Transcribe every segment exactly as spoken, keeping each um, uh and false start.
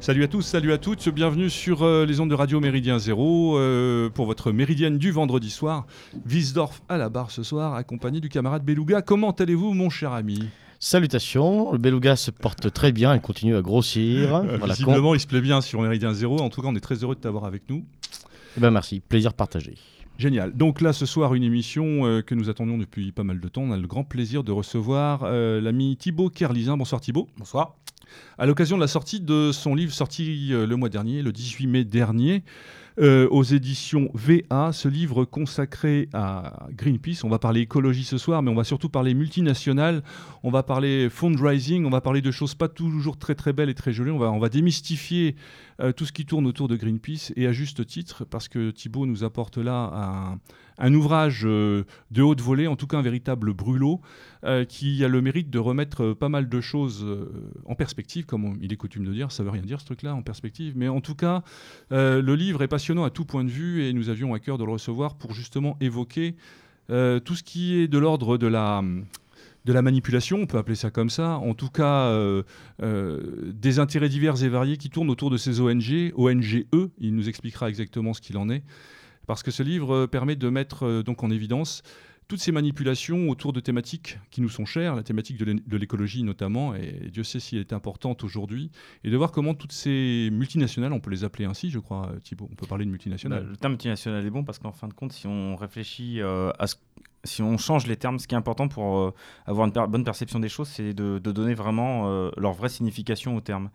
Salut à tous, salut à toutes, bienvenue sur euh, les ondes de Radio Méridien Zéro euh, pour votre Méridienne du vendredi soir. Wiesdorf à la barre ce soir, accompagné du camarade Beluga. Comment allez-vous, mon cher ami ? Salutations, le Beluga se porte très bien, il continue à grossir. Euh, voilà, visiblement, con... il se plaît bien sur Méridien Zéro. En tout cas, on est très heureux de t'avoir avec nous. Eh ben merci, plaisir partagé. Génial. Donc là, ce soir, une émission euh, que nous attendions depuis pas mal de temps. On a le grand plaisir de recevoir euh, l'ami Thibaut Kerlizin. Bonsoir Thibaut. Bonsoir. À l'occasion de la sortie de son livre sorti euh, le mois dernier, le dix-huit mai dernier, euh, aux éditions V A, ce livre consacré à Greenpeace. On va parler écologie ce soir, mais on va surtout parler multinationales, on va parler fundraising, on va parler de choses pas toujours très très belles et très jolies. On va, on va démystifier euh, tout ce qui tourne autour de Greenpeace, et à juste titre, parce que Thibaut nous apporte là un, un ouvrage euh, de haute volée, en tout cas un véritable brûlot, euh, qui a le mérite de remettre euh, pas mal de choses euh, en perspective, comme on, il est coutume de dire. Ça veut rien dire ce truc-là, en perspective, mais en tout cas, euh, le livre est passionnant à tout point de vue, et nous avions à cœur de le recevoir pour justement évoquer euh, tout ce qui est de l'ordre de la... de la manipulation, on peut appeler ça comme ça, en tout cas euh, euh, des intérêts divers et variés qui tournent autour de ces O N G, O N G E, il nous expliquera exactement ce qu'il en est, parce que ce livre permet de mettre euh, donc en évidence toutes ces manipulations autour de thématiques qui nous sont chères, la thématique de, l'é- de l'écologie notamment, et Dieu sait si elle est importante aujourd'hui, et de voir comment toutes ces multinationales, on peut les appeler ainsi, je crois, Thibaut, on peut parler de multinationales. Bah, le terme multinational est bon parce qu'en fin de compte, si on réfléchit euh, à ce si on change les termes, ce qui est important pour euh, avoir une per- bonne perception des choses, c'est de, de donner vraiment euh, leur vraie signification au terme.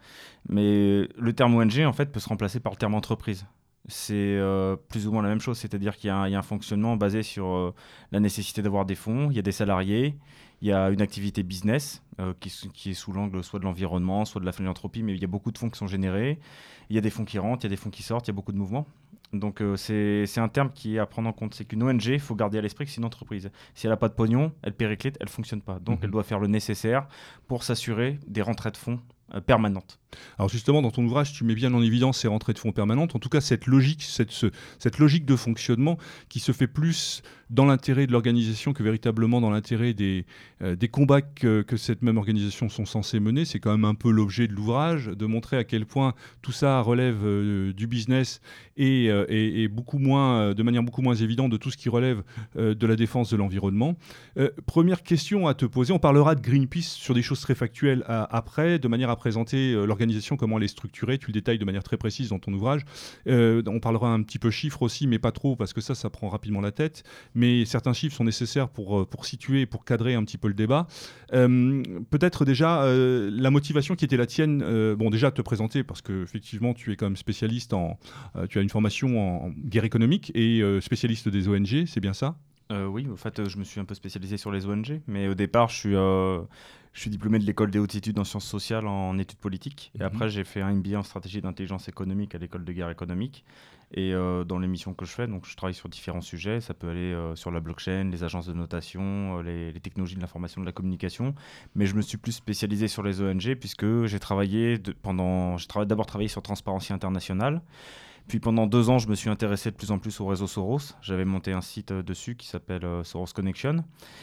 Mais le terme O N G, en fait, peut se remplacer par le terme entreprise. C'est euh, plus ou moins la même chose, c'est-à-dire qu'il y a un, il y a un fonctionnement basé sur euh, la nécessité d'avoir des fonds, il y a des salariés, il y a une activité business euh, qui, qui est sous l'angle soit de l'environnement, soit de la philanthropie, mais il y a beaucoup de fonds qui sont générés, il y a des fonds qui rentrent, il y a des fonds qui sortent, il y a beaucoup de mouvements. Donc euh, c'est, c'est un terme qui est à prendre en compte. C'est qu'une O N G, il faut garder à l'esprit que c'est une entreprise. Si elle n'a pas de pognon, elle périclite, elle ne fonctionne pas. Donc Mhm. elle doit faire le nécessaire pour s'assurer des rentrées de fonds euh, permanentes. Alors justement, dans ton ouvrage, tu mets bien en évidence ces rentrées de fonds permanentes, en tout cas cette logique, cette, ce- cette logique de fonctionnement qui se fait plus dans l'intérêt de l'organisation que véritablement dans l'intérêt des, euh, des combats que, que cette même organisation sont censées mener. C'est quand même un peu l'objet de l'ouvrage, de montrer à quel point tout ça relève euh, du business et, euh, et, et beaucoup moins, euh, de manière beaucoup moins évidente de tout ce qui relève euh, de la défense de l'environnement. Euh, première question à te poser, on parlera de Greenpeace sur des choses très factuelles à- après, de manière à présenter euh, l'organisation, comment elle est structurée, tu le détailles de manière très précise dans ton ouvrage. Euh, on parlera un petit peu chiffres aussi, mais pas trop, parce que ça, ça prend rapidement la tête. Mais certains chiffres sont nécessaires pour, euh, pour situer, pour cadrer un petit peu le débat. Euh, peut-être déjà, euh, la motivation qui était la tienne, euh, bon déjà te présenter, parce qu'effectivement, tu es quand même spécialiste en... euh, tu as une formation en, en guerre économique et euh, spécialiste des O N G, c'est bien ça ? Euh, oui, en fait, euh, je me suis un peu spécialisé sur les O N G, mais au départ, je suis, euh, je suis diplômé de l'école des hautes études en sciences sociales en études politiques. Et Mhm. après, j'ai fait un M B A en stratégie d'intelligence économique à l'école de guerre économique. Et euh, dans les missions que je fais, donc, je travaille sur différents sujets. Ça peut aller euh, sur la blockchain, les agences de notation, euh, les, les technologies de l'information, de la communication. Mais je me suis plus spécialisé sur les O N G puisque j'ai travaillé de- pendant, j'ai trava- d'abord travaillé sur Transparency International. Puis pendant deux ans, je me suis intéressé de plus en plus au réseau Soros. J'avais monté un site euh, dessus qui s'appelle euh, Soros Connection.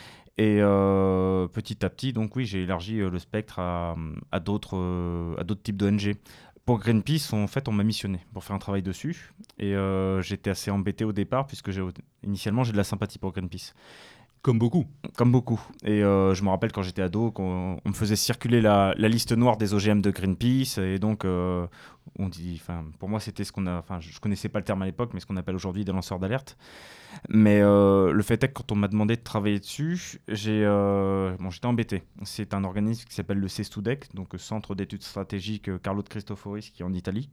Et euh, petit à petit, donc oui, j'ai élargi euh, le spectre à, à d'autres, euh, à d'autres types d'O N G. Pour Greenpeace, en fait, on m'a missionné pour faire un travail dessus. Et euh, j'étais assez embêté au départ, puisque j'ai, initialement, j'ai de la sympathie pour Greenpeace. Comme beaucoup. Comme beaucoup. Et euh, je me rappelle quand j'étais ado, qu'on on me faisait circuler la, la liste noire des O G M de Greenpeace. Et donc, euh, on dit, enfin, pour moi, c'était ce qu'on a. Enfin, je ne connaissais pas le terme à l'époque, mais ce qu'on appelle aujourd'hui des lanceurs d'alerte. Mais euh, le fait est que quand on m'a demandé de travailler dessus, j'ai, euh, bon, j'étais embêté. C'est un organisme qui s'appelle le CESTUDEC, donc Centre d'études stratégiques euh, Carlo de Cristoforis, qui est en Italie.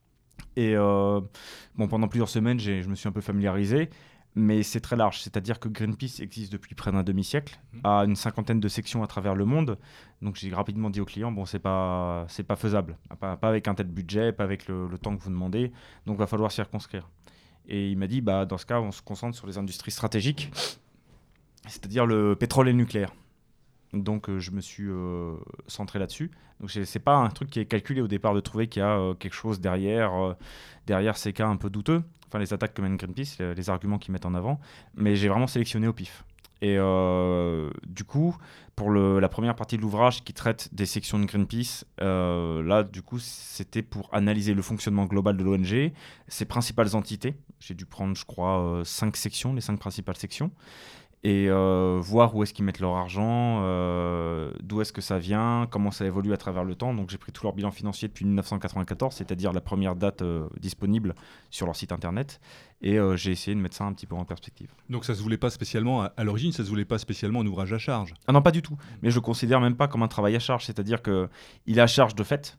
Et euh, bon, pendant plusieurs semaines, j'ai, je me suis un peu familiarisé. Mais c'est très large, c'est-à-dire que Greenpeace existe depuis près d'un demi-siècle, a une cinquantaine de sections à travers le monde. Donc j'ai rapidement dit aux clients, bon, c'est pas, c'est pas faisable, pas, pas avec un tel budget, pas avec le, le temps que vous demandez, donc il va falloir circonscrire. Et il m'a dit, bah, dans ce cas, on se concentre sur les industries stratégiques, c'est-à-dire le pétrole et le nucléaire. Donc euh, je me suis euh, centré là-dessus. Donc c'est, c'est pas un truc qui est calculé au départ de trouver qu'il y a euh, quelque chose derrière, euh, derrière ces cas un peu douteux. Enfin les attaques que mène Greenpeace, les, les arguments qu'ils mettent en avant. Mais j'ai vraiment sélectionné au pif. Et euh, du coup, pour le, la première partie de l'ouvrage qui traite des sections de Greenpeace, euh, là, du coup, c'était pour analyser le fonctionnement global de l'O N G, ses principales entités. J'ai dû prendre, je crois, euh, cinq sections, les cinq principales sections, et euh, voir où est-ce qu'ils mettent leur argent, euh, d'où est-ce que ça vient, comment ça évolue à travers le temps. Donc j'ai pris tout leur bilan financier depuis dix-neuf cent quatre-vingt-quatorze, c'est-à-dire la première date euh, disponible sur leur site internet, et euh, j'ai essayé de mettre ça un petit peu en perspective. Donc ça se voulait pas spécialement, à, à l'origine, ça se voulait pas spécialement un ouvrage à charge. Ah non, pas du tout, mais je le considère même pas comme un travail à charge, c'est-à-dire qu'il est à charge de fait,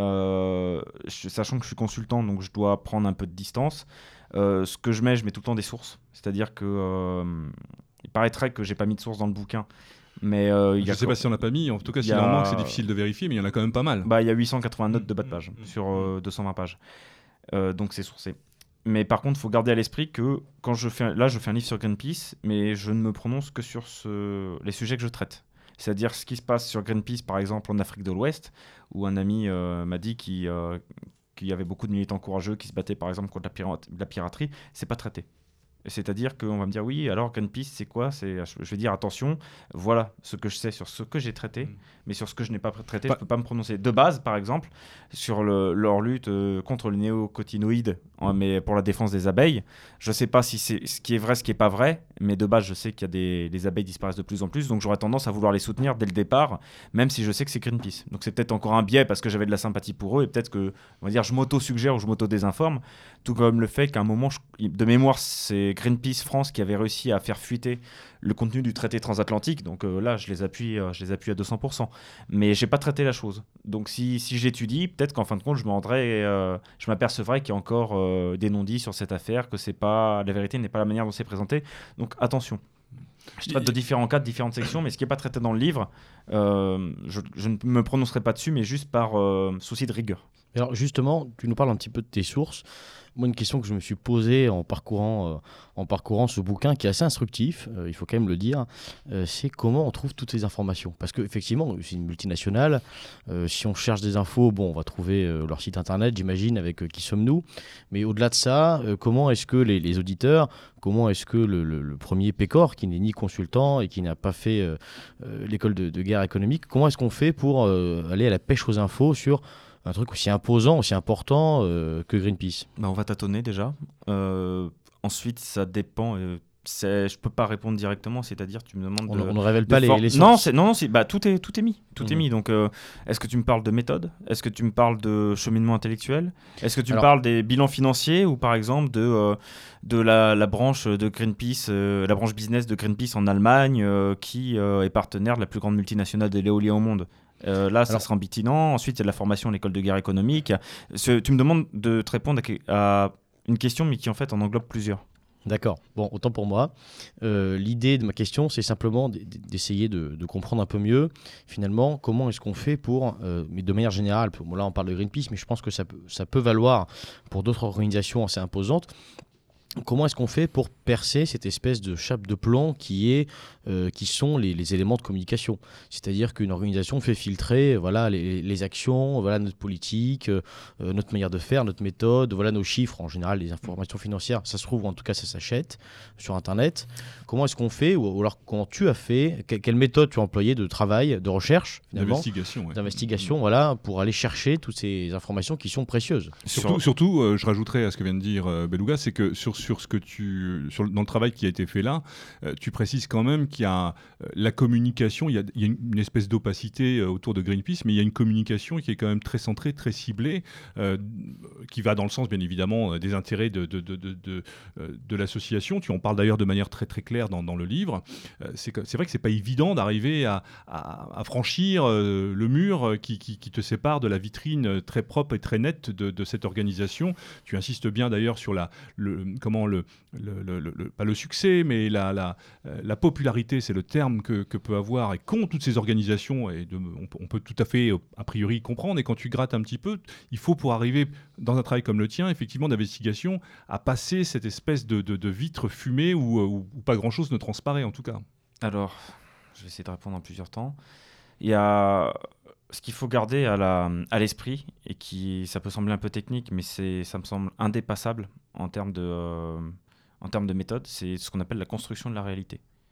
euh, je, sachant que je suis consultant, donc je dois prendre un peu de distance. Euh, ce que je mets, je mets tout le temps des sources, c'est-à-dire que... Euh, il paraîtrait que j'ai pas mis de source dans le bouquin, mais euh, il je y a sais pas si on n'a pas mis. En tout cas, s'il a... en manque, c'est difficile de vérifier, mais il y en a quand même pas mal. Bah, il y a huit cent quatre-vingts notes de bas de Mmh, page mmh, sur mmh. euh, deux cent vingt pages, euh, donc c'est sourcé. Mais par contre, il faut garder à l'esprit que quand je fais, là, je fais un livre sur Greenpeace, mais je ne me prononce que sur ce... les sujets que je traite. C'est-à-dire ce qui se passe sur Greenpeace, par exemple, en Afrique de l'Ouest, où un ami euh, m'a dit qu'il, euh, qu'il y avait beaucoup de militants courageux qui se battaient, par exemple, contre la, pirate... la piraterie. C'est pas traité. C'est-à-dire qu'on va me dire, oui, alors Greenpeace, c'est quoi c'est... Je vais dire, attention, voilà ce que je sais sur ce que j'ai traité, mmh. mais sur ce que je n'ai pas traité, pas... je ne peux pas me prononcer. De base, par exemple, sur le, leur lutte euh, contre les néocotinoïdes, hein, mais pour la défense des abeilles, je ne sais pas si c'est ce qui est vrai, ce qui n'est pas vrai, mais de base, je sais qu'il y a des les abeilles disparaissent de plus en plus, donc j'aurais tendance à vouloir les soutenir dès le départ, même si je sais que c'est Greenpeace. Donc c'est peut-être encore un biais parce que j'avais de la sympathie pour eux, et peut-être que, on va dire, je m'auto-suggère ou je m'auto-désinforme, tout comme le fait qu'à un moment, je... de mémoire, c'est Greenpeace France qui avait réussi à faire fuiter le contenu du traité transatlantique, donc euh, là je les appuie euh, je les appuie à deux cents pour cent, mais j'ai pas traité la chose. Donc si, si j'étudie, peut-être qu'en fin de compte je me rendrai euh, je m'apercevrai qu'il y a encore euh, des non-dits sur cette affaire, que c'est pas la vérité n'est pas la manière dont c'est présenté, donc attention. Je traite de différents cas, de différentes sections, mais ce qui n'est pas traité dans le livre, euh, je, je ne me prononcerai pas dessus, mais juste par euh, souci de rigueur. Alors justement, tu nous parles un petit peu de tes sources. Moi, une question que je me suis posée en parcourant, euh, en parcourant ce bouquin qui est assez instructif, euh, il faut quand même le dire, euh, c'est comment on trouve toutes ces informations. Parce qu'effectivement, c'est une multinationale. Euh, si on cherche des infos, bon, on va trouver euh, leur site internet, j'imagine, avec euh, Qui sommes-nous. Mais au-delà de ça, euh, comment est-ce que les, les auditeurs, comment est-ce que le, le, le premier Pécor, qui n'est ni consultant et qui n'a pas fait euh, euh, l'école de, de guerre économique, comment est-ce qu'on fait pour euh, aller à la pêche aux infos sur un truc aussi imposant, aussi important euh, que Greenpeace? Bah, on va tâtonner déjà. Euh, ensuite, ça dépend. Euh, c'est, je peux pas répondre directement, c'est-à-dire tu me demandes. On, de, on ne révèle pas les, for- les sources. Non, c'est, non, non, c'est, bah, tout est, tout est mis, tout Mmh. est mis. Donc, euh, est-ce que tu me parles de méthode? Est-ce que tu me parles de cheminement intellectuel? Est-ce que tu Alors, me parles des bilans financiers ou par exemple de euh, de la, la branche de Greenpeace, euh, la branche business de Greenpeace en Allemagne, euh, qui euh, est partenaire de la plus grande multinationale de l'éolien au monde? Euh, là, ça Alors, sera ambitinant. Ensuite, il y a de la formation à l'école de guerre économique. Ce, tu me demandes de te répondre à, à une question, mais qui en fait en englobe plusieurs. D'accord. Bon, autant pour moi. Euh, l'idée de ma question, c'est simplement d- d'essayer de, de comprendre un peu mieux, finalement, comment est-ce qu'on fait pour, euh, mais de manière générale, pour, bon, là on parle de Greenpeace, mais je pense que ça peut, ça peut valoir pour d'autres organisations assez imposantes. Comment est-ce qu'on fait pour percer cette espèce de chape de plomb qui, est, euh, qui sont les, les éléments de communication? C'est-à-dire qu'une organisation fait filtrer voilà, les, les actions, voilà, notre politique, euh, notre manière de faire, notre méthode, voilà, nos chiffres, en général les informations financières, ça se trouve ou en tout cas ça s'achète sur Internet. Comment est-ce qu'on fait, ou, ou alors comment tu as fait, que, quelle méthode tu as employée de travail, de recherche, finalement, D'investigation, ouais. d'investigation, voilà, pour aller chercher toutes ces informations qui sont précieuses? Surtout, Sur- surtout euh, je rajouterais à ce que vient de dire euh, Beluga, c'est que sur, sur ce que tu, sur, dans le travail qui a été fait là, euh, tu précises quand même qu'il y a euh, la communication, il y a, il y a une, une espèce d'opacité euh, autour de Greenpeace, mais il y a une communication qui est quand même très centrée, très ciblée, euh, qui va dans le sens bien évidemment euh, des intérêts de, de, de, de, de, euh, de l'association. Tu en parles d'ailleurs de manière très très claire dans, dans le livre. Euh, c'est, que, c'est vrai que c'est pas évident d'arriver à, à, à franchir euh, le mur qui, qui, qui te sépare de la vitrine très propre et très nette de, de cette organisation. Tu insistes bien d'ailleurs sur la, le, comment le, le, le, le, le pas le succès, mais la, la, la popularité, c'est le terme que, que peut avoir et qu'ont toutes ces organisations. Et de, on, on peut tout à fait a priori comprendre. Et quand tu grattes un petit peu, il faut pour arriver dans un travail comme le tien, effectivement d'investigation, à passer cette espèce de, de, de vitre fumée où, où, où pas grand-chose ne transparaît en tout cas. Alors, je vais essayer de répondre en plusieurs temps. Il y a ce qu'il faut garder à, la, à l'esprit, et qui, ça peut sembler un peu technique, mais c'est, ça me semble indépassable en termes de, euh, en termes de méthode, c'est ce qu'on appelle la construction de la réalité.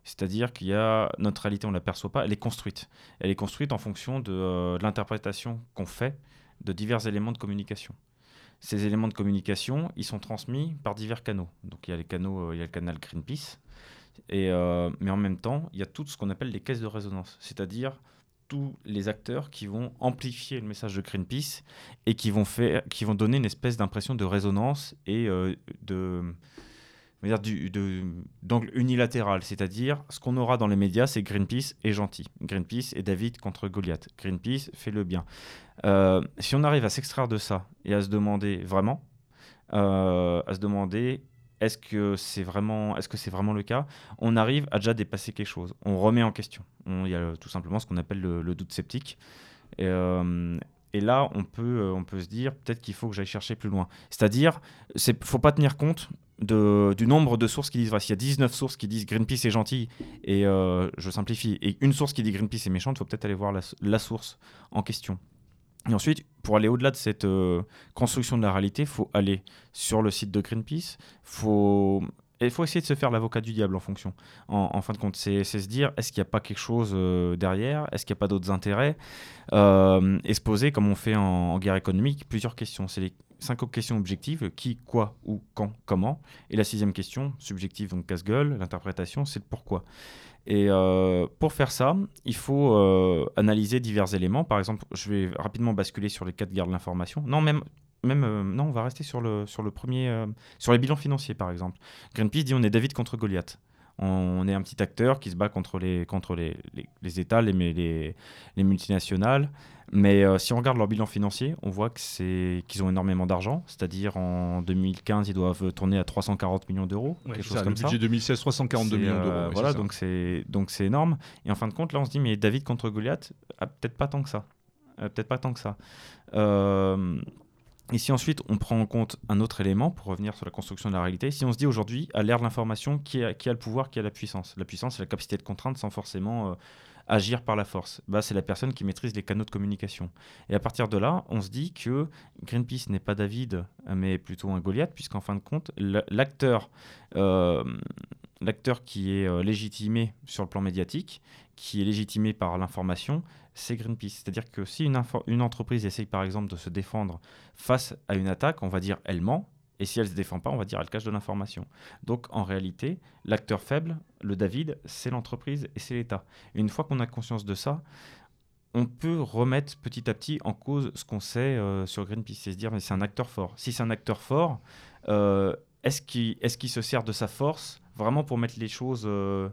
C'est-à-dire qu'il y a notre réalité, on ne l'aperçoit pas, elle est construite. Elle est construite en fonction de, euh, de l'interprétation qu'on fait de divers éléments de communication. Ces éléments de communication, ils sont transmis par divers canaux. Donc il y a les canaux, euh, il y a le canal Greenpeace, et, euh, mais en même temps, il y a tout ce qu'on appelle les caisses de résonance, c'est-à-dire tous les acteurs qui vont amplifier le message de Greenpeace et qui vont, faire, qui vont donner une espèce d'impression de résonance et euh, de, on va dire du, de, d'angle unilatéral. C'est-à-dire, ce qu'on aura dans les médias, c'est Greenpeace est gentil. Greenpeace est David contre Goliath. Greenpeace fait le bien. Euh, si on arrive à s'extraire de ça et à se demander vraiment, euh, à se demander... Est-ce que c'est vraiment, est-ce que c'est vraiment le cas ? On arrive à déjà dépasser quelque chose. On remet en question. On- Il y a tout simplement ce qu'on appelle le, le doute sceptique. Et, euh, et là, on peut, on peut se dire peut-être qu'il faut que j'aille chercher plus loin. C'est-à-dire, il ne faut pas tenir compte de, du nombre de sources qui disent... Enfin, s'il y a dix-neuf sources qui disent Greenpeace est gentil, et euh, je simplifie, et une source qui dit Greenpeace est méchante, il faut peut-être aller voir la, la source en question. Et ensuite, pour aller au-delà de cette euh, construction de la réalité, il faut aller sur le site de Greenpeace. Faut... Et il faut essayer de se faire l'avocat du diable en fonction. En, en fin de compte, c'est, c'est se dire, est-ce qu'il n'y a pas quelque chose euh, derrière ? Est-ce qu'il n'y a pas d'autres intérêts ? euh, Et se poser, comme on fait en, en guerre économique, plusieurs questions. C'est les cinq questions objectives, qui, quoi, où, quand, comment. Et la sixième question, subjective, donc casse-gueule, l'interprétation, c'est le pourquoi. Et euh, pour faire ça, il faut euh, analyser divers éléments. Par exemple, je vais rapidement basculer sur les cas de guerre de l'information. Non, même, même euh, non, on va rester sur le, sur le premier, euh, sur les bilans financiers, par exemple. Greenpeace dit on est David contre Goliath. On est un petit acteur qui se bat contre les, contre les, les, les États, les, les, les multinationales. Mais euh, si on regarde leur bilan financier, on voit que c'est, qu'ils ont énormément d'argent. C'est-à-dire en deux mille quinze, ils doivent tourner à trois cent quarante millions d'euros. Ouais, quelque c'est chose ça, comme le ça. budget deux mille seize, trois cent quarante-deux C'est, millions euh, d'euros. Ouais, voilà, c'est ça. donc c'est, donc c'est énorme. Et en fin de compte, là, on se dit, mais David contre Goliath, ah, peut-être pas tant que ça. Euh, peut-être pas tant que ça. Euh, et si ensuite on prend en compte un autre élément pour revenir sur la construction de la réalité, si on se dit aujourd'hui, à l'ère de l'information, qui a, qui a le pouvoir, qui a la puissance ? La puissance, c'est la capacité de contrainte sans forcément euh, agir par la force. Bah, c'est la personne qui maîtrise les canaux de communication. Et à partir de là, on se dit que Greenpeace n'est pas David, mais plutôt un Goliath, puisqu'en fin de compte, l'acteur, euh, l'acteur qui est euh, légitimé sur le plan médiatique, qui est légitimé par l'information, c'est Greenpeace. C'est-à-dire que si une, info- une entreprise essaye par exemple de se défendre face à une attaque, on va dire elle ment, et si elle ne se défend pas, on va dire elle cache de l'information. Donc en réalité, l'acteur faible, le David, c'est l'entreprise et c'est l'État. Et une fois qu'on a conscience de ça, on peut remettre petit à petit en cause ce qu'on sait euh, sur Greenpeace, c'est se dire mais c'est un acteur fort. Si c'est un acteur fort, euh, est-ce qu'il, est-ce qu'il se sert de sa force vraiment pour mettre les choses... Euh,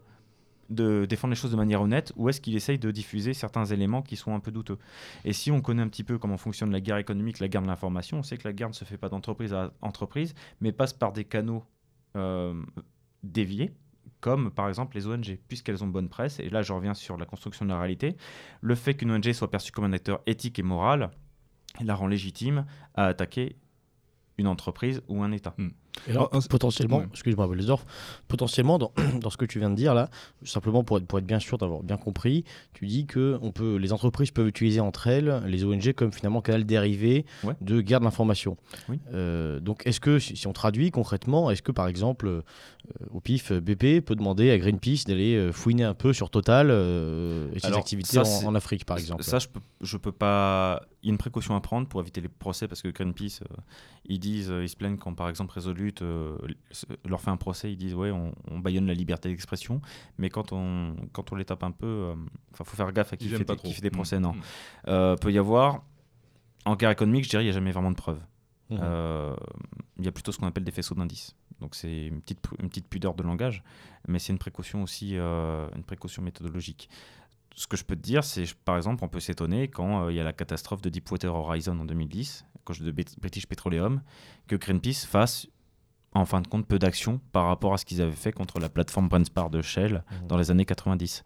de défendre les choses de manière honnête, ou est-ce qu'il essaye de diffuser certains éléments qui sont un peu douteux ? Et si on connaît un petit peu comment fonctionne la guerre économique, la guerre de l'information, on sait que la guerre ne se fait pas d'entreprise à entreprise, mais passe par des canaux euh, déviés, comme par exemple les O N G, puisqu'elles ont bonne presse. Et là, je reviens sur la construction de la réalité. Le fait qu'une O N G soit perçue comme un acteur éthique et moral la rend légitime à attaquer une entreprise ou un État. Hmm. Et alors, Oh, oh, potentiellement, ouais. excuse-moi, Bollesdorf, potentiellement, dans, dans ce que tu viens de dire là, simplement pour être, pour être bien sûr d'avoir bien compris, tu dis que on peut, les entreprises peuvent utiliser entre elles les O N G comme finalement canal dérivé Ouais. de guerre de l'information. Oui. Euh, donc, est-ce que, si, si on traduit concrètement, est-ce que par exemple, euh, au pif, B P peut demander à Greenpeace d'aller euh, fouiner un peu sur Total euh, et ses Alors, activités ça, en, c'est- en Afrique, par exemple ? Ça, je peux, je peux pas. Il y a une précaution à prendre pour éviter les procès parce que Greenpeace, euh, ils disent, euh, ils se plaignent quand par exemple Resolute euh, leur fait un procès, ils disent ouais, on, on bâillonne la liberté d'expression, mais quand on, quand on les tape un peu, enfin, euh, faut faire gaffe à qui Ils fait, aiment pas des, trop. qui fait des procès. Mmh. Non, Mmh. euh, peut y avoir en guerre économique, je dirais, il n'y a jamais vraiment de preuves. Mhm. Euh, Il y a plutôt ce qu'on appelle des faisceaux d'indices. Donc c'est une petite, une petite pudeur de langage, mais c'est une précaution aussi, euh, une précaution méthodologique. Ce que je peux te dire, c'est par exemple, on peut s'étonner quand il euh, y a la catastrophe de Deepwater Horizon en deux mille dix, quand de British Petroleum, que Greenpeace fasse en fin de compte peu d'actions par rapport à ce qu'ils avaient fait contre la plateforme Brent-Spar de Shell Mhm. dans les années quatre-vingt-dix.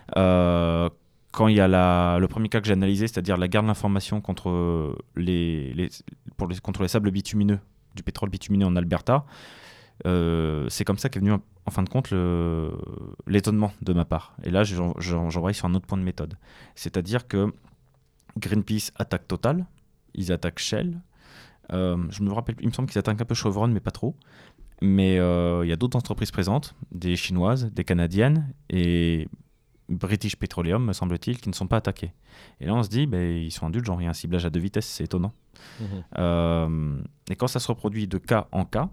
Euh, quand il y a la, le premier cas que j'ai analysé, c'est-à-dire la guerre de l'information contre les, les, pour les, contre les sables bitumineux, du pétrole bitumineux en Alberta, euh, c'est comme ça qu'est venu en, en fin de compte le, l'étonnement de ma part. Et là, j'en, j'en, j'en sur un autre point de méthode. C'est-à-dire que Greenpeace attaque Total, ils attaquent Shell, euh, je me rappelle, il me semble qu'ils attaquent un peu Chevron, mais pas trop. Mais il euh, y a d'autres entreprises présentes, des chinoises, des canadiennes et British Petroleum, me semble-t-il, qui ne sont pas attaquées. Et là, on se dit, bah, ils sont indulgents. Il y a un ciblage à deux vitesses, c'est étonnant. Mmh. Euh, et quand ça se reproduit de cas en cas,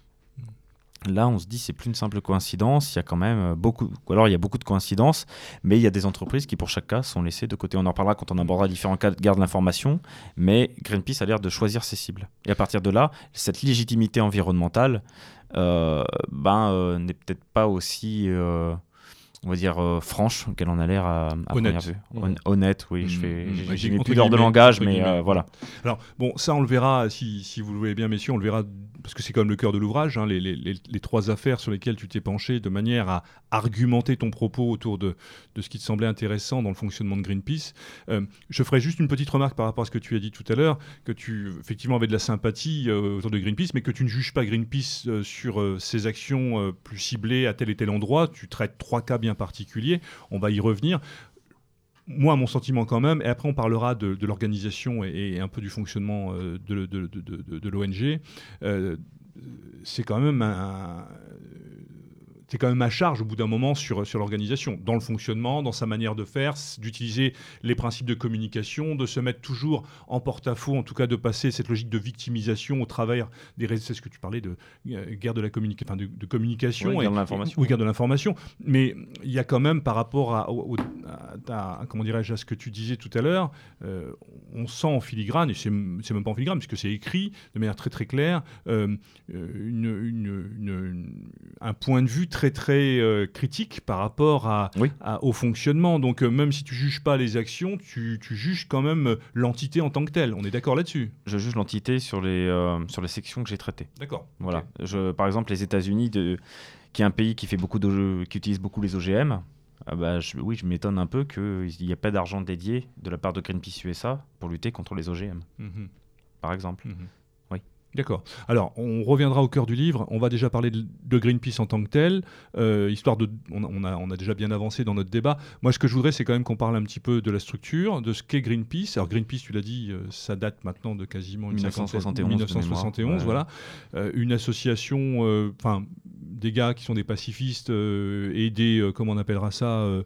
là, on se dit c'est plus une simple coïncidence. Il y a quand même beaucoup, ou alors il y a beaucoup de coïncidences, mais il y a des entreprises qui, pour chaque cas, sont laissées de côté. On en parlera quand on abordera différents cas de garde de l'information, mais Greenpeace a l'air de choisir ses cibles. Et à partir de là, cette légitimité environnementale euh, ben, euh, n'est peut-être pas aussi... Euh, on va dire euh, franche, qu'elle en a l'air à, à première vue. Hon- honnête, oui, mmh. je fais, mmh. j'ai, j'ai mes pudeurs de langage, mais euh, voilà. Alors, bon, ça, on le verra, si, si vous le voulez bien, messieurs, on le verra, parce que c'est quand même le cœur de l'ouvrage, hein, les, les, les, les trois affaires sur lesquelles tu t'es penché, de manière à argumenter ton propos autour de, de ce qui te semblait intéressant dans le fonctionnement de Greenpeace. Euh, je ferai juste une petite remarque par rapport à ce que tu as dit tout à l'heure, que tu, effectivement, avais de la sympathie euh, autour de Greenpeace, mais que tu ne juges pas Greenpeace euh, sur euh, ses actions euh, plus ciblées à tel et tel endroit. Tu traites trois cas bien particulier, on va y revenir. Moi, mon sentiment quand même, et après on parlera de, de l'organisation et, et un peu du fonctionnement euh, de, de, de, de, de l'O N G, euh, c'est quand même un... c'est quand même à charge au bout d'un moment sur, sur l'organisation, dans le fonctionnement, dans sa manière de faire, d'utiliser les principes de communication, de se mettre toujours en porte-à-faux, en tout cas de passer cette logique de victimisation au travers des réseaux. C'est ce que tu parlais de euh, guerre de la communication, enfin de, de communication. Oui, et, guerre de l'information. Oui, guerre de l'information. Mais il y a quand même, par rapport à, au, à, à, comment dirais-je, à ce que tu disais tout à l'heure, euh, on sent en filigrane, et c'est, c'est même pas en filigrane, puisque c'est écrit de manière très très claire, euh, une, une, une, une, un point de vue très très euh, critique par rapport à, oui. à, au fonctionnement. Donc euh, même si tu juges pas les actions, tu, tu juges quand même euh, l'entité en tant que telle. On est d'accord là-dessus? Je juge l'entité sur les, euh, sur les sections que j'ai traitées. D'accord. Voilà. Okay. Je, par exemple, les États-Unis, de, qui est un pays qui, fait beaucoup de, qui utilise beaucoup les O G M, ah bah, je, oui, je m'étonne un peu qu'il n'y ait pas d'argent dédié de la part de Greenpeace U S A pour lutter contre les O G M, mm-hmm. par exemple. Mm-hmm. D'accord. Alors, on reviendra au cœur du livre. On va déjà parler de, de Greenpeace en tant que tel, euh, histoire de... On, on, a, on a déjà bien avancé dans notre débat. Moi, ce que je voudrais, c'est quand même qu'on parle un petit peu de la structure, de ce qu'est Greenpeace. Alors, Greenpeace, tu l'as dit, euh, ça date maintenant de quasiment dix-neuf cent soixante et onze. mille neuf cent soixante et onze, ouais. Voilà. Euh, une association... Enfin, euh, des gars qui sont des pacifistes euh, et des... Euh, comment on appellera ça euh,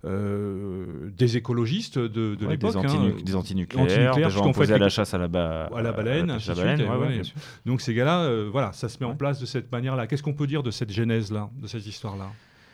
Euh, des écologistes de, de ouais, l'époque, des, antinu- hein, des antinucléaires, antinucléaires, des gens opposés à la chasse à la, ba- à la baleine, à ainsi la de baleine, suite. ouais, Ouais, ouais, ouais. Donc ces gars-là, euh, voilà, ça se met ouais. en place de cette manière-là. Qu'est-ce qu'on peut dire de cette genèse-là, de cette histoire-là?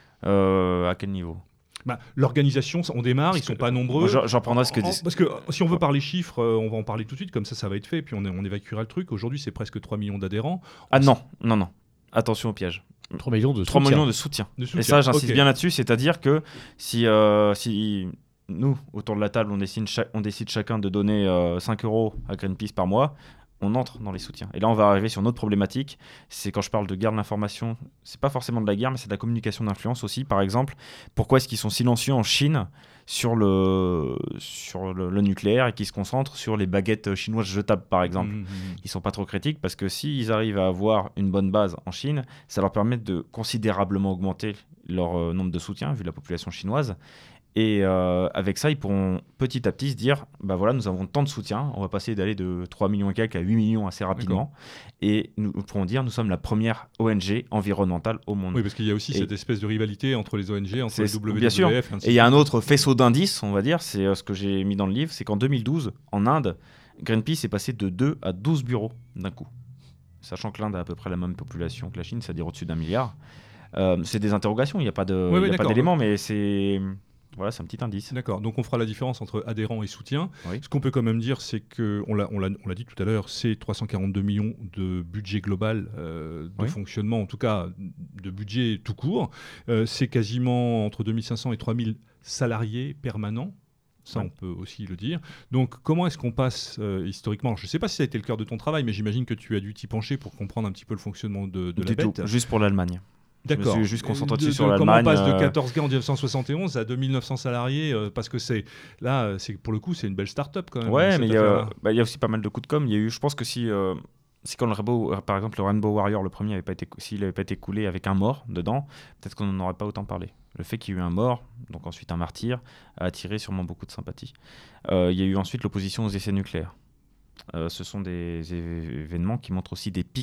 euh, À quel niveau? Bah, l'organisation, on démarre, parce ils ne sont pas nombreux. J'en, j'en prendrai ce que dis. Parce que si on veut parler chiffres, euh, on va en parler tout de suite, comme ça, ça va être fait, puis on, on évacuera le truc. Aujourd'hui, c'est presque trois millions d'adhérents. Ah non, non, non. Attention au piège. trois millions de trois soutien. millions de soutien. De soutien. Et ça, j'insiste okay. bien là-dessus, c'est-à-dire que si, euh, si nous, autour de la table, on décide, cha- on décide chacun de donner euh, cinq euros à Greenpeace par mois, on entre dans les soutiens. Et là, on va arriver sur une autre problématique, c'est quand je parle de guerre de l'information, c'est pas forcément de la guerre, mais c'est de la communication d'influence aussi. Par exemple, pourquoi est-ce qu'ils sont silencieux en Chine sur le, sur le, le nucléaire et qu'ils se concentrent sur les baguettes chinoises jetables, par exemple. Mmh, mmh. Ils sont pas trop critiques parce que s'ils arrivent à avoir une bonne base en Chine, ça leur permet de considérablement augmenter leur euh, nombre de soutiens, vu la population chinoise. Et euh, avec ça, ils pourront petit à petit se dire, bah voilà, nous avons tant de soutien, on va passer d'aller de trois millions et quelques à huit millions assez rapidement. D'accord. Et nous pourrons dire, nous sommes la première O N G environnementale au monde. Oui, parce qu'il y a aussi et cette espèce de rivalité entre les O N G, entre les W W F. Bien sûr. Et il y a un autre faisceau d'indices, on va dire, c'est euh, ce que j'ai mis dans le livre, c'est qu'en deux mille douze, en Inde, Greenpeace est passé de deux à douze bureaux d'un coup. Sachant que l'Inde a à peu près la même population que la Chine, c'est-à-dire au-dessus d'un milliard. Euh, c'est des interrogations, il n'y a pas, de, oui, oui, y a pas d'éléments, mais c'est... Voilà, c'est un petit indice. D'accord, donc on fera la différence entre adhérents et soutien. Oui. Ce qu'on peut quand même dire, c'est qu'on l'a, on l'a, on l'a dit tout à l'heure, c'est trois cent quarante-deux millions de budget global euh, de oui. fonctionnement, en tout cas de budget tout court. Euh, c'est quasiment entre deux mille cinq cents et trois mille salariés permanents. Ça, ouais. on peut aussi le dire. Donc, comment est-ce qu'on passe euh, historiquement? Je ne sais pas si ça a été le cœur de ton travail, mais j'imagine que tu as dû t'y pencher pour comprendre un petit peu le fonctionnement de, de la bête. Tout, juste pour l'Allemagne. D'accord. Je me suis juste concentré de, de, sur l'Allemagne. Comment on passe euh... de quatorze gars en dix-neuf cent soixante et onze à deux mille neuf cents salariés euh, parce que c'est là, c'est pour le coup, c'est une belle start-up quand même. Ouais, mais il y, bah, y a aussi pas mal de coups de com'. Il y a eu, je pense que si, euh, si quand le Rainbow, par exemple, le Rainbow Warrior, le premier, avait pas été, s'il n'avait pas été coulé avec un mort dedans, peut-être qu'on n'en aurait pas autant parlé. Le fait qu'il y ait eu un mort, donc ensuite un martyr, a attiré sûrement beaucoup de sympathie. Euh, il y a eu ensuite l'opposition aux essais nucléaires. Euh, ce sont des événements qui montrent aussi des pics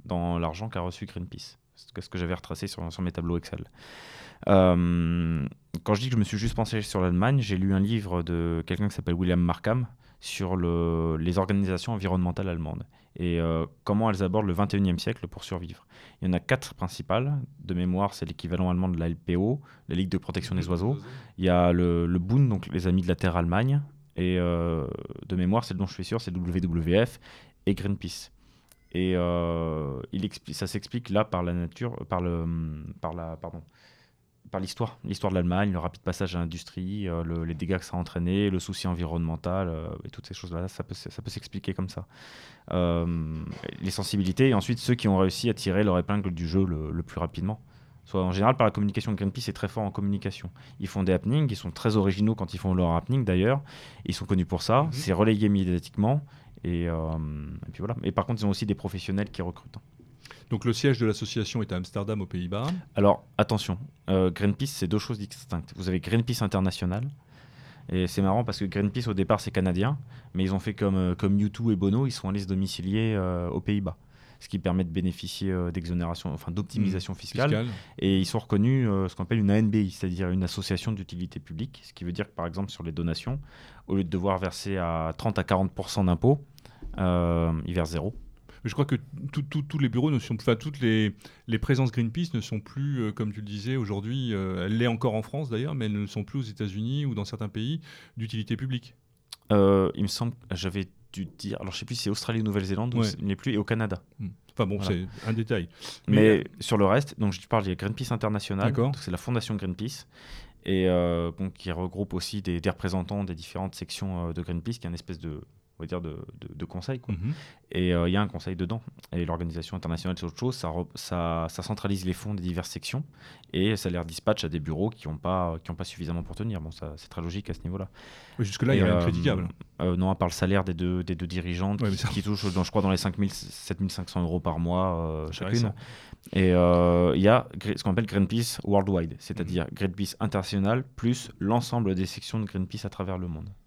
dans l'argent qu'a reçu Greenpeace. C'est ce que j'avais retracé sur, sur mes tableaux Excel. Euh, quand je dis que je me suis juste penché sur l'Allemagne, j'ai lu un livre de quelqu'un qui s'appelle William Markham sur le, les organisations environnementales allemandes et euh, comment elles abordent le vingt et unième siècle pour survivre. Il y en a quatre principales. De mémoire, c'est l'équivalent allemand de la L P O, la Ligue de protection des oiseaux. Il y a le, le Bund, donc les Amis de la Terre Allemagne. Et euh, de mémoire, celle dont je suis sûr, c'est W W F et Greenpeace. Et euh, il expli- ça s'explique là par la nature, par, le, par, la, pardon, par l'histoire, l'histoire de l'Allemagne, le rapide passage à l'industrie, euh, le, les dégâts que ça a entraîné, le souci environnemental euh, et toutes ces choses-là, ça peut, ça peut s'expliquer comme ça. Euh, les sensibilités et ensuite ceux qui ont réussi à tirer leur épingle du jeu le, le plus rapidement. Soit en général par la communication. Greenpeace est très fort en communication. Ils font des happenings, ils sont très originaux quand ils font leur happening d'ailleurs. Ils sont connus pour ça, mmh. C'est relayé médiatiquement et, euh, et puis voilà. Et par contre, ils ont aussi des professionnels qui recrutent. Donc le siège de l'association est à Amsterdam aux Pays-Bas. Alors attention, euh, Greenpeace c'est deux choses distinctes. Vous avez Greenpeace International. Et c'est marrant parce que Greenpeace au départ c'est canadien, mais ils ont fait comme, euh, comme U deux et Bono, ils sont allés se domicilier euh, aux Pays-Bas. Ce qui permet de bénéficier euh, d'exonération, enfin d'optimisation mmh, fiscale. fiscale. Et ils sont reconnus euh, ce qu'on appelle une A N B I, c'est-à-dire une association d'utilité publique. Ce qui veut dire que par exemple sur les donations, au lieu de devoir verser à trente à quarante pour cent d'impôts, euh, ils versent zéro. Mais je crois que tous les bureaux ne sont, enfin toutes les, les présences Greenpeace ne sont plus, euh, comme tu le disais aujourd'hui, euh, elle l'est encore en France d'ailleurs, mais elles ne sont plus aux États-Unis ou dans certains pays d'utilité publique. Euh, il me semble, j'avais dû dire, alors je sais plus si c'est Australie ou Nouvelle-Zélande, ouais. Il n'est plus, et au Canada. Mmh. Enfin bon, voilà. C'est un détail. Mais, Mais euh... sur le reste, donc je parle, il y a Greenpeace International, c'est la fondation Greenpeace, et euh, bon, qui regroupe aussi des, des représentants des différentes sections euh, de Greenpeace, qui est une espèce de, on va dire de, de, de conseil, quoi. Mmh. Et il euh, y a un conseil dedans. Et l'organisation internationale, c'est autre chose, ça, re, ça, ça centralise les fonds des diverses sections, et ça les redispatche à des bureaux qui n'ont pas, qui ont pas suffisamment pour tenir. Bon, ça, c'est très logique à ce niveau-là. Oui, jusque-là, il n'y a rien de euh, critiquable. Euh, non, à part le salaire des deux, des deux dirigeantes, ouais, qui, ça... qui touchent, dans, je crois, dans les cinq mille, sept mille cinq cents euros par mois euh, chacune. Et il euh, y a ce qu'on appelle Greenpeace Worldwide, c'est-à-dire mmh. Greenpeace International plus l'ensemble des sections de Greenpeace à travers le monde.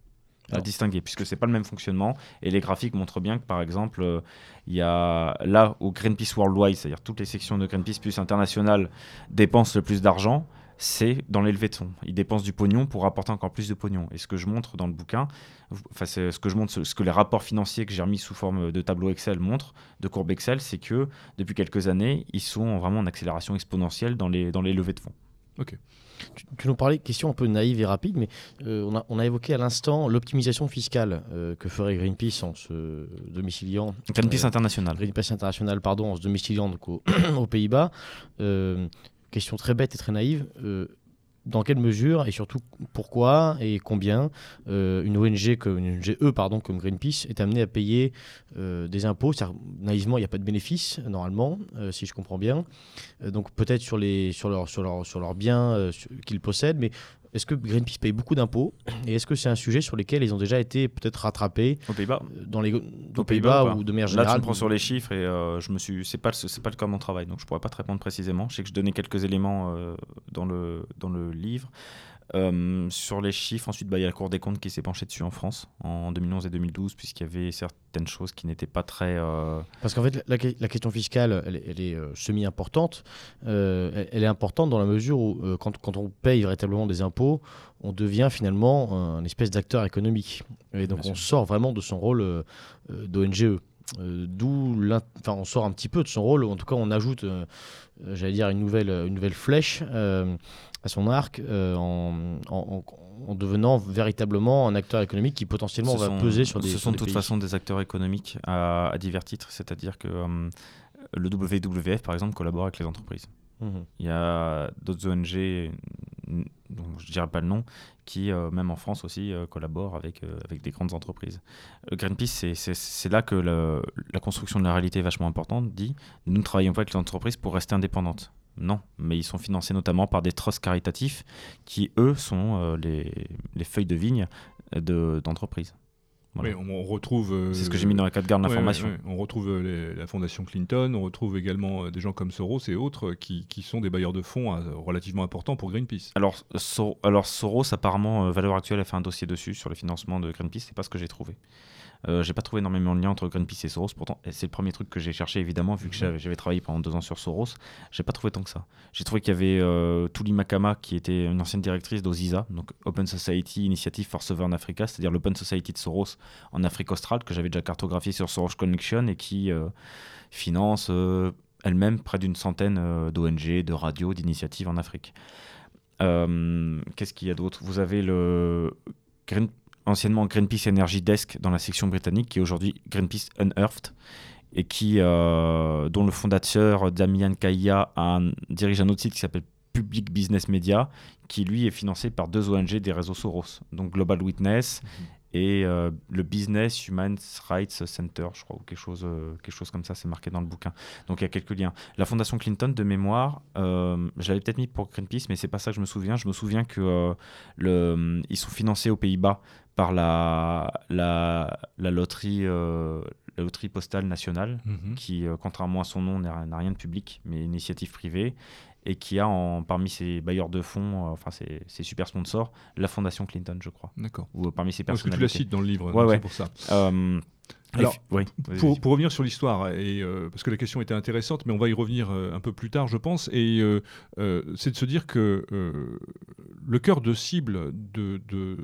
À distinguer, puisque c'est pas le même fonctionnement, et les graphiques montrent bien que par exemple il euh, y a là où Greenpeace Worldwide, c'est-à-dire toutes les sections de Greenpeace plus International dépensent le plus d'argent, c'est dans l'élevé de fonds. Ils dépensent du pognon pour apporter encore plus de pognon. Et ce que je montre dans le bouquin, enfin c'est ce que je montre, ce que les rapports financiers que j'ai remis sous forme de tableau Excel montrent, de courbe Excel, c'est que depuis quelques années, ils sont vraiment en accélération exponentielle dans les dans les levées de fonds. Ok. Tu, tu nous parlais, question un peu naïve et rapide, mais euh, on, a, on a évoqué à l'instant l'optimisation fiscale euh, que ferait Greenpeace en se domiciliant. Greenpeace euh, International. Greenpeace International, pardon, en se domiciliant donc, au, aux Pays-Bas. Euh, question très bête et très naïve. Euh, dans quelle mesure et surtout pourquoi et combien euh, une O N G, comme, une O N G E pardon, comme Greenpeace est amenée à payer euh, des impôts. Naïvement, il n'y a pas de bénéfice normalement, euh, si je comprends bien. Euh, donc peut-être sur, les, sur, leur, sur, leur, sur leurs biens euh, qu'ils possèdent, mais est-ce que Greenpeace paye beaucoup d'impôts et est-ce que c'est un sujet sur lequel ils ont déjà été peut-être rattrapés aux Pays-Bas, dans les, aux Pays-Bas, Pays-Bas ou de manière générale? Là, tu me prends sur les chiffres et euh, je me suis, c'est pas, c'est pas le cas de mon travail, donc je pourrais pas te répondre précisément. Je sais que je donnais quelques éléments euh, dans le dans le livre. Euh, sur les chiffres, ensuite, bah, y a la Cour des comptes qui s'est penchée dessus en France en deux mille onze et deux mille douze, puisqu'il y avait certaines choses qui n'étaient pas très... Euh... Parce qu'en fait, la, la question fiscale, elle, elle est euh, semi-importante. Euh, elle, elle est importante dans la mesure où, euh, quand, quand on paye véritablement des impôts, on devient finalement un espèce d'acteur économique. Et donc, Bien on sûr. sort vraiment de son rôle euh, d'O N G E. Euh, d'où enfin, on sort un petit peu de son rôle, en tout cas on ajoute euh, j'allais dire une nouvelle, une nouvelle flèche euh, à son arc euh, en, en, en devenant véritablement un acteur économique qui potentiellement ce va sont, peser sur des ce sur sont des de toute pays. façon des acteurs économiques à, à divers titres, c'est-à-dire que euh, le W W F par exemple collabore avec les entreprises. Mmh. Il y a d'autres O N G dont je ne dirais pas le nom, qui, euh, même en France aussi, euh, collaborent avec, euh, avec des grandes entreprises. Le Greenpeace, c'est, c'est, c'est là que le, la construction de la réalité est vachement importante, dit « Nous ne travaillons pas avec les entreprises pour rester indépendantes ». Non, mais ils sont financés notamment par des trusts caritatifs qui, eux, sont euh, les, les feuilles de vigne de, d'entreprises. Voilà. Oui, on, on retrouve. Euh, c'est ce que j'ai mis dans la carte garde d'information. Ouais, ouais, ouais. On retrouve euh, les, la fondation Clinton, on retrouve également euh, des gens comme Soros et autres euh, qui, qui sont des bailleurs de fonds euh, relativement importants pour Greenpeace. Alors, so, alors Soros, apparemment, euh, Valeurs Actuelles a fait un dossier dessus sur le financement de Greenpeace. C'est pas ce que j'ai trouvé. Euh, j'ai pas trouvé énormément de lien entre Greenpeace et Soros. Pourtant, c'est le premier truc que j'ai cherché, évidemment, vu que j'avais, j'avais travaillé pendant deux ans sur Soros. J'ai pas trouvé tant que ça. J'ai trouvé qu'il y avait euh, Tuli Makama, qui était une ancienne directrice d'Oziza, donc Open Society Initiative for Southern Africa, c'est-à-dire l'Open Society de Soros en Afrique australe, que j'avais déjà cartographié sur Soros Connection et qui euh, finance euh, elle-même près d'une centaine euh, d'O N G, de radios, d'initiatives en Afrique. Euh, qu'est-ce qu'il y a d'autre ? Vous avez le Green, anciennement Greenpeace Energy Desk dans la section britannique, qui est aujourd'hui Greenpeace Unearthed, et qui, euh, dont le fondateur Damian Kaya a un, dirige un autre site qui s'appelle Public Business Media, qui lui est financé par deux O N G des réseaux Soros, donc Global Witness mmh. et euh, le Business Human Rights Center, je crois, ou quelque chose, euh, quelque chose comme ça, c'est marqué dans le bouquin. Donc il y a quelques liens. La Fondation Clinton, de mémoire, euh, je l'avais peut-être mis pour Greenpeace, mais c'est pas ça que je me souviens. Je me souviens que euh, le, ils sont financés aux Pays-Bas par la, la, la loterie. Euh, la loterie postale nationale, mmh. qui, euh, contrairement à son nom, n'a, n'a rien de public, mais une initiative privée, et qui a en, parmi ses bailleurs de fonds, euh, enfin ses, ses super sponsors, la Fondation Clinton, je crois. D'accord. Ou euh, parmi ses personnalités. Parce que tu la cites dans le livre, ouais, ouais. c'est pour ça. Euh, Alors, oui, pour, pour revenir sur l'histoire, et, euh, parce que la question était intéressante, mais on va y revenir euh, un peu plus tard, je pense, et euh, euh, c'est de se dire que euh, le cœur de cible de, de,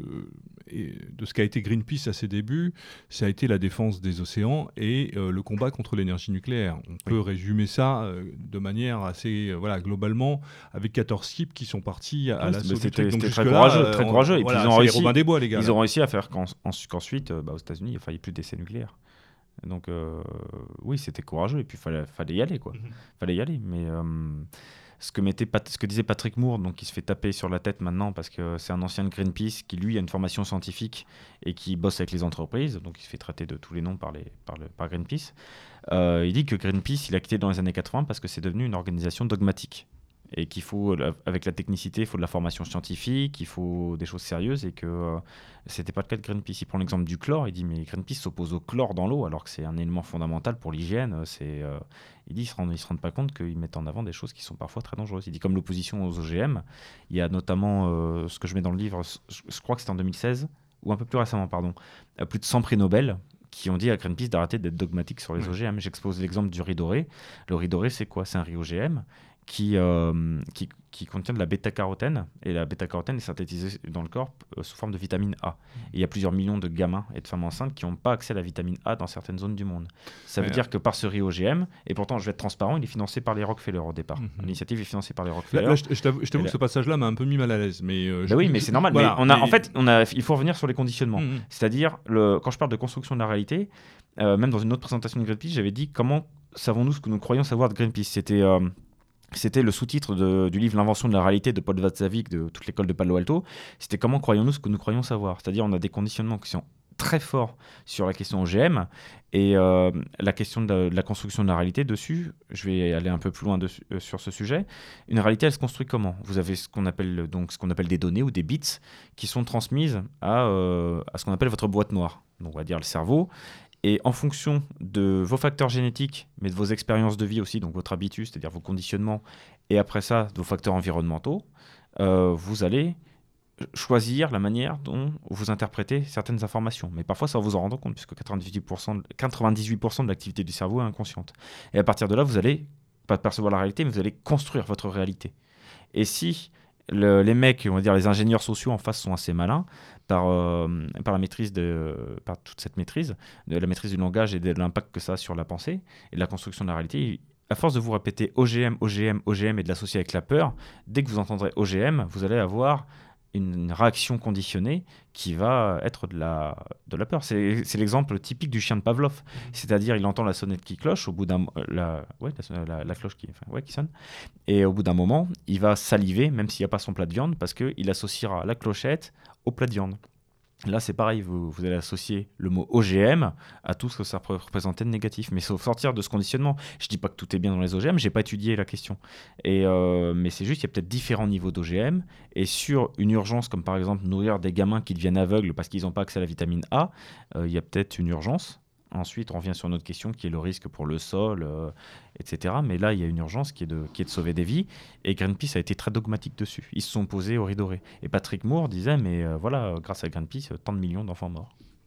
et de ce qu'a été Greenpeace à ses débuts, ça a été la défense des océans et euh, le combat contre l'énergie nucléaire. On peut oui. résumer ça euh, de manière assez, euh, voilà, globalement, avec quatorze ships qui sont partis à ouais, l'assaut du truc. Donc c'était très courageux, euh, très courageux. Et voilà, puis ils ont réussi, les Robins des Bois, les gars. Ils là. ont réussi à faire qu'en, en, qu'ensuite, euh, bah, aux États-Unis, il n'y ait plus d'essais nucléaires. Donc euh, oui, c'était courageux et puis il fallait, fallait y aller, quoi. Mm-hmm. Fallait y aller. Mais euh, ce, que mettait, ce que disait Patrick Moore, donc qui se fait taper sur la tête maintenant parce que c'est un ancien de Greenpeace qui lui a une formation scientifique et qui bosse avec les entreprises, donc il se fait traiter de tous les noms par, les, par, le, par Greenpeace. Euh, il dit que Greenpeace, il a quitté dans les années quatre-vingts parce que c'est devenu une organisation dogmatique. Et qu'il faut, avec la technicité, il faut de la formation scientifique, il faut des choses sérieuses, et que euh, c'était pas le cas de Greenpeace. Il prend l'exemple du chlore, il dit mais Greenpeace s'oppose au chlore dans l'eau, alors que c'est un élément fondamental pour l'hygiène. C'est, euh, il dit ils se rendent, ils se rendent pas compte qu'ils mettent en avant des choses qui sont parfois très dangereuses. Il dit comme l'opposition aux O G M, il y a notamment euh, ce que je mets dans le livre, je, je crois que c'était en deux mille seize, ou un peu plus récemment, pardon, plus de cent prix Nobel qui ont dit à Greenpeace d'arrêter d'être dogmatique sur les ouais. O G M. J'expose l'exemple du riz doré. Le riz doré, c'est quoi ? C'est un riz O G M qui, euh, qui, qui contient de la bêta-carotène, et la bêta-carotène est synthétisée dans le corps euh, sous forme de vitamine A. Et il y a plusieurs millions de gamins et de femmes enceintes qui n'ont pas accès à la vitamine A dans certaines zones du monde. Ça veut ouais. dire que par ce riz O G M, et pourtant je vais être transparent, il est financé par les Rockefeller au départ. Mm-hmm. L'initiative est financée par les Rockefeller. Là, là, je t'avoue, je t'avoue que ce passage-là m'a un peu mis mal à l'aise. Mais euh, bah oui, mais c'est normal. Voilà, mais on a, mais... En fait, on a, il faut revenir sur les conditionnements. Mm-hmm. C'est-à-dire, le, quand je parle de construction de la réalité, euh, même dans une autre présentation de Greenpeace, j'avais dit comment savons-nous ce que nous croyons savoir de Greenpeace. C'était... Euh, C'était le sous-titre de, du livre L'invention de la réalité de Paul Watzlawick de toute l'école de Palo Alto. C'était comment croyons-nous ce que nous croyons savoir. C'est-à-dire on a des conditionnements qui sont très forts sur la question O G M et euh, la question de la, de la construction de la réalité dessus. Je vais aller un peu plus loin dessus, euh, sur ce sujet. Une réalité, elle se construit comment ? Vous avez ce qu'on appelle donc ce qu'on appelle des données ou des bits qui sont transmises à, euh, à ce qu'on appelle votre boîte noire. Donc on va dire le cerveau. Et en fonction de vos facteurs génétiques, mais de vos expériences de vie aussi, donc votre habitus, c'est-à-dire vos conditionnements, et après ça, de vos facteurs environnementaux, euh, vous allez choisir la manière dont vous interprétez certaines informations. Mais parfois, ça va vous en rendre compte, puisque quatre-vingt-dix-huit pour cent de, quatre-vingt-dix-huit pour cent de l'activité du cerveau est inconsciente. Et à partir de là, vous allez pas percevoir la réalité, mais vous allez construire votre réalité. Et si le, les mecs, on va dire les ingénieurs sociaux en face sont assez malins, par, euh, par la maîtrise de, par toute cette maîtrise, de la maîtrise du langage et de l'impact que ça a sur la pensée et de la construction de la réalité, à force de vous répéter O G M, O G M, O G M et de l'associer avec la peur, dès que vous entendrez O G M, vous allez avoir une réaction conditionnée qui va être de la, de la peur. C'est, c'est l'exemple typique du chien de Pavlov. C'est-à-dire, il entend la sonnette qui cloche, au bout d'un, la, ouais, la, la, la cloche qui, enfin, ouais, qui sonne, et au bout d'un moment, il va saliver, même s'il n'y a pas son plat de viande, parce qu'il associera la clochette au plat de viande. Là, c'est pareil, vous, vous allez associer le mot O G M à tout ce que ça peut représenter de négatif. Mais il faut sortir de ce conditionnement. Je ne dis pas que tout est bien dans les O G M, je n'ai pas étudié la question. Et, euh, mais c'est juste qu'il y a peut-être différents niveaux d'O G M. Et sur une urgence, comme par exemple nourrir des gamins qui deviennent aveugles parce qu'ils n'ont pas accès à la vitamine A, euh, il y a peut-être une urgence. Ensuite, on revient sur notre question qui est le risque pour le sol, euh, et cetera. Mais là, il y a une urgence qui est, de, qui est de sauver des vies. Et Greenpeace a été très dogmatique dessus. Ils se sont posés au riz doré. Et Patrick Moore disait, mais euh, voilà, grâce à Greenpeace, tant de millions d'enfants morts.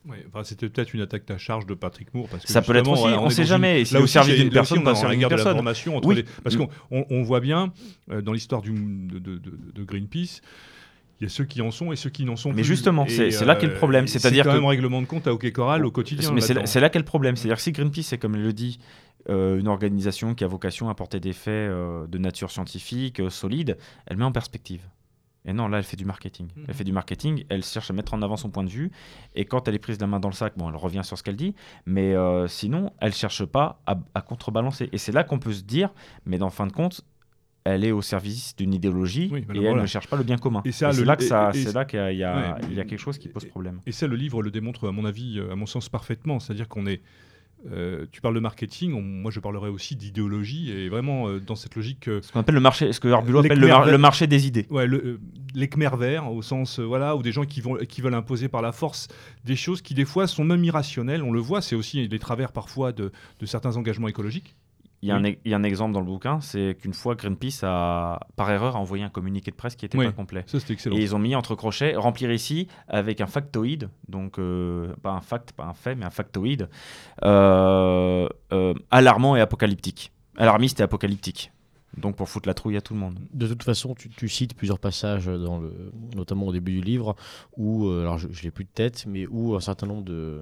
Ouais, enfin, c'était peut-être une attaque à charge de Patrick Moore. Parce que ça peut l'être aussi, voilà, on ne sait une... jamais. Et si là au aussi, service d'une là personne, aussi, on est pas dans la une guerre de personne. l'information entre Oui. les... Parce qu'on on, on voit bien, euh, dans l'histoire du, de, de, de, de Greenpeace, il y a ceux qui en sont et ceux qui n'en sont mais plus. Mais justement, c'est, c'est là qu'est le problème. C'est-à-dire c'est quand que... même règlement de compte à OK Corral au quotidien. Mais c'est là, c'est là qu'est le problème. C'est-à-dire que si Greenpeace, c'est comme il le dit, euh, une organisation qui a vocation à porter des faits euh, de nature scientifique, euh, solide, elle met en perspective. Et non, là, elle fait du marketing. Mmh. Elle fait du marketing, elle cherche à mettre en avant son point de vue. Et quand elle est prise la main dans le sac, bon, elle revient sur ce qu'elle dit. Mais euh, sinon, elle ne cherche pas à, à contrebalancer. Et c'est là qu'on peut se dire, mais en fin de compte, elle est au service d'une idéologie oui, et elle voilà. ne cherche pas le bien commun. Et, ça, et c'est, le, là que ça, et, et, c'est là qu'il y a, il y a, ouais, il y a quelque chose qui pose problème. Et ça, le livre le démontre, à mon avis, à mon sens, parfaitement. C'est-à-dire qu'on est... Euh, tu parles de marketing, on, moi je parlerai aussi d'idéologie et vraiment euh, dans cette logique. Euh, ce qu'on appelle le marché, ce que Herbulot appelle le, mar- le marché des idées. Ouais, le, euh, les Khmers verts au sens euh, voilà, ou des gens qui vont qui veulent imposer par la force des choses qui des fois sont même irrationnelles. On le voit, c'est aussi les travers parfois de, de certains engagements écologiques. Il y, a oui. un, il y a un exemple dans le bouquin, c'est qu'une fois Greenpeace a, par erreur, a envoyé un communiqué de presse qui n'était oui, pas complet. Ça, c'était excellent. Et ils ont mis entre crochets, remplir ici avec un factoïde, donc euh, pas un fact, pas un fait, mais un factoïde, euh, euh, alarmant et apocalyptique. Alarmiste et apocalyptique. Donc pour foutre la trouille à tout le monde. De toute façon, tu, tu cites plusieurs passages, dans le, notamment au début du livre, où, euh, alors je ne l'ai plus de tête, mais où un certain nombre de,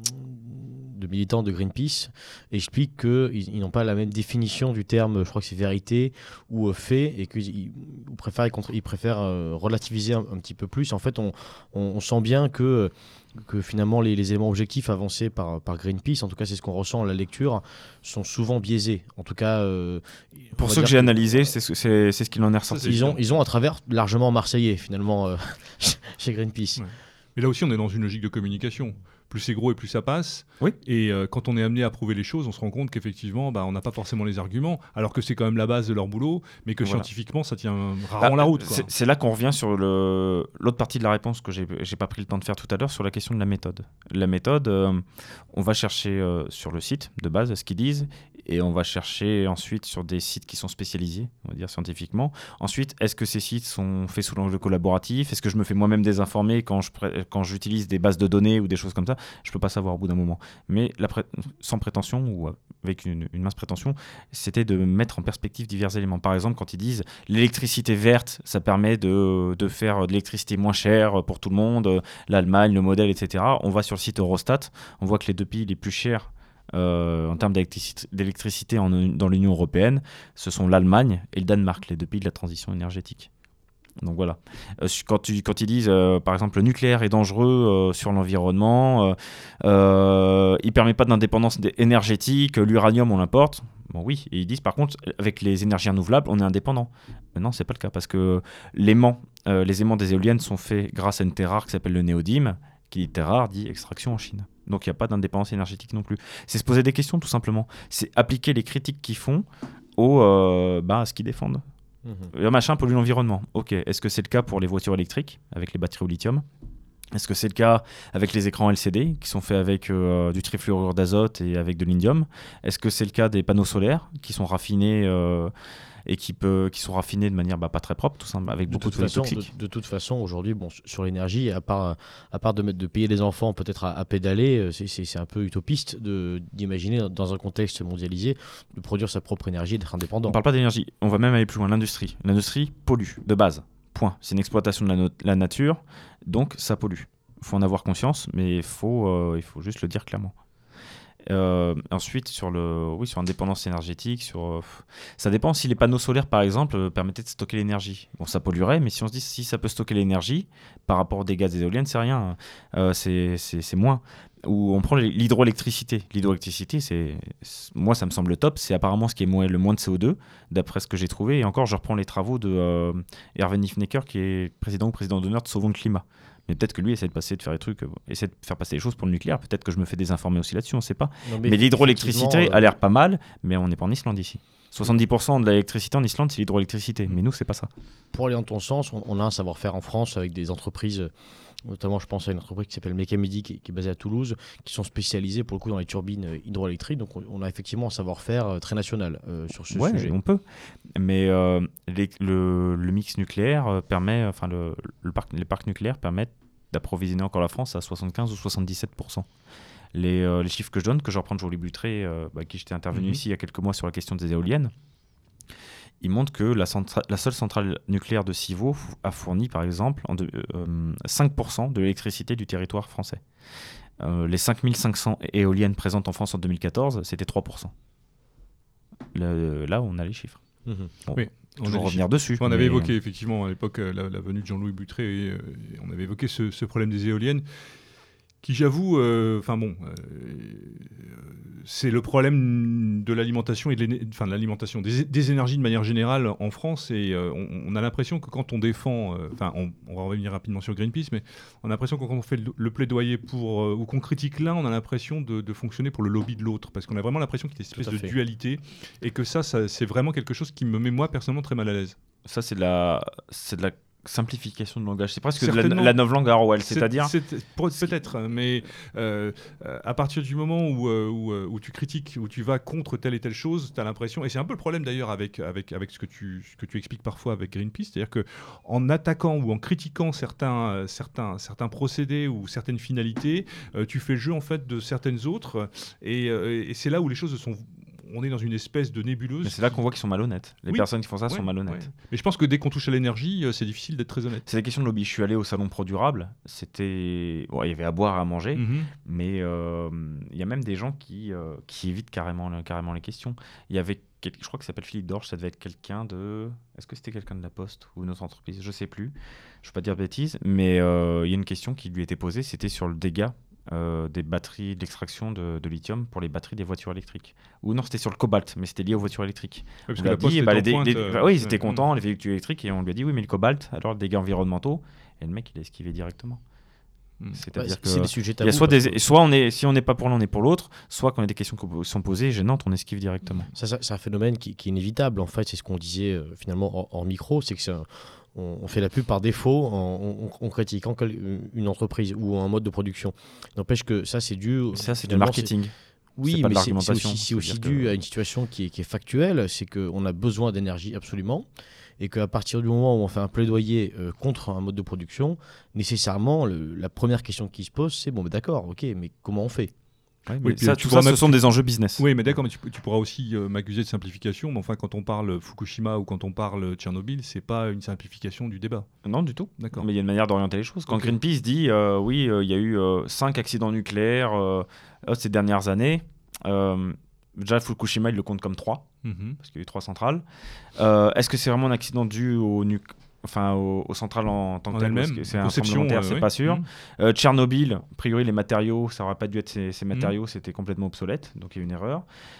de militants de Greenpeace expliquent qu'ils ils n'ont pas la même définition du terme, je crois que c'est vérité ou euh, fait, et qu'ils ils préfèrent, ils préfèrent euh, relativiser un, un petit peu plus. En fait, on, on, on sent bien que... que finalement les, les éléments objectifs avancés par, par Greenpeace, en tout cas c'est ce qu'on ressent à la lecture, sont souvent biaisés. En tout cas, euh, pour ceux que j'ai analysés, c'est, c'est, c'est ce qu'il en est ressorti. Ils ont, ils ont un travers largement marseillais finalement euh, chez Greenpeace. Ouais. Mais là aussi on est dans une logique de communication. Plus c'est gros et plus ça passe. Oui. Et euh, quand on est amené à prouver les choses, on se rend compte qu'effectivement, bah, on n'a pas forcément les arguments, alors que c'est quand même la base de leur boulot, mais que voilà. Scientifiquement, ça tient rarement bah, la route. Quoi. C'est, c'est là qu'on revient sur le, l'autre partie de la réponse que j'ai, j'ai pas pris le temps de faire tout à l'heure sur la question de la méthode. La méthode, euh, on va chercher euh, sur le site de base ce qu'ils disent, et on va chercher ensuite sur des sites qui sont spécialisés, on va dire scientifiquement. Ensuite, est-ce que ces sites sont faits sous l'angle collaboratif ? Est-ce que je me fais moi-même désinformer quand, je pré- quand j'utilise des bases de données ou des choses comme ça ? Je peux pas savoir au bout d'un moment. Mais la pré- sans prétention ou avec une, une mince prétention, c'était de mettre en perspective divers éléments. Par exemple, quand ils disent l'électricité verte, ça permet de, de faire de l'électricité moins chère pour tout le monde, l'Allemagne, le modèle, et cetera. On va sur le site Eurostat, on voit que les deux pays les plus chers Euh, en termes d'électricité, d'électricité en, dans l'Union européenne, ce sont l'Allemagne et le Danemark, les deux pays de la transition énergétique. Donc voilà. Euh, quand, tu, quand ils disent, euh, par exemple, le nucléaire est dangereux euh, sur l'environnement, euh, euh, il ne permet pas d'indépendance énergétique, l'uranium on l'importe. Bon oui, et ils disent par contre, avec les énergies renouvelables, on est indépendant. Mais non, ce n'est pas le cas, parce que l'aimant, euh, les aimants des éoliennes sont faits grâce à une terre rare qui s'appelle le néodyme, qui dit terre rare, dit extraction en Chine. Donc il n'y a pas d'indépendance énergétique non plus. C'est se poser des questions tout simplement. C'est appliquer les critiques qu'ils font au, euh, bah, à ce qu'ils défendent. Mmh. Le machin pollue l'environnement. Ok, est-ce que c'est le cas pour les voitures électriques avec les batteries au lithium ? Est-ce que c'est le cas avec les écrans L C D qui sont faits avec euh, du trifluorure d'azote et avec de l'indium ? Est-ce que c'est le cas des panneaux solaires qui sont raffinés euh, et qui, peut, qui sont raffinés de manière bah, pas très propre, tout simplement, avec de beaucoup de façon, toxiques. De, de toute façon, aujourd'hui, bon, sur l'énergie, à part, à part de, mettre, de payer les enfants peut-être à, à pédaler, c'est, c'est, c'est un peu utopiste de, d'imaginer, dans un contexte mondialisé, de produire sa propre énergie et d'être indépendant. On ne parle pas d'énergie, on va même aller plus loin, l'industrie. L'industrie pollue, de base, point. C'est une exploitation de la, no- la nature, donc ça pollue. Il faut en avoir conscience, mais il faut, euh, il faut juste le dire clairement. Euh, ensuite, sur, le, oui, sur l'indépendance énergétique, sur, euh, ça dépend si les panneaux solaires, par exemple, euh, permettaient de stocker l'énergie. Bon, ça polluerait, mais si on se dit si ça peut stocker l'énergie, par rapport aux dégâts des éoliennes, c'est rien, euh, c'est, c'est, c'est moins. Ou on prend l'hydroélectricité. L'hydroélectricité, c'est, c'est, moi, ça me semble top. C'est apparemment ce qui émet le moins de C O deux, d'après ce que j'ai trouvé. Et encore, je reprends les travaux de euh, Hervé Niffnecker, qui est président ou président d'honneur de Sauvons le Climat. Mais peut-être que lui essaie de passer, de faire des trucs, euh, essaie de faire passer les choses pour le nucléaire. Peut-être que je me fais désinformer aussi là-dessus, on ne sait pas. Non, mais, mais l'hydroélectricité euh... a l'air pas mal, mais on n'est pas en Islande ici. soixante-dix pour cent de l'électricité en Islande, c'est l'hydroélectricité. Mais nous, c'est pas ça. Pour aller dans ton sens, on, on a un savoir-faire en France avec des entreprises, notamment je pense à une entreprise qui s'appelle Mecamidi, qui, qui est basée à Toulouse, qui sont spécialisées pour le coup dans les turbines hydroélectriques. Donc on, on a effectivement un savoir-faire très national euh, sur ce ouais, sujet. On peut. Mais euh, les, le, le mix nucléaire permet, enfin le, le parc, les parcs nucléaires permettent d'approvisionner encore la France à soixante-quinze ou soixante-dix-sept pour cent. Les, euh, les chiffres que je donne, que je reprends de Jean-Louis Butré, euh, bah, qui j'étais intervenu mmh. ici il y a quelques mois sur la question des éoliennes, il montre que la, centra- la seule centrale nucléaire de Civaux a fourni, par exemple, en de, euh, cinq pour cent de l'électricité du territoire français. Euh, les cinq mille cinq cents éoliennes présentes en France en deux mille quatorze, c'était trois pour cent. Le, là, on a les chiffres. Mmh. Bon, oui, on va revenir dessus. On avait mais... évoqué effectivement à l'époque la, la venue de Jean-Louis Butré, et, euh, on avait évoqué ce, ce problème des éoliennes, qui j'avoue, enfin euh, bon, euh, c'est le problème de l'alimentation et de, enfin, de l'alimentation des, des énergies de manière générale en France, et euh, on, on a l'impression que quand on défend, enfin euh, on, on va revenir rapidement sur Greenpeace, mais on a l'impression que quand on fait le, le plaidoyer pour euh, ou qu'on critique l'un, on a l'impression de, de fonctionner pour le lobby de l'autre, parce qu'on a vraiment l'impression qu'il y a une espèce de dualité, et que ça, ça c'est vraiment quelque chose qui me met moi personnellement très mal à l'aise. Ça c'est de la, c'est de la simplification de langage, c'est presque de la, la novlangue à Orwell, c'est, c'est-à-dire c'est, peut-être, mais euh, à partir du moment où, où, où tu critiques, où tu vas contre telle et telle chose, tu as l'impression, et c'est un peu le problème d'ailleurs avec, avec, avec ce, que tu, ce que tu expliques parfois avec Greenpeace, c'est-à-dire qu'en attaquant ou en critiquant certains, certains, certains procédés ou certaines finalités, euh, tu fais le jeu en fait de certaines autres, et, et c'est là où les choses sont... On est dans une espèce de nébuleuse. Mais c'est là qu'on voit qu'ils sont malhonnêtes. Les oui. personnes qui font ça ouais, sont malhonnêtes. Ouais. Mais je pense que dès qu'on touche à l'énergie, c'est difficile d'être très honnête. C'est la question de lobby. Je suis allé au salon Pro Durable. C'était, bon, il y avait à boire, à manger, mm-hmm. mais euh, il y a même des gens qui euh, qui évitent carrément carrément les questions. Il y avait, je crois que ça s'appelle Philippe Dorche. Ça devait être quelqu'un de. Est-ce que c'était quelqu'un de la Poste ou une autre entreprise ? Je sais plus. Je ne veux pas dire de bêtises, mais euh, il y a une question qui lui était posée. C'était sur le dégât. Euh, des batteries, d'extraction de, de lithium pour les batteries des voitures électriques. Ou non, c'était sur le cobalt, mais c'était lié aux voitures électriques. Oui, parce que la Poste bah, les, pointe, les, euh, bah, oui, ils étaient contents, les véhicules électriques, et on lui a dit oui, mais le cobalt, alors dégâts environnementaux, et le mec, il a esquivé directement. Mmh. C'est-à-dire ouais, que c'est des sujets tabous, soit, des, que... soit on est, si on n'est pas pour l'un, on est pour l'autre, soit quand on a des questions qui sont posées gênantes, on esquive directement. Ça, ça, c'est un phénomène qui, qui est inévitable, en fait, c'est ce qu'on disait euh, finalement hors, hors micro, c'est que c'est un... On fait la pub par défaut en, en, en critiquant une entreprise ou un mode de production. N'empêche que ça, c'est dû... Ça, c'est du marketing. C'est... Oui, c'est pas mais de c'est, c'est l'argumentation. aussi, c'est aussi dû que... à une situation qui est, qui est factuelle, c'est qu'on a besoin d'énergie absolument, et qu'à partir du moment où on fait un plaidoyer euh, contre un mode de production, nécessairement, le, la première question qui se pose, c'est, bon, bah, d'accord, ok, mais comment on fait ? Ouais, oui, ça, tout ça, ce sont des enjeux business. Oui, mais d'accord, mais tu, tu pourras aussi euh, m'accuser de simplification, mais enfin, quand on parle Fukushima ou quand on parle Tchernobyl, c'est pas une simplification du débat. Non, du tout. D'accord. Mais il y a une manière d'orienter les choses. Quand okay. Greenpeace dit, euh, oui, il euh, y a eu euh, cinq accidents nucléaires euh, ces dernières années, euh, déjà Fukushima, il le compte comme trois, mm-hmm. parce qu'il y a eu trois centrales. Euh, est-ce que c'est vraiment un accident dû au nucléaire ? Enfin, aux, aux centrales en tant que telles, parce que c'est un tremblement de terre, euh, c'est oui. pas sûr. Mmh. Euh, Tchernobyl, a priori, les matériaux, ça n'aurait pas dû être ces, ces matériaux, mmh. c'était complètement obsolète, donc il y a eu une erreur.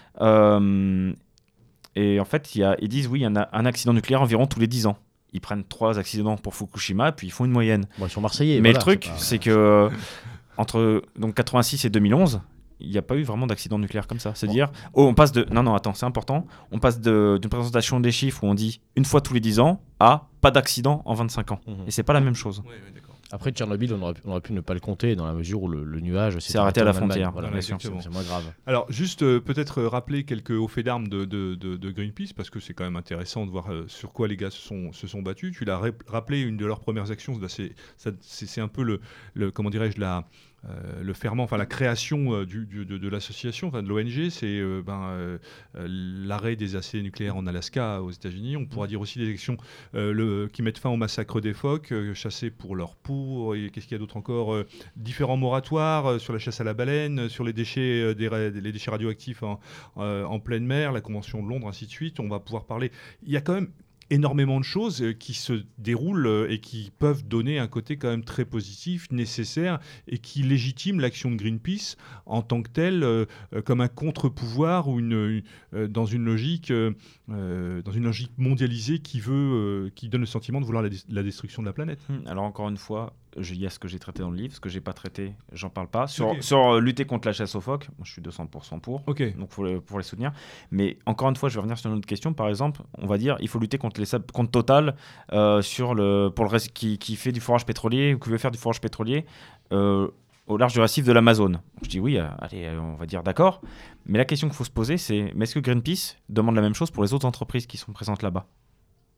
Euh, et en fait, y a, ils disent, oui, il y en a un accident nucléaire environ tous les dix ans. Ils prennent trois accidents pour Fukushima, puis ils font une moyenne. Bon, ils sont marseillais. Mais voilà, le truc, c'est, pas... c'est que entre donc, quatre-vingt-six et deux mille onze, il n'y a pas eu vraiment d'accident nucléaire comme ça. C'est-à-dire, oh, on passe de... Non, non, attends, c'est important. On passe de... d'une présentation des chiffres où on dit une fois tous les dix ans à pas d'accident en vingt-cinq ans. Mmh. Et c'est pas la même chose. Oui, oui, d'accord. Après, Tchernobyl, on aurait, pu, on aurait pu ne pas le compter dans la mesure où le, le nuage s'est arrêté à la frontière. Voilà, voilà, c'est, c'est moins grave. Alors, juste euh, peut-être euh, rappeler quelques hauts faits d'armes de, de, de, de Greenpeace, parce que c'est quand même intéressant de voir euh, sur quoi les gars se sont, se sont battus. Tu l'as ré- rappelé, une de leurs premières actions, bah, c'est, ça, c'est, c'est un peu le, le comment dirais-je, la... Euh, le ferment, enfin la création euh, du, du, de, de l'association, enfin de l'O N G, c'est euh, ben, euh, l'arrêt des essais nucléaires en Alaska aux États-Unis. On pourra dire aussi des actions euh, le, qui mettent fin au massacre des phoques, euh, chassés pour leur peau. Et qu'est-ce qu'il y a d'autre encore euh, différents moratoires euh, sur la chasse à la baleine, euh, sur les déchets, euh, des, les déchets radioactifs en, euh, en pleine mer, la Convention de Londres, ainsi de suite. On va pouvoir parler. Il y a quand même énormément de choses qui se déroulent et qui peuvent donner un côté quand même très positif, nécessaire, et qui légitime l'action de Greenpeace en tant que telle, euh, comme un contre-pouvoir ou une, une, euh, dans une logique, euh, dans une logique mondialisée qui veut, euh, qui donne le sentiment de vouloir la, la destruction de la planète. Alors encore une fois, il y a ce que j'ai traité dans le livre, ce que j'ai pas traité, j'en parle pas. Sur, okay. sur euh, lutter contre la chasse aux phoques, moi je suis deux cents pour cent pour, okay. donc pour les, pour les soutenir. Mais encore une fois, je vais revenir sur une autre question. Par exemple, on va dire il faut lutter contre les contre Total euh, sur le pour le reste qui, qui fait du forage pétrolier ou qui veut faire du forage pétrolier euh, au large du récif de l'Amazone. Je dis oui, euh, allez, on va dire d'accord. Mais la question qu'il faut se poser, c'est mais est-ce que Greenpeace demande la même chose pour les autres entreprises qui sont présentes là-bas ?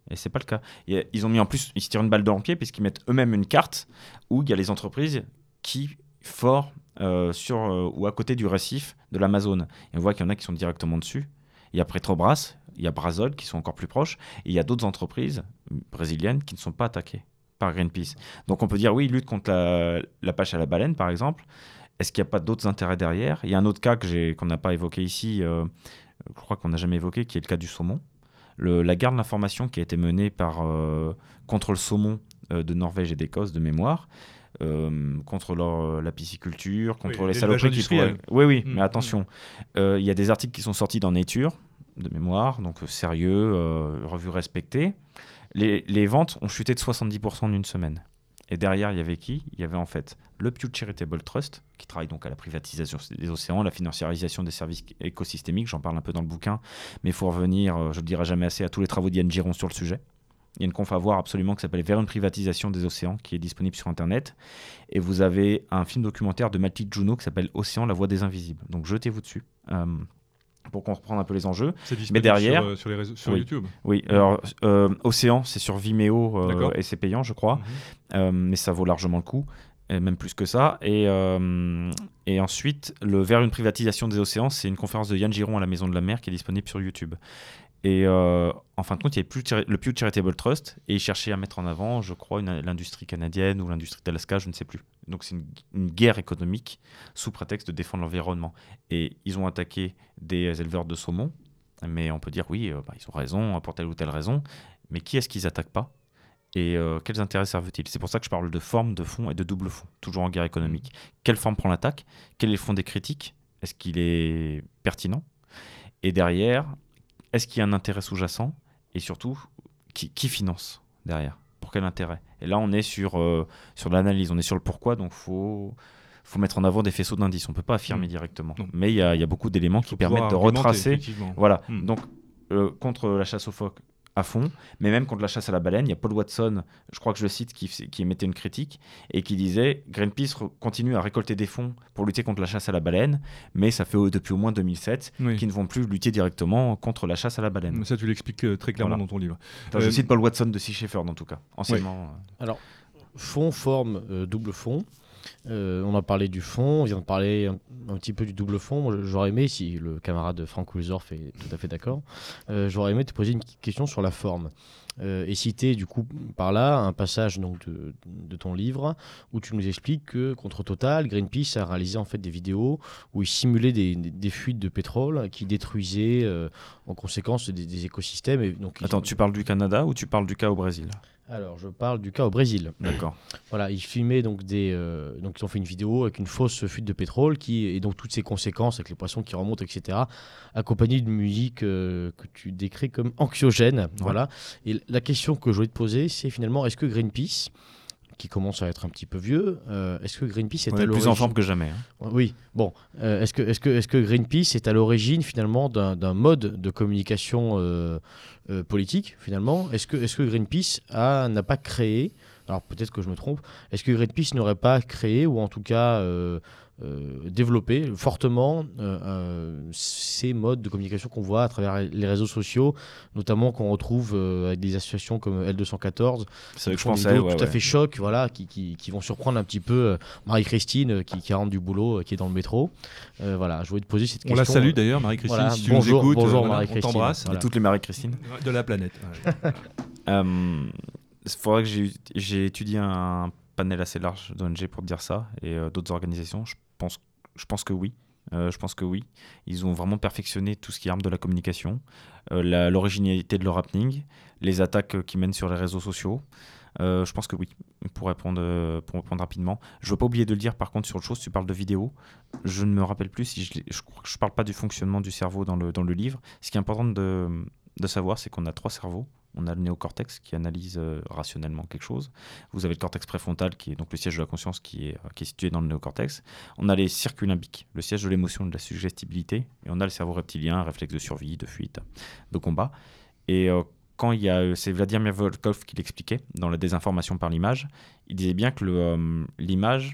Et c'est pas le cas. Et ils ont mis en plus, ils se tirent une balle dans le pied puisqu'ils mettent eux-mêmes une carte où il y a les entreprises qui forent euh, sur euh, ou à côté du récif de l'Amazone. Et on voit qu'il y en a qui sont directement dessus. Il y a Petrobras, il y a Brasol qui sont encore plus proches. Et il y a d'autres entreprises brésiliennes qui ne sont pas attaquées par Greenpeace. Donc on peut dire oui, ils luttent contre la, la pêche à la baleine par exemple. Est-ce qu'il n'y a pas d'autres intérêts derrière ? Il y a un autre cas que j'ai, qu'on n'a pas évoqué ici, euh, je crois qu'on n'a jamais évoqué, qui est le cas du saumon. Le, la guerre de l'information qui a été menée par, euh, contre le saumon euh, de Norvège et d'Écosse de mémoire, euh, contre leur, la pisciculture, contre oui, les saloperies qui pourraient... Oui, oui, mmh, mais attention. Il mmh. euh, y a des articles qui sont sortis dans Nature, de mémoire, donc euh, sérieux, euh, revue respectée. Les, les ventes ont chuté de soixante-dix pour cent en une semaine. Et derrière, il y avait qui ? Il y avait en fait le Pew Charitable Trust, qui travaille donc à la privatisation des océans, la financiarisation des services écosystémiques, j'en parle un peu dans le bouquin, mais il faut revenir, je ne le dirai jamais assez, à tous les travaux d'Yann Giron sur le sujet. Il y a une conf à voir absolument qui s'appelle Vers une privatisation des océans, qui est disponible sur Internet. Et vous avez un film documentaire de Mathilde Junot qui s'appelle Océan, la voix des invisibles. Donc jetez-vous dessus. Euh, pour qu'on reprenne un peu les enjeux. C'est disponible mais derrière, sur, euh, sur, les réseaux, sur oui, YouTube. Oui, alors euh, Océan, c'est sur Vimeo euh, et c'est payant, je crois, mm-hmm. euh, mais ça vaut largement le coup, et même plus que ça. Et, euh, et ensuite, le Vers une privatisation des océans, c'est une conférence de Yann Giron à la Maison de la Mer qui est disponible sur YouTube. Et euh, en fin de compte, il y avait le Pew Charitable Trust et ils cherchaient à mettre en avant, je crois, une, l'industrie canadienne ou l'industrie d'Alaska, je ne sais plus. Donc c'est une, une guerre économique sous prétexte de défendre l'environnement. Et ils ont attaqué des éleveurs de saumon, mais on peut dire oui, euh, bah, ils ont raison pour telle ou telle raison, mais qui est-ce qu'ils n'attaquent pas ? Et euh, quels intérêts servent-ils ? C'est pour ça que je parle de forme, de fond et de double fond, toujours en guerre économique. Quelle forme prend l'attaque ? Quel est le fond des critiques ? Est-ce qu'il est pertinent ? Et derrière, est-ce qu'il y a un intérêt sous-jacent ? Et surtout, qui, qui finance derrière ? Pour quel intérêt ? Et là, on est sur, euh, sur l'analyse, on est sur le pourquoi, donc il faut, faut mettre en avant des faisceaux d'indices. On ne peut pas affirmer mmh. directement. Non. Mais il y, y a beaucoup d'éléments qui permettent de retracer. Voilà. Mmh. Donc, euh, contre la chasse aux phoques, à fond, mais même contre la chasse à la baleine, il y a Paul Watson, je crois que je le cite, qui, qui émettait une critique et qui disait Greenpeace re- continue à récolter des fonds pour lutter contre la chasse à la baleine, mais ça fait euh, depuis au moins deux mille sept oui. qu'ils ne vont plus lutter directement contre la chasse à la baleine. Ça, tu l'expliques euh, très clairement voilà. dans ton livre. Enfin, euh, je cite Paul Watson de Sea Shepherd en tout cas, anciennement. Ouais. Alors, fond, forme, euh, double fond. Euh, on a parlé du fond, on vient de parler un, un petit peu du double fond. Moi, j'aurais aimé, si le camarade Franck Wilsdorf est tout à fait d'accord, euh, j'aurais aimé te poser une question sur la forme. Euh, et citer du coup par là un passage donc, de, de ton livre où tu nous expliques que contre Total, Greenpeace a réalisé en fait des vidéos où il simulait des, des, des fuites de pétrole qui détruisaient euh, en conséquence des, des écosystèmes. Et donc, Attends, ils... tu parles du Canada ou tu parles du cas au Brésil ? Alors, je parle du cas au Brésil. D'accord. Voilà, ils filmaient donc des, euh, donc ils ont fait une vidéo avec une fausse fuite de pétrole qui et donc toutes ces conséquences avec les poissons qui remontent, et cetera, accompagnées d'une musique euh, que tu décris comme anxiogène. Ouais. Voilà. Et la question que je voulais te poser, c'est finalement, est-ce que Greenpeace, qui commence à être un petit peu vieux, euh, est-ce que Greenpeace est On à est l'origine... plus en forme que jamais. Hein. Oui, bon. Euh, est-ce que, est-ce que, est-ce que Greenpeace est à l'origine finalement d'un, d'un mode de communication euh, euh, politique finalement ? Est-ce que, est-ce que Greenpeace a, n'a pas créé, alors peut-être que je me trompe, est-ce que Greenpeace n'aurait pas créé ou en tout cas euh, euh, développé fortement euh, euh, ces modes de communication qu'on voit à travers les réseaux sociaux, notamment qu'on retrouve euh, avec des associations comme L deux cent quatorze, c'est qui que font je des pensais, vidéos ouais, tout ouais. à fait choc, voilà, qui, qui, qui vont surprendre un petit peu euh, Marie-Christine euh, qui, qui rentre du boulot, euh, qui est dans le métro. Euh, voilà, je voulais te poser cette on question. On la salue d'ailleurs, Marie-Christine, voilà, si tu bonjour, nous écoutes. Bonjour euh, Marie-Christine. On t'embrasse. Voilà. Et toutes les Marie-Christine. De la planète. Ouais. euh, il faudrait que j'ai, j'ai étudié un panel assez large d'O N G pour te dire ça et euh, d'autres organisations. Je pense, je pense que oui. Euh, je pense que oui. Ils ont vraiment perfectionné tout ce qui est arme de la communication, euh, la, l'originalité de leur happening, les attaques euh, qu'ils mènent sur les réseaux sociaux. Euh, je pense que oui, pour répondre, euh, pour répondre rapidement. Je ne veux pas oublier de le dire par contre sur autre chose, tu parles de vidéo. Je ne me rappelle plus si je je crois que je ne parle pas du fonctionnement du cerveau dans le, dans le livre. Ce qui est important de, de savoir, c'est qu'on a trois cerveaux. On a le néocortex qui analyse euh, rationnellement quelque chose. Vous avez le cortex préfrontal qui est donc le siège de la conscience qui est, euh, qui est situé dans le néocortex. On a les circuits limbiques, le siège de l'émotion, de la suggestibilité. Et on a le cerveau reptilien, réflexe de survie, de fuite, de combat. Et euh, quand il y a, c'est Vladimir Volkov qui l'expliquait dans la désinformation par l'image, il disait bien que le, euh, l'image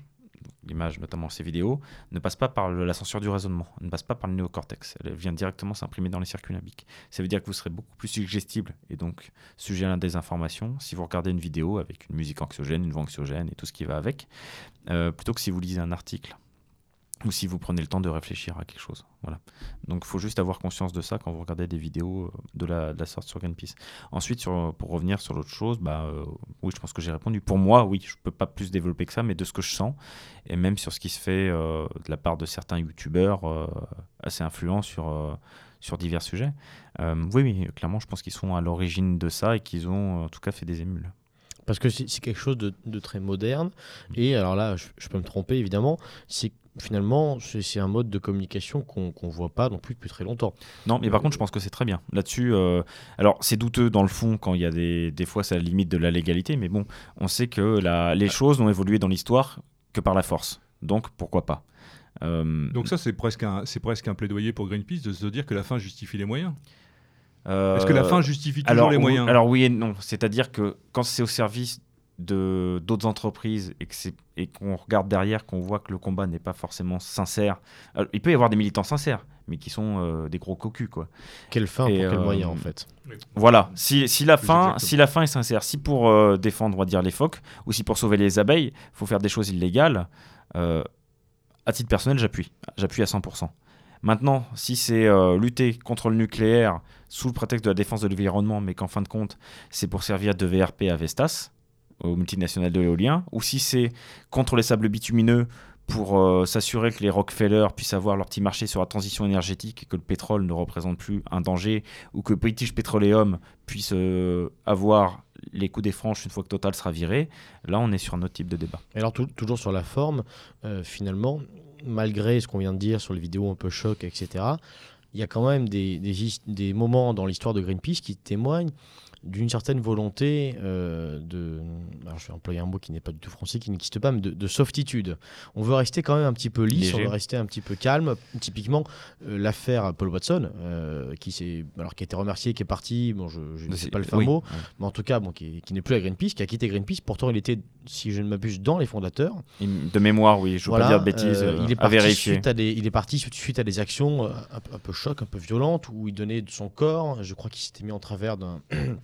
l'image notamment ces vidéos, ne passe pas par le- la censure du raisonnement, ne passe pas par le néocortex. Elle vient directement s'imprimer dans les circuits limbiques. Ça veut dire que vous serez beaucoup plus suggestible et donc sujet à la désinformation si vous regardez une vidéo avec une musique anxiogène, une voix anxiogène et tout ce qui va avec, euh, plutôt que si vous lisez un article ou si vous prenez le temps de réfléchir à quelque chose. Voilà. Donc il faut juste avoir conscience de ça quand vous regardez des vidéos de la, de la sorte sur Greenpeace. Ensuite, sur, pour revenir sur l'autre chose, bah, euh, oui, je pense que j'ai répondu. Pour moi, oui, je ne peux pas plus développer que ça, mais de ce que je sens, et même sur ce qui se fait euh, de la part de certains youtubeurs euh, assez influents sur, euh, sur divers sujets, euh, oui, oui, clairement, je pense qu'ils sont à l'origine de ça et qu'ils ont en tout cas fait des émules. Parce que c'est c'est quelque chose de, de très moderne. Et alors là, je, je peux me tromper évidemment, c'est finalement c'est c'est un mode de communication qu'on qu'on voit pas non plus depuis très longtemps. Non, mais par contre, je pense que c'est très bien. Là-dessus, euh, alors c'est douteux dans le fond quand il y a des, des fois, c'est à la limite de la légalité, mais bon, on sait que la, les choses n'ont évolué dans l'histoire que par la force. Donc, pourquoi pas. Euh, Donc ça, c'est presque, un, c'est presque un plaidoyer pour Greenpeace de se dire que la fin justifie les moyens. euh, Est-ce que la fin justifie toujours alors, les oui- moyens? Alors oui et non. C'est-à-dire que quand c'est au service de d'autres entreprises et que c'est et qu'on regarde derrière, qu'on voit que le combat n'est pas forcément sincère. Alors, il peut y avoir des militants sincères, mais qui sont euh, des gros cocus, quoi. Quelle fin Et, pour quel euh, moyen en fait? Voilà, si, si, la Plus fin, exactement. si la fin est sincère, si pour euh, défendre, on va dire, les phoques, ou si pour sauver les abeilles, il faut faire des choses illégales, euh, à titre personnel, j'appuie. J'appuie à cent pour cent. Maintenant, si c'est euh, lutter contre le nucléaire sous le prétexte de la défense de l'environnement, mais qu'en fin de compte, c'est pour servir de V R P à Vestas, aux multinationales de l'éolien, ou si c'est contre les sables bitumineux pour euh, s'assurer que les Rockefeller puissent avoir leur petit marché sur la transition énergétique et que le pétrole ne représente plus un danger, ou que British Petroleum puisse euh, avoir les coups des franches une fois que Total sera viré, là on est sur un autre type de débat. Et alors tou- toujours sur la forme, euh, finalement, malgré ce qu'on vient de dire sur les vidéos un peu choc, et cetera, il y a quand même des, des, his- des moments dans l'histoire de Greenpeace qui témoignent d'une certaine volonté euh, de, alors je vais employer un mot qui n'est pas du tout français, qui n'existe pas, mais de, de softitude. On veut rester quand même un petit peu lisse, Léger. on veut rester un petit peu calme. Typiquement, euh, l'affaire Paul Watson, euh, qui, s'est, alors, qui a été remercié, qui est parti, bon, je ne sais pas le fin Oui, mot, ouais. mais en tout cas, bon, qui, qui n'est plus à Greenpeace, qui a quitté Greenpeace. Pourtant, il était, si je ne m'abuse, dans les fondateurs. Il- De mémoire, oui, je ne veux Voilà, pas dire de bêtises, euh, euh, il, est à parti vérifier. suite à des, il est parti suite- suite à des actions euh, un, peu- un peu choc, un peu violentes, où il donnait de son corps. Je crois qu'il s'était mis en travers d'un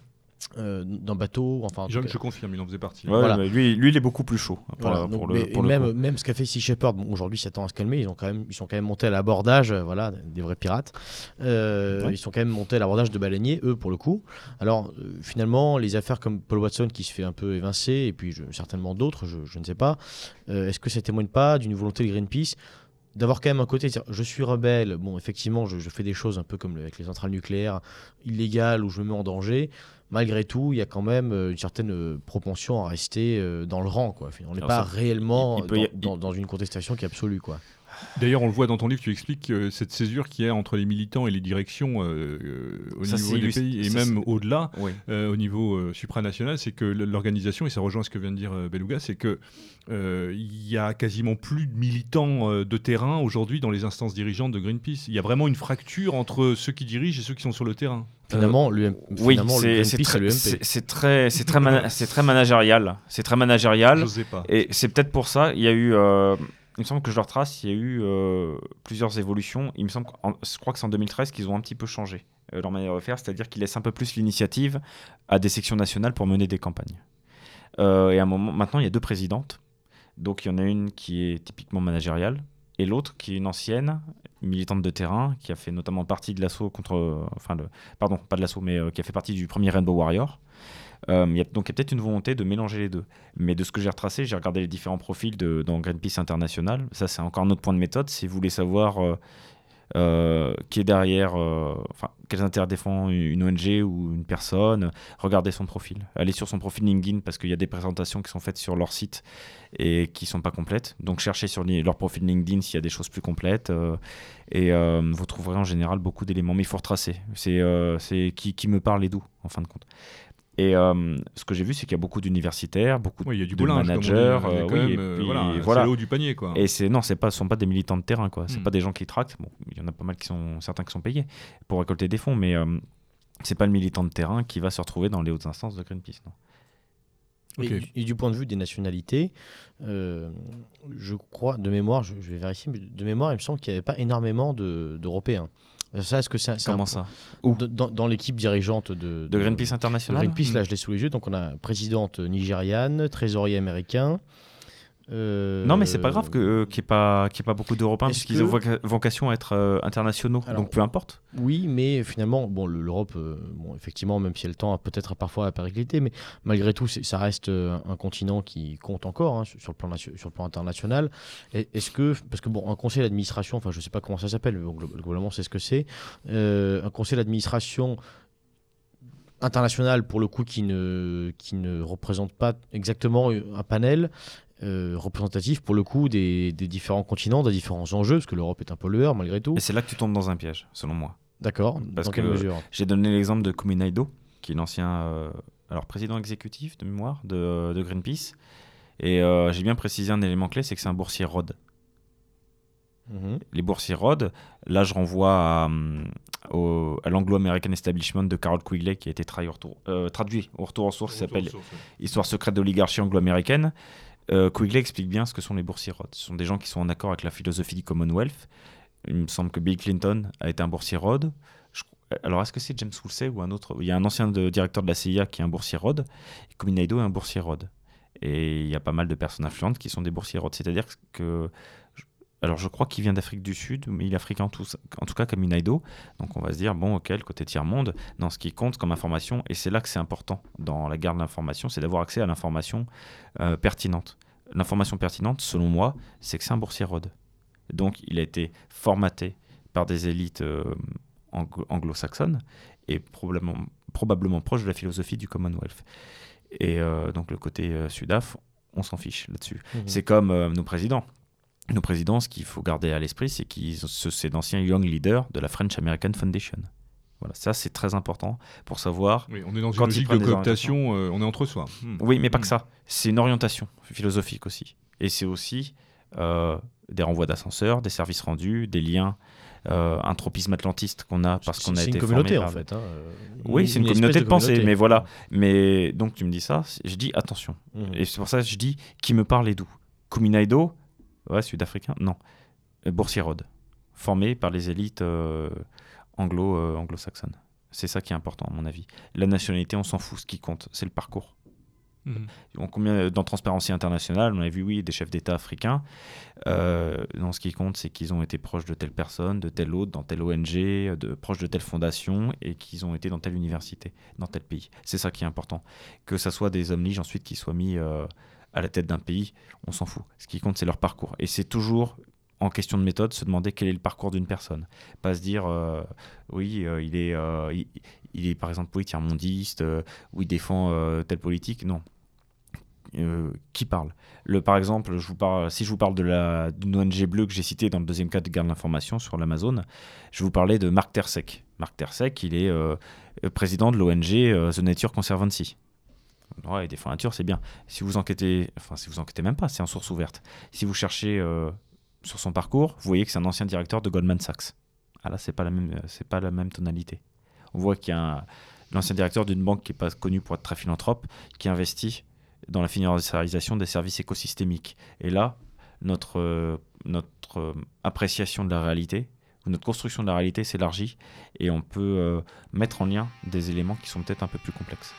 euh, d'un bateau. Enfin, en tout Je, cas. je confirme, il en faisait partie. Ouais, Voilà. mais lui, lui, il est beaucoup plus chaud pour, Voilà, la- pour donc, le, mais- pour et le même, coup. même ce qu'a fait Sea Shepherd, bon, aujourd'hui ça tend à se calmer, ils, ont quand même, ils sont quand même montés à l'abordage, euh, voilà, des vrais pirates. Euh, Ouais. Ils sont quand même montés à l'abordage de baleiniers, eux pour le coup. Alors euh, finalement, les affaires comme Paul Watson qui se fait un peu évincer, et puis je- certainement d'autres, je, je ne sais pas, euh, est-ce que ça témoigne pas d'une volonté de Greenpeace d'avoir quand même un côté, dire, je suis rebelle, bon effectivement je, je fais des choses un peu comme le- avec les centrales nucléaires illégales où je me mets en danger. Malgré tout, il y a quand même euh, une certaine euh, propension à rester euh, dans le rang, quoi. On n'est Alors pas ça, réellement il- il peut dans, y a- dans- dans une contestation qui est absolue, quoi. D'ailleurs, on le voit dans ton livre, tu expliques euh, cette césure qu'il y a entre les militants et les directions euh, euh, au Ça, niveau c'est des illust- pays, et ça, même c'est- au-delà, Oui. euh, au niveau euh, supranational, c'est que l- l'organisation, et ça rejoint ce que vient de dire euh, Beluga, c'est que euh, il y a quasiment plus de militants euh, de terrain aujourd'hui dans les instances dirigeantes de Greenpeace. Il y a vraiment une fracture entre ceux qui dirigent et ceux qui sont sur le terrain. Finalement, l'U M Oui, finalement, le c'est Greenpeace, c'est c'est très, l'U M P. c'est- c'est très, c'est très, mana- c'est très managérial. C'est très managérial. J'osais pas. Et c'est peut-être pour ça, il y a eu, euh, il me semble que je le retrace, il y a eu euh, plusieurs évolutions. Il me semble, qu'en- je crois que c'est en deux mille treize qu'ils ont un petit peu changé euh, leur manière de faire, c'est-à-dire qu'ils laissent un peu plus l'initiative à des sections nationales pour mener des campagnes. Euh, et à un moment, maintenant, il y a deux présidentes. Donc il y en a une qui est typiquement managériale et l'autre qui est une ancienne militante de terrain qui a fait notamment partie de l'assaut contre, euh, enfin, le, pardon, pas de l'assaut, mais euh, qui a fait partie du premier Rainbow Warrior. Euh, il y a, donc il y a peut-être une volonté de mélanger les deux. Mais de ce que j'ai retracé, j'ai regardé les différents profils de, dans Greenpeace International. Ça, c'est encore un autre point de méthode. Si vous voulez savoir euh, euh, qui est derrière, euh, enfin, quels intérêts défend une O N G ou une personne, regardez son profil. Allez sur son profil LinkedIn parce qu'il y a des présentations qui sont faites sur leur site et qui ne sont pas complètes. Donc cherchez sur li- leur profil LinkedIn s'il y a des choses plus complètes. euh, et euh, vous trouverez en général beaucoup d'éléments. Mais il faut retracer. C'est, euh, c'est qui, qui me parle et d'où, en fin de compte. Et euh, ce que j'ai vu, c'est qu'il y a beaucoup d'universitaires, beaucoup Oui, il y a du de boulin, managers. il y a euh, quand oui, même, et euh, puis, voilà, voilà. c'est le haut du panier, quoi. Et c'est non, c'est pas, ce sont pas des militants de terrain, quoi. C'est Mm. pas des gens qui tractent. Bon, il y en a pas mal qui sont, certains qui sont payés pour récolter des fonds, mais euh, c'est pas le militant de terrain qui va se retrouver dans les hautes instances de Greenpeace. Non. Ok. Et, du- et du point de vue des nationalités, euh, je crois, de mémoire, je, je vais vérifier, mais de mémoire, il me semble qu'il n'y avait pas énormément de- d'Européens. Ça, est-ce que c'est, un- c'est Comment un- ça Où de- dans, dans l'équipe dirigeante de, De Greenpeace de International Greenpeace, là, je l'ai sous les yeux. Donc, on a présidente nigériane, trésorier américain. euh, Non, mais c'est pas grave que, euh, qu'il n'y ait, pas- qu'il y ait pas beaucoup d'Européens, Est-ce puisqu'ils que- ont voca- vocation à être euh, internationaux. Alors, donc peu importe. Oui, mais finalement, bon, le- l'Europe, euh, bon, effectivement, même si elle tend à peut-être parfois à péricliter, mais malgré tout, c'est- ça reste euh, un continent qui compte encore hein, sur, sur le plan nation- sur le plan international. Et- Est-ce que, parce que bon, un conseil d'administration, enfin, je sais pas comment ça s'appelle, mais bon, glo- globalement, c'est ce que c'est. Euh, un conseil d'administration international, pour le coup, qui ne, qui ne représente pas exactement un panel. euh, représentatif pour le coup des, des différents continents, des différents enjeux, parce que l'Europe est un pollueur malgré tout. Et c'est là que tu tombes dans un piège, selon moi. D'accord. Parce Dans quelle que- mesure? J'ai donné l'exemple de Kumi Naido, qui est l'ancien euh, alors, président exécutif de mémoire de, de Greenpeace. Et euh, j'ai bien précisé un élément clé, c'est que c'est un boursier Rhodes. Mhm. Les boursiers Rhodes, là je renvoie à, hum, au- à l'anglo-american establishment de Carol Quigley, qui a été traduit au retour, euh, traduit au retour aux sources, qui s'appelle Histoire secrète de l'oligarchie anglo-américaine. Euh, Quigley explique bien ce que sont les boursiers Rhodes. Ce sont des gens qui sont en accord avec la philosophie du Commonwealth. Il me semble que Bill Clinton a été un boursier Rhodes. Je- Alors, est-ce que c'est James Woolsey ou un autre? Il y a un ancien de- directeur de la C I A qui est un boursier Rhodes. Et Kumi Naido est un boursier Rhodes. Et il y a pas mal de personnes influentes qui sont des boursiers Rhodes. C'est-à-dire que... Alors, je crois qu'il vient d'Afrique du Sud, mais il est africain en tout, en tout cas, Kumi Naido. Donc, on va se dire, bon, ok, le côté tiers-monde, dans ce qui compte comme information, et c'est là que c'est important dans la garde de l'information, c'est d'avoir accès à l'information euh, pertinente. L'information pertinente, selon moi, c'est que c'est un boursier Rhodes. Donc, il a été formaté par des élites euh, anglo- anglo-saxonnes et probablement, probablement proche de la philosophie du Commonwealth. Et euh, donc, le côté euh, Sudaf, on s'en fiche là-dessus. Mhm. C'est comme euh, nos présidents. Nos présidents, ce qu'il faut garder à l'esprit, c'est qu'ils ce- c'est d'anciens young leaders de la French American Foundation. Voilà, ça c'est très important pour savoir. Oui, on est dans une Quand ils logique de prennent des cooptation, euh, on est entre soi. Hmm. Oui, mais pas Hmm. que ça. C'est une orientation philosophique aussi. Et c'est aussi euh, des renvois d'ascenseurs, des services rendus, des liens, euh, un tropisme atlantiste qu'on a parce qu'on a C'est été une communauté formé en par- fait. hein, euh, Oui, c'est une, espèce communauté de, pensée, communauté. mais voilà. Mais donc tu me dis ça, je dis attention. Mhm. Et c'est pour ça que je dis qui me parle est d'où. Kumi Naido, ouais, sud-africain, non. Euh, Boursier Rhodes, formé par les élites euh, anglo, euh, anglo-saxonnes. C'est ça qui est important à mon avis. La nationalité, on s'en fout. Ce qui compte, c'est le parcours. Mhm. On- combien, dans Transparency International, on a vu, oui, des chefs d'État africains. Euh, non, ce qui compte, c'est qu'ils ont été proches de telle personne, de telle autre, dans telle O N G, de, proches de telle fondation, et qu'ils ont été dans telle université, dans tel pays. C'est ça qui est important. Que ça soit des hommes liges ensuite qui soient mis euh, à la tête d'un pays, on s'en fout. Ce qui compte, c'est leur parcours. Et c'est toujours, en question de méthode, se demander quel est le parcours d'une personne. Pas se dire, euh, oui, euh, il, est, euh, il, il est par exemple oui, tiers-mondiste, euh, ou il défend euh, telle politique. Non. Euh, qui parle le, Par exemple, je vous parle, si je vous parle de la, d'une O N G bleue que j'ai citée dans le deuxième cas de garde de l'information sur l'Amazone, je vais vous parler de Mark Tersek. Mark Tersek, il est euh, président de l'O N G euh, The Nature Conservancy. Ouais, il défend la nature, c'est bien. Si vous enquêtez, enfin si vous enquêtez même pas, c'est en source ouverte. Si vous cherchez euh, sur son parcours, vous voyez que c'est un ancien directeur de Goldman Sachs. Ah là, c'est pas la même, c'est pas la même tonalité. On voit qu'il y a un, l'ancien directeur d'une banque qui n'est pas connue pour être très philanthrope, qui investit dans la financiarisation des services écosystémiques. Et là, notre, euh, notre euh, appréciation de la réalité, ou notre construction de la réalité s'élargit, et on peut euh, mettre en lien des éléments qui sont peut-être un peu plus complexes.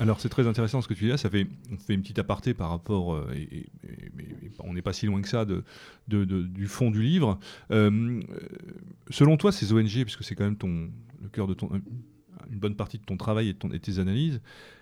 Alors c'est très intéressant ce que tu dis là, ça fait, on fait une petite aparté par rapport, euh, et, et- et- et on n'est pas si loin que ça de, de- de- du fond du livre. Euh, Selon toi, ces O N G, puisque c'est quand même ton, le cœur de ton, une bonne partie de ton travail et de, ton, et de tes analyses,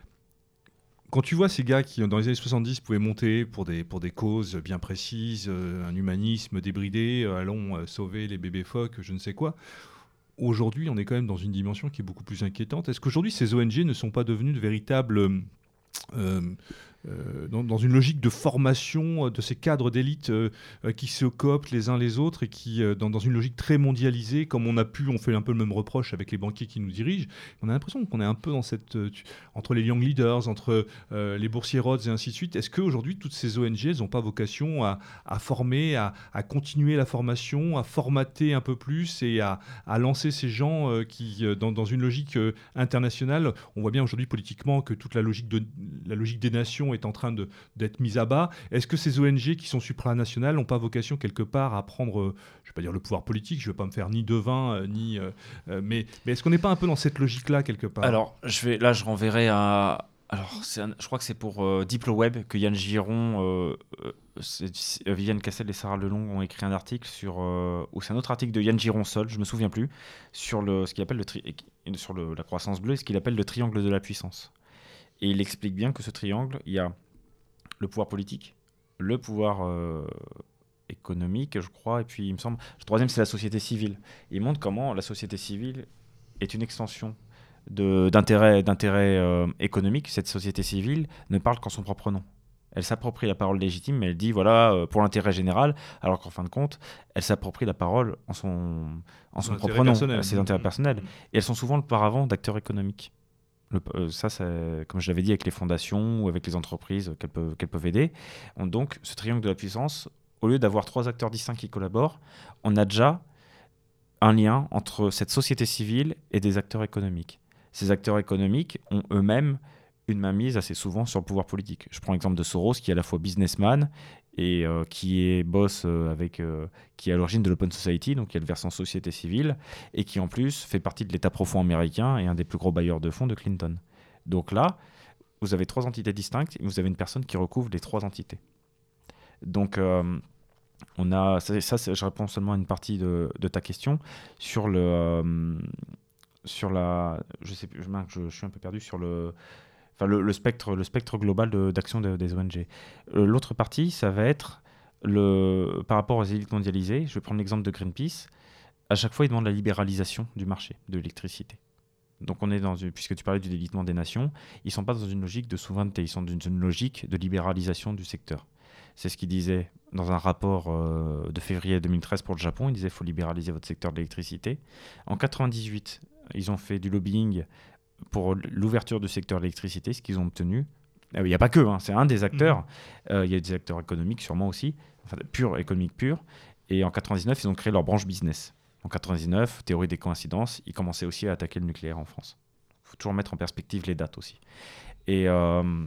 quand tu vois ces gars qui, dans les années soixante-dix, pouvaient monter pour des, pour des causes bien précises, euh, un humanisme débridé, euh, allons euh, sauver les bébés phoques, je ne sais quoi, aujourd'hui, on est quand même dans une dimension qui est beaucoup plus inquiétante. Est-ce qu'aujourd'hui, ces O N G ne sont pas devenus de véritables... euh, euh, euh, dans, dans une logique de formation euh, de ces cadres d'élite euh, euh, qui se cooptent les uns les autres et qui, euh, dans, dans une logique très mondialisée, comme on a pu, on fait un peu le même reproche avec les banquiers qui nous dirigent, on a l'impression qu'on est un peu dans cette... euh, tu- entre les young leaders, entre euh, les boursiers Rhodes et ainsi de suite. Est-ce qu'aujourd'hui, toutes ces O N G n'ont pas vocation à, à former, à, à continuer la formation, à formater un peu plus et à, à lancer ces gens euh, qui, euh, dans, dans une logique euh, internationale, on voit bien aujourd'hui politiquement que toute la logique, de, la logique des nations est en train de, d'être mise à bas. Est-ce que ces O N G qui sont supranationales n'ont pas vocation quelque part à prendre, euh, je ne vais pas dire le pouvoir politique, je ne vais pas me faire ni devin, euh, ni... euh, euh, mais, mais est-ce qu'on n'est pas un peu dans cette logique-là quelque part? Alors, je vais, là, je renverrai à. Alors, c'est un- je crois que c'est pour euh, DiploWeb que Yann Giron, euh, euh, c'est- c'est- euh, Viviane Cassel et Sarah Lelong ont écrit un article sur. Euh, ou c'est un autre article de Yann Giron seul, je me souviens plus, sur le, ce qu'il appelle le tri- sur le- la croissance bleue et ce qu'il appelle le triangle de la puissance. Et il explique bien que ce triangle, il y a le pouvoir politique, le pouvoir euh, économique, je crois, et puis il me semble, le troisième, c'est la société civile. Il montre comment la société civile est une extension de- d'intérêt d'intérêt euh, économique. Cette société civile ne parle qu'en son propre nom. Elle s'approprie la parole légitime, mais elle dit voilà euh, pour l'intérêt général, alors qu'en fin de compte, elle s'approprie la parole en son, en son Son propre intérêt nom, personnel. à ses intérêts Mmh. personnels. Mmh. Et elles sont souvent le paravent d'acteurs économiques. Le- euh, ça, c'est, comme je l'avais dit, avec les fondations ou avec les entreprises qu'elles peuvent, qu'elles peuvent aider. On- donc, ce triangle de la puissance, au lieu d'avoir trois acteurs distincts qui collaborent, on a déjà un lien entre cette société civile et des acteurs économiques. Ces acteurs économiques ont eux-mêmes une mainmise assez souvent sur le pouvoir politique. Je prends l'exemple de Soros, qui est à la fois businessman et euh, qui est boss euh, avec, euh, qui est à l'origine de l'Open Society, donc il y a le versant société civile, et qui en plus fait partie de l'État profond américain et un des plus gros bailleurs de fonds de Clinton. Donc là, vous avez trois entités distinctes et vous avez une personne qui recouvre les trois entités. Donc euh, on a, ça, ça, c'est- je réponds seulement à une partie de, de ta question sur le, euh, sur la, je sais plus, je, mince, je, je suis un peu perdu sur le, enfin le, le spectre, le spectre global de- d'action de- des O N G. Euh, L'autre partie, ça va être le, par rapport aux élites mondialisées. Je vais prendre l'exemple de Greenpeace. À chaque fois, ils demandent la libéralisation du marché de l'électricité. Donc on est dans une, puisque tu parlais du délitement des nations, ils sont pas dans une logique de souveraineté, ils sont dans une, une logique de libéralisation du secteur. C'est ce qu'il disait dans un rapport euh, de février deux mille treize pour le Japon. Il disait qu'il faut libéraliser votre secteur de l'électricité. En quatre-vingt-dix-huit, ils ont fait du lobbying pour l'ouverture du secteur de l'électricité, ce qu'ils ont obtenu. Il n'y a pas que, hein, c'est un des acteurs. Mmh. Euh, Il y a des acteurs économiques sûrement aussi, enfin pur économique pur. Et en quatre-vingt-dix-neuf, ils ont créé leur branche business. En quatre-vingt-dix-neuf, théorie des coïncidences, ils commençaient aussi à attaquer le nucléaire en France. Il faut toujours mettre en perspective les dates aussi. Et, euh,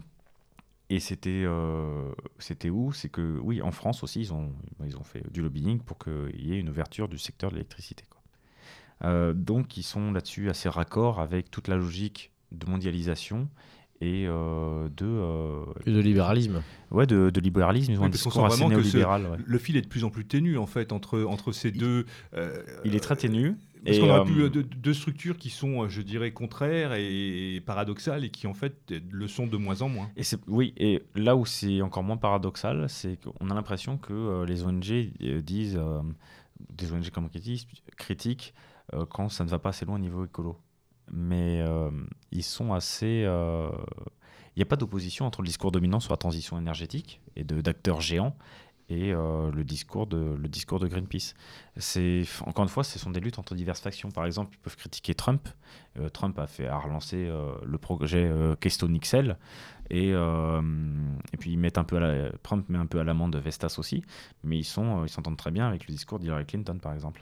et c'était, euh, c'était où? C'est que, oui, en France aussi, ils ont, ils ont fait du lobbying pour qu'il y ait une ouverture du secteur de l'électricité, quoi. Euh, donc, ils sont là-dessus assez raccords avec toute la logique de mondialisation et euh, de, euh, Et de libéralisme. ouais, de, de libéralisme. Ils ont Oui, un parce qu'on discours sent assez vraiment que ce- néolibéral. Ouais. le fil est de plus en plus ténu en fait entre, entre ces Il- deux. euh, Il est très ténu. Parce Et, qu'on aurait euh, pu euh, deux, deux structures qui sont, euh, je dirais, contraires et paradoxales et qui en fait le sont de moins en moins. Et c'est- oui, et là où c'est encore moins paradoxal, c'est qu'on a l'impression que euh, les O N G euh, disent, euh, des O N G comme Greenpeace critiquent euh, quand ça ne va pas assez loin au niveau écolo. Mais euh, ils sont assez... euh, Il n'y a pas d'opposition entre le discours dominant sur la transition énergétique et de, d'acteurs géants et euh, le, discours de, le discours de Greenpeace. C'est, encore une fois, ce sont des luttes entre diverses factions. Par exemple, ils peuvent critiquer Trump. Euh, Trump a, fait, a relancé euh, le projet euh, Keystone X L. Et, euh, et puis ils mettent un peu à la, Trump met un peu à l'amende Vestas aussi. Mais ils, sont, ils s'entendent très bien avec le discours d'Hillary Clinton, par exemple.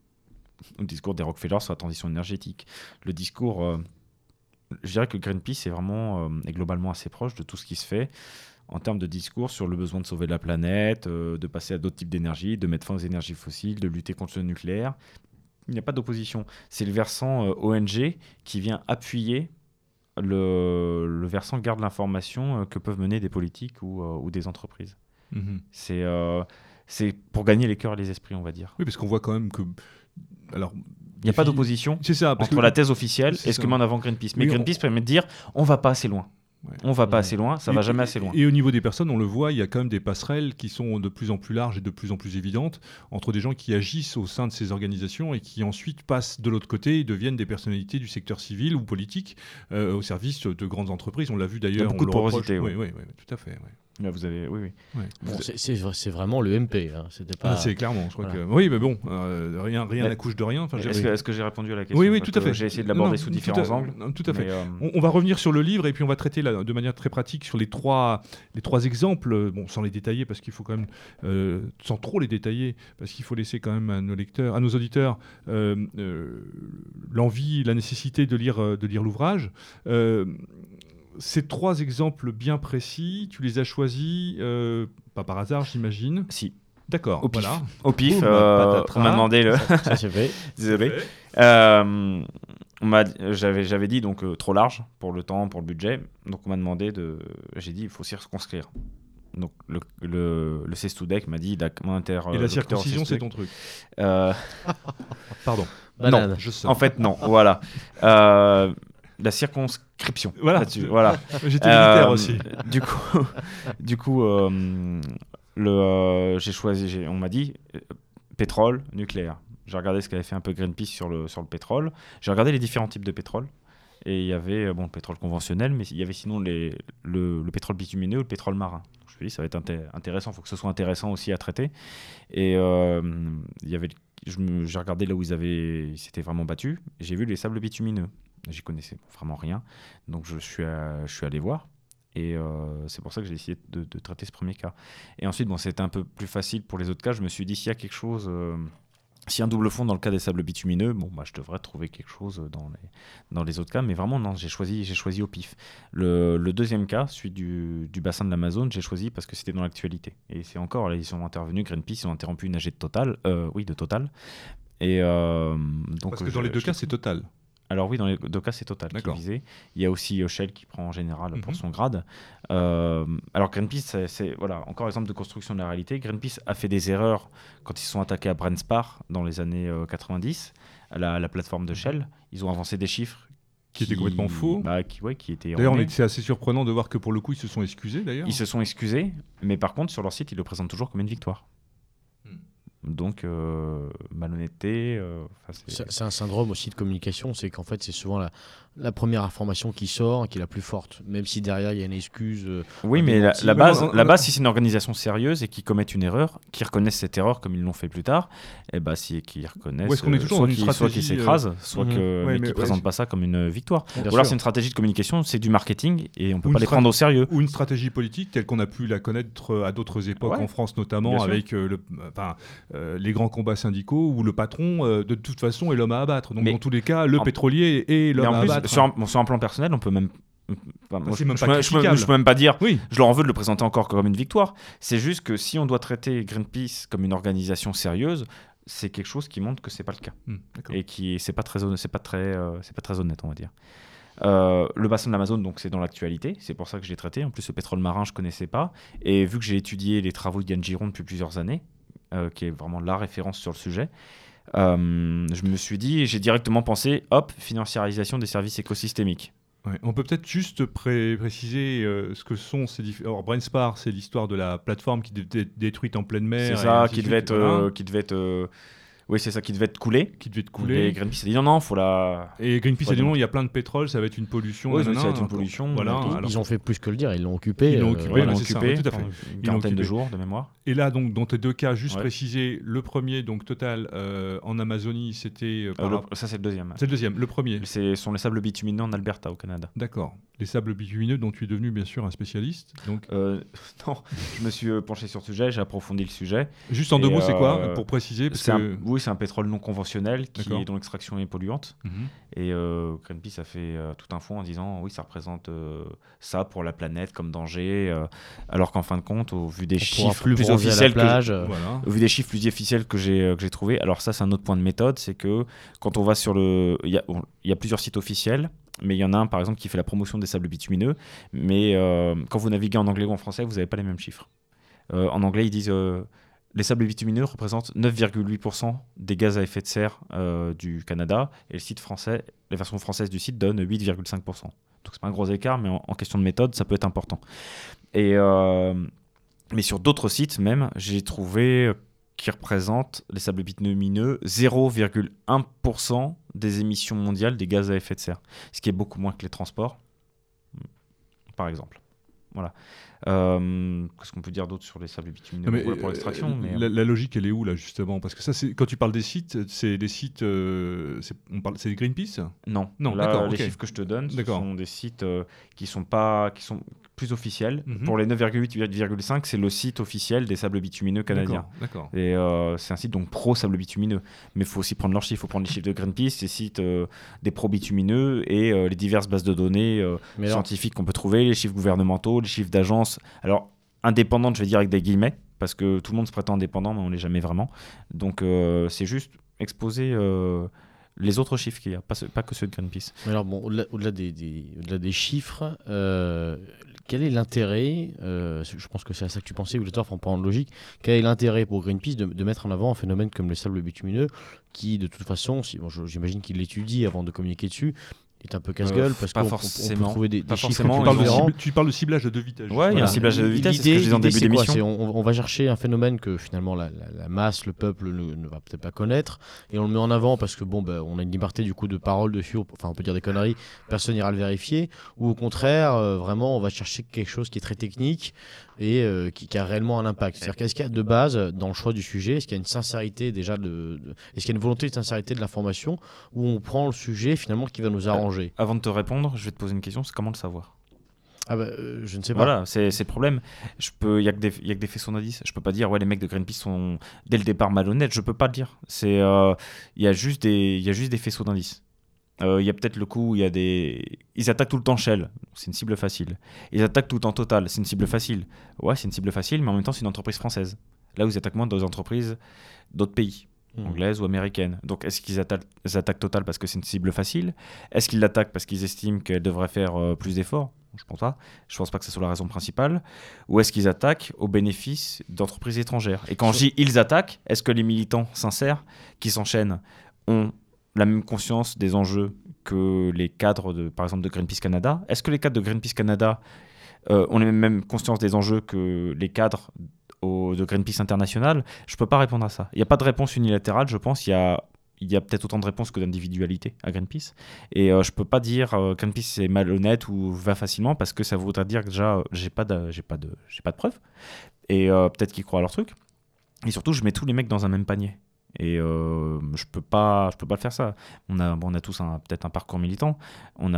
Le discours des Rockefeller sur la transition énergétique. Le discours... Euh, je dirais que Greenpeace est vraiment euh, est globalement assez proche de tout ce qui se fait en termes de discours sur le besoin de sauver la planète, euh, de passer à d'autres types d'énergie, de mettre fin aux énergies fossiles, de lutter contre le nucléaire. Il n'y a pas d'opposition. C'est le versant euh, O N G qui vient appuyer le, le versant garde l'information euh, que peuvent mener des politiques ou, euh, ou des entreprises. Mmh. C'est, euh, c'est pour gagner les cœurs et les esprits, on va dire. Oui, parce qu'on voit quand même que... Alors, il n'y a pas d'opposition c'est ça, parce entre que... la thèse officielle c'est et ce ça. que met en avant Greenpeace. Mais Oui, Greenpeace on... permet de dire on ne va pas assez loin. Ouais. On va pas Ouais. assez loin, ça et, va jamais assez loin. Et au niveau des personnes, on le voit, il y a quand même des passerelles qui sont de plus en plus larges et de plus en plus évidentes entre des gens qui agissent au sein de ces organisations et qui ensuite passent de l'autre côté et deviennent des personnalités du secteur civil ou politique euh, au service de grandes entreprises. On l'a vu d'ailleurs. Il y a beaucoup on de le reproche. porosité. Oui, Oui. oui, oui, tout à fait. Oui. Là, vous avez, oui, oui. Ouais. Bon, Vous- c'est, c'est, c'est vraiment le M P. Hein. C'était pas... Ah, c'est clairement, je crois Voilà. que... Oui, mais bon, euh, rien rien Mais- n'accouche de rien. Enfin, j'ai- Est-ce, que, est-ce que j'ai répondu à la question? Oui, oui, Parce tout à que fait. J'ai essayé de l'aborder Non, sous tout différents à- angles. non, tout à fait. mais, euh, On, on va revenir sur le livre et puis on va traiter là, de manière très pratique sur les trois, les trois exemples, euh, bon, sans les détailler parce qu'il faut quand même, euh, sans trop les détailler, parce qu'il faut laisser quand même à nos lecteurs, à nos auditeurs, euh, euh, l'envie, la nécessité de lire, euh, de lire l'ouvrage. Euh, ces trois exemples bien précis, tu les as choisis, euh, pas par hasard, j'imagine. Si, D'accord, au pif. voilà. Au pif, Boum, euh, patatras. on m'a demandé le. Ça, c'est fait. Désolé. Euh, on m'a, j'avais, j'avais dit donc euh, trop large pour le temps, pour le budget. Donc on m'a demandé de. J'ai dit il faut circonscrire. Donc le, le, le CESTUDEC m'a dit d'ac- mon inter. Et la circoncision, c'est ton truc. Euh, Pardon. Banane. Je sais. en fait, non, voilà. Euh, la circonscription. Voilà. Là-dessus, voilà. J'étais militaire Euh, aussi. Du coup, du coup euh, le, euh, j'ai choisi, j'ai, on m'a dit euh, pétrole, nucléaire. J'ai regardé ce qu'avait fait un peu Greenpeace sur le, sur le pétrole. J'ai regardé les différents types de pétrole. Et il y avait euh, bon, le pétrole conventionnel, mais il y avait sinon les, le, le pétrole bitumineux ou le pétrole marin. Je me suis dit, ça va être inté- intéressant, il faut que ce soit intéressant aussi à traiter. Et euh, il y avait, je me- j'ai regardé là où ils, avaient, ils s'étaient vraiment battus. Et j'ai vu les sables bitumineux. J'y connaissais vraiment rien. Donc je suis, à- je suis allé voir. Et euh, c'est pour ça que j'ai décidé de, de traiter ce premier cas. Et ensuite, bon, c'était un peu plus facile pour les autres cas. Je me suis dit, s'il y a quelque chose, euh, s'il y a un double fond dans le cas des sables bitumineux, bon, bah, je devrais trouver quelque chose dans les, dans les autres cas. Mais vraiment, non, j'ai choisi, j'ai choisi au pif. Le, le deuxième cas, celui du, du bassin de l'Amazone, j'ai choisi parce que c'était dans l'actualité. Et c'est encore, là, ils sont intervenus, Greenpeace, ils ont interrompu une A G de Total. Euh, oui, de Total. Et euh, donc, Parce que dans je- les deux je- cas, c'est total. Alors oui, dans les deux cas, c'est Total qui est D'accord. visé. Il y a aussi euh, Shell qui prend en général pour Mhm. son grade. Euh, alors Greenpeace, c'est, c'est- voilà, encore exemple de construction de la réalité. Greenpeace a fait des erreurs quand ils se sont attaqués à Brent Spar dans les années euh, quatre-vingt-dix, à la, à la plateforme de Shell. Ils ont avancé des chiffres Qui étaient complètement faux. bah, qui, ouais, qui étaient D'ailleurs, on erronés. est- c'est assez surprenant de voir que pour le coup, ils se sont excusés d'ailleurs. Ils se sont excusés, mais par contre, sur leur site, ils le présentent toujours comme une victoire. Hmm. Donc, euh, malhonnêteté. euh, enfin, c'est- C'est c'est un syndrome aussi de communication, c'est qu'en fait c'est souvent la, la première information qui sort qui est la plus forte, même si derrière il y a une excuse. euh, Oui, un mais la, démenti. la Mais base, non, la on- base, si c'est une organisation sérieuse et qui commettent une erreur, qui reconnaissent cette erreur comme ils l'ont fait plus tard, et bah si qu'ils reconnaissent, Ou est-ce qu'on est euh, toujours soit dans une qu'ils soit stratégie, qu'ils s'écrasent, soit Mhm. que Ouais, mais mais qu'ils ouais, présentent c'est- pas ça comme une victoire. Bien Ou alors sûr. c'est une stratégie de communication, c'est du marketing et on peut Ou pas une les prendre strat- au sérieux. Ou une stratégie politique telle qu'on a pu la connaître euh, à d'autres époques, Ouais, en France notamment, bien sûr. avec euh, le, enfin, euh, les grands combats syndicaux où le patron, euh, de toute façon, est l'homme à abattre. Donc Mais dans tous les cas, le en- pétrolier est Mais l'homme en à plus, abattre. sur un, bon, sur un plan personnel, on peut même. Enfin, moi, c'est je, même je pas peux- je peux- critiquable. je peux même pas dire. Oui, Je leur en veux de le présenter encore comme une victoire. C'est juste que si on doit traiter Greenpeace comme une organisation sérieuse, c'est quelque chose qui montre que c'est pas le cas. Hmm, d'accord. Et qui c'est pas très honnête, c'est pas très euh, c'est pas très honnête, on va dire. Euh, le bassin de l'Amazone, donc c'est dans l'actualité, c'est pour ça que je l'ai traité. En plus, le pétrole marin, je connaissais pas, et vu que j'ai étudié les travaux de Yann Giron depuis plusieurs années, euh, qui est vraiment la référence sur le sujet, euh, je me suis dit, j'ai directement pensé, hop, financiarisation des services écosystémiques. Ouais. On peut peut-être juste pré- préciser euh, ce que sont ces différents. Alors, Brainspar, c'est l'histoire de la plateforme qui devait être détruite en pleine mer. C'est et ça ainsi qui de devait suite, être, voilà. euh, qui devait être, euh, oui, c'est ça qui devait être coulé. Qui devait être Et coulé. Greenpeace a dit non, non, faut la. Et Greenpeace Ouais, a dit donc- non, il y a plein de pétrole, ça va être une pollution. Oui, ça nanana, va être une encore. pollution, Voilà. et tout. alors- Ils ont fait plus que le dire, ils l'ont occupé. Ils l'ont euh, occupé, Ouais, ils bah, l'ont c'est ça, occupé tout à fait. pendant Ils une l'ont quarantaine de occupé. jours de mémoire. Et là, donc, dans tes deux cas, juste Ouais. préciser, le premier, donc Total, euh, en Amazonie, c'était... euh, par Euh, le- rapport- ça, c'est le deuxième. C'est le deuxième, le premier. Ce sont les sables bitumineux en Alberta, au Canada. D'accord. Les sables bitumineux dont tu es devenu, bien sûr, un spécialiste. Donc, Euh, non, je me suis euh, penché sur le sujet, j'ai approfondi le sujet. juste en et, deux mots, c'est quoi, euh, pour préciser parce C'est que... un- oui, c'est un pétrole non conventionnel qui D'accord. est, dont l'extraction est polluante. Mhm. Et euh, Greenpeace a fait euh, tout un fond en disant oui, ça représente euh, ça pour la planète comme danger, euh, alors qu'en fin de compte, au vu des On pourra chiffres plus plus bronzer à la officiels que plage. euh, Voilà. Au vu des chiffres plus officiels que j'ai euh, que j'ai trouvé, alors ça c'est un autre point de méthode, c'est que quand on va sur le, il y a, bon, il y a plusieurs sites officiels mais il y en a un par exemple qui fait la promotion des sables bitumineux, mais euh, quand vous naviguez en anglais ou en français, vous n'avez pas les mêmes chiffres. Euh, en anglais, ils disent euh, les sables bitumineux représentent neuf virgule huit pour cent des gaz à effet de serre euh, du Canada, et le site français, la version française du site donne huit virgule cinq pour cent. Donc c'est pas un gros écart, mais en, en question de méthode, ça peut être important. Et, euh, mais sur d'autres sites même, j'ai trouvé qui représentent les sables bitumineux zéro virgule un pour cent des émissions mondiales des gaz à effet de serre, ce qui est beaucoup moins que les transports, par exemple. Voilà. Euh, qu'est-ce qu'on peut dire d'autre sur les sables bitumineux mais, pour l'extraction euh, mais... la, la logique, elle est où là justement? Parce que ça, c'est, quand tu parles des sites, c'est des sites, euh, c'est, on parle, c'est Greenpeace? Non, non, là, d'accord. Les okay. chiffres que je te donne, ce d'accord. sont des sites euh, qui sont pas, qui sont plus officiels. Mm-hmm. Pour les neuf virgule huit, huit virgule cinq, c'est le site officiel des sables bitumineux canadiens. D'accord, d'accord. Et euh, c'est un site donc pro sables bitumineux. Mais il faut aussi prendre leurs chiffres. Il faut prendre les chiffres de Greenpeace, les sites euh, des pro bitumineux et euh, les diverses bases de données euh, scientifiques qu'on peut trouver, les chiffres gouvernementaux, les chiffres d'agences. Alors indépendantes, je vais dire avec des guillemets, parce que tout le monde se prétend indépendant, mais on l'est jamais vraiment. Donc euh, c'est juste exposer euh, les autres chiffres qu'il y a, pas, pas que ceux de Greenpeace. Mais alors bon, au-delà, au-delà, des, des, au-delà des chiffres, euh, quel est l'intérêt, euh, je pense que c'est à ça que tu pensais, Victor, en parlant de logique, quel est l'intérêt pour Greenpeace de, de mettre en avant un phénomène comme les sables bitumineux, qui de toute façon, si, bon, j'imagine qu'il l'étudie avant de communiquer dessus, est un peu casse-gueule, euh, parce qu'on on, on peut trouver des, des chiffres tu parles, différents. Cible, tu parles de ciblage à deux vitesses. Ouais, il voilà. y a un ciblage à deux vitesses, l'idée, c'est ce que je disais en début d'émission. C'est on, on va chercher un phénomène que finalement la, la, la masse, le peuple ne, ne va peut-être pas connaître, et on le met en avant parce que bon, bah, on a une liberté du coup de parole dessus, enfin on peut dire des conneries, personne n'ira le vérifier, ou au contraire, euh, vraiment on va chercher quelque chose qui est très technique et euh, qui, qui a réellement un impact. C'est-à-dire qu'est-ce qu'il y a de base dans le choix du sujet? Est-ce qu'il y a une sincérité déjà de, de est-ce qu'il y a une volonté de sincérité de l'information, où on prend le sujet finalement qui va nous arranger? euh, Avant de te répondre, je vais te poser une question, c'est comment le savoir? Ah bah, euh, je ne sais pas. Voilà, c'est, c'est le problème. Je peux, il y a que des, il y a que des faisceaux d'indices. Je peux pas dire ouais les mecs de Greenpeace sont dès le départ malhonnêtes. Je peux pas le dire. C'est, il euh, y a juste des, il y a juste des faisceaux d'indices. Il euh, y a peut-être le coup où il y a des, ils attaquent tout le temps Shell, c'est une cible facile. Ils attaquent tout le temps Total, c'est une cible facile. Ouais, c'est une cible facile, mais en même temps c'est une entreprise française. Là où ils attaquent moins d'autres entreprises d'autres pays. Mmh. Anglaise ou américaine. Donc est-ce qu'ils atta- attaquent Total parce que c'est une cible facile? Est-ce qu'ils l'attaquent parce qu'ils estiment qu'elle devrait faire euh, plus d'efforts? Je pense pas. Je pense pas que ce soit la raison principale. Ou est-ce qu'ils attaquent au bénéfice d'entreprises étrangères? Et quand je dis ils attaquent, est-ce que les militants sincères qui s'enchaînent ont la même conscience des enjeux que les cadres de, par exemple, de Greenpeace Canada? Est-ce que les cadres de Greenpeace Canada euh, ont la même conscience des enjeux que les cadres Au, de Greenpeace International? Je peux pas répondre à ça. Il n'y a pas de réponse unilatérale, je pense. Il y a, il y a peut-être autant de réponses que d'individualités à Greenpeace. Et euh, je peux pas dire euh, Greenpeace est malhonnête ou va facilement, parce que ça voudrait dire que déjà, j'ai pas de, j'ai pas de, j'ai pas de preuves. Et euh, peut-être qu'ils croient à leur truc. Et surtout, je mets tous les mecs dans un même panier. Et euh, je peux pas je peux pas le faire ça. On a bon, on a tous un, peut-être un parcours militant. On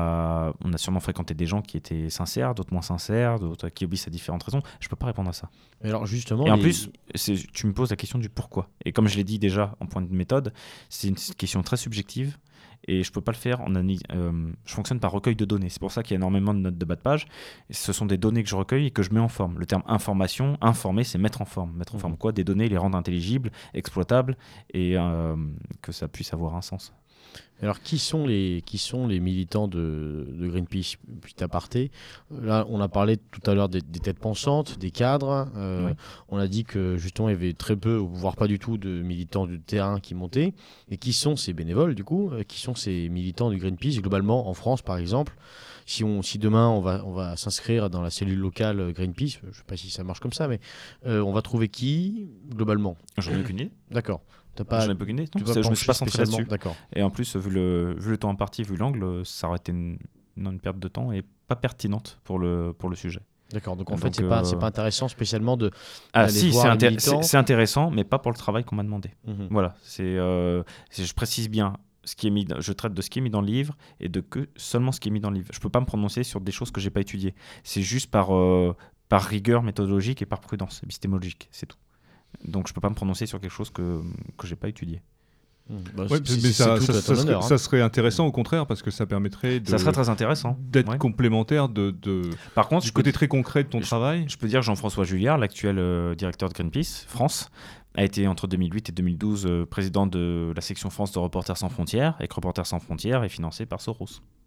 a on a sûrement fréquenté des gens qui étaient sincères, d'autres moins sincères, d'autres qui obéissent à différentes raisons. Je peux pas répondre à ça. Et alors justement. Et en les... plus, c'est, tu me poses la question du pourquoi. Et comme je l'ai dit déjà en point de méthode, c'est une question très subjective. Et je peux pas le faire en analyse. Euh, je fonctionne par recueil de données. C'est pour ça qu'il y a énormément de notes de bas de page. Et ce sont des données que je recueille et que je mets en forme. Le terme information, informer, c'est mettre en forme. Mettre en mmh. forme quoi? Des données, les rendre intelligibles, exploitables et euh, que ça puisse avoir un sens. Alors, qui sont les, qui sont les militants de, de Greenpeace? Petit aparté. Là, on a parlé tout à l'heure des, des têtes pensantes, des cadres. Euh, oui. On a dit que justement, il y avait très peu, voire pas du tout, de militants du terrain qui montaient. Et qui sont ces bénévoles, du coup? Qui sont ces militants du Greenpeace? Globalement, en France, par exemple, si, on, si demain, on va, on va s'inscrire dans la cellule locale Greenpeace, je ne sais pas si ça marche comme ça, mais euh, on va trouver qui, globalement? J'en ai aucune idée. D'accord. T'as pas, J'en ai pas aucune idée. Non, je me suis pas centré là-dessus. D'accord. Et en plus, vu le, vu le temps imparti, vu l'angle, ça aurait été une, une perte de temps et pas pertinente pour le, pour le sujet. D'accord, donc en donc fait, c'est euh... pas, c'est pas intéressant spécialement de. Ah, si, c'est, intér- c'est, c'est intéressant, mais pas pour le travail qu'on m'a demandé. Mm-hmm. Voilà, c'est, euh, c'est, je précise bien. Ce qui est mis, je traite de ce qui est mis dans le livre et de que seulement ce qui est mis dans le livre. Je peux pas me prononcer sur des choses que j'ai pas étudiées. C'est juste par, euh, par rigueur méthodologique et par prudence épistémologique, c'est tout. Donc je peux pas me prononcer sur quelque chose que que j'ai pas étudié. Mmh. Bah, ouais, c'est, mais ça, ça, ça, honneur, serait, hein. ça serait intéressant au contraire parce que ça permettrait de, ça serait très intéressant d'être ouais. complémentaire de, de par contre du côté très concret de ton je, travail. Je peux dire Jean-François Julliard, l'actuel euh, directeur de Greenpeace France, a été entre deux mille huit et deux mille douze euh, président de la section France de Reporters sans frontières et que Reporters sans frontières est financé par Soros.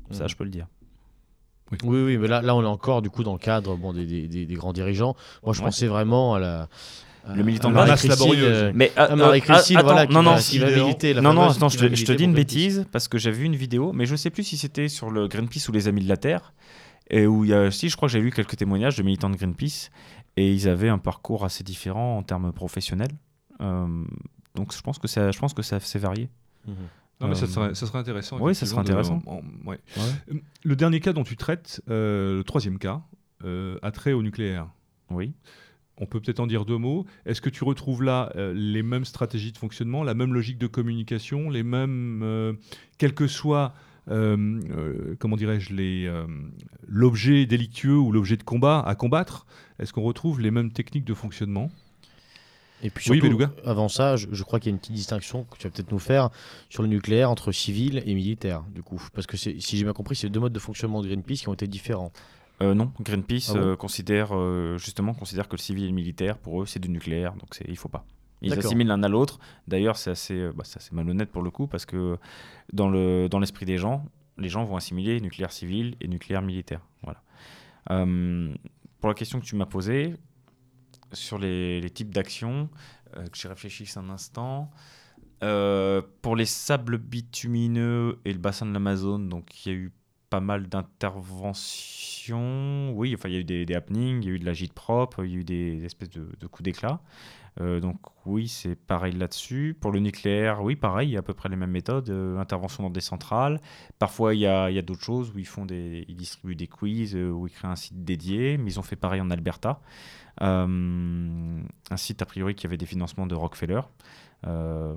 Ça, Mmh. je peux le dire. Oui, oui, oui, mais là, là, on est encore du coup dans le cadre bon, des, des, des, des grands dirigeants. Moi, je Ouais. pensais vraiment à la. à- Le militant à de base. Marie-Christine, laborieuse. euh, Mais à Marie-Christine, ah, voilà, attends, qui non, va- non, qui va militer. La non, non, fameuse attends, qui je va te, je te militer dis pour une Greenpeace. bêtise parce que j'ai vu une vidéo, mais je sais plus si c'était sur le Greenpeace ou les Amis de la Terre, et où il y a, si, je crois que j'ai lu quelques témoignages de militants de Greenpeace, et ils avaient un parcours assez différent en termes professionnels. Euh, donc je pense que ça, je pense que ça c'est varié. Mhm. Non, mais ça Euh, serait, ça serait intéressant. oui, ça serait effectivement, de- intéressant. en- en- ouais. Ouais. Le dernier cas dont tu traites, euh, le troisième cas, euh, a trait au nucléaire. Oui. On peut peut-être en dire deux mots. Est-ce que tu retrouves là euh, les mêmes stratégies de fonctionnement, la même logique de communication, les mêmes, euh, quel que soit, euh, euh, comment dirais-je, les, euh, l'objet délictueux ou l'objet de combat à combattre? Est-ce qu'on retrouve les mêmes techniques de fonctionnement? Et puis Oui, surtout, Beluga. avant ça, je, je crois qu'il y a une petite distinction que tu vas peut-être nous faire sur le nucléaire entre civil et militaire, du coup. Parce que c'est- si j'ai bien compris, c'est deux modes de fonctionnement de Greenpeace qui ont été différents. Euh, non, Greenpeace Ah bon euh, considère euh, justement considère que le civil et le militaire, pour eux, c'est du nucléaire, donc c'est, il faut pas. Ils D'accord. assimilent l'un à l'autre. D'ailleurs, c'est assez, euh, bah, c'est assez malhonnête pour le coup, parce que dans, le, dans l'esprit des gens, les gens vont assimiler nucléaire civil et nucléaire militaire. Voilà. Euh, pour la question que tu m'as posée, sur les, les types d'actions, euh, que j'y réfléchisse un instant. Euh, pour les sables bitumineux et le bassin de l'Amazone, donc il y a eu pas mal d'interventions. Oui, enfin il y a eu des, des happenings, il y a eu de la gîte propre, il y a eu des, des espèces de, de coups d'éclat. Euh, donc oui, c'est pareil là-dessus. Pour le nucléaire, oui, pareil, il y a à peu près les mêmes méthodes. Euh, intervention dans des centrales. Parfois, il y a, il y a d'autres choses où ils font des, ils distribuent des quiz, euh, où ils créent un site dédié. Mais ils ont fait pareil en Alberta. Euh, un site a priori qui avait des financements de Rockefeller. Euh,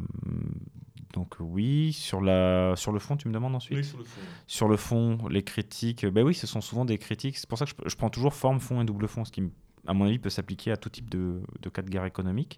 donc oui, sur, la, sur le fond, tu me demandes ensuite sur le fond. Sur le fond, les critiques, ben oui, ce sont souvent des critiques. C'est pour ça que je, je prends toujours forme, fond et double fond, ce qui, à mon avis, peut s'appliquer à tout type de, de cas de guerre économique.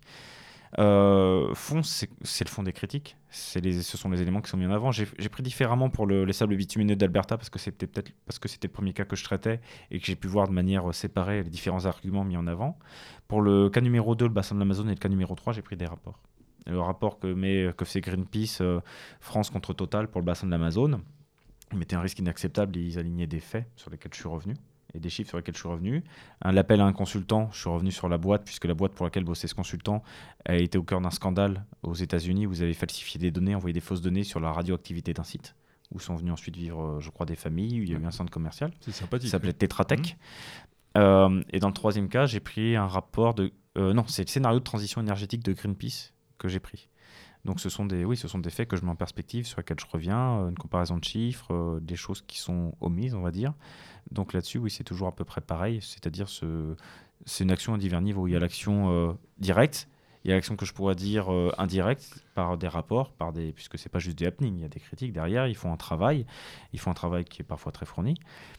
Euh, fond, c'est, c'est le fond des critiques. C'est les, ce sont les éléments qui sont mis en avant. J'ai, j'ai pris différemment pour le, les sables bitumineux d'Alberta parce que c'était peut-être parce que c'était le premier cas que je traitais et que j'ai pu voir de manière séparée les différents arguments mis en avant. Pour le cas numéro deux, le bassin de l'Amazone, et le cas numéro trois, j'ai pris des rapports. Le rapport que, met, que fait Greenpeace, euh, France contre Total pour le bassin de l'Amazone, ils mettaient un risque inacceptable et ils alignaient des faits sur lesquels je suis revenu et des chiffres sur lesquels je suis revenu. Un appel à un consultant, je suis revenu sur la boîte, puisque la boîte pour laquelle bossait ce consultant a été au cœur d'un scandale aux États-Unis où vous avez falsifié des données, envoyé des fausses données sur la radioactivité d'un site, où sont venus ensuite vivre, je crois, des familles, où il y a eu un centre commercial. C'est sympathique. Ça s'appelait oui. Tetra Tech. Mmh. Euh, et dans le troisième cas, j'ai pris un rapport de... Euh, non, c'est le scénario de transition énergétique de Greenpeace que j'ai pris. Donc ce sont des, oui, ce sont des faits que je mets en perspective, sur lesquels je reviens, euh, une comparaison de chiffres, euh, des choses qui sont omises, on va dire. Donc là-dessus, oui, c'est toujours à peu près pareil, c'est-à-dire ce, c'est une action à divers niveaux. Il y a l'action euh, directe, il y a l'action que je pourrais dire euh, indirecte, par des rapports, par des, puisque c'est pas juste des happenings, il y a des critiques derrière, ils font un travail, ils font un travail qui est parfois très fourni.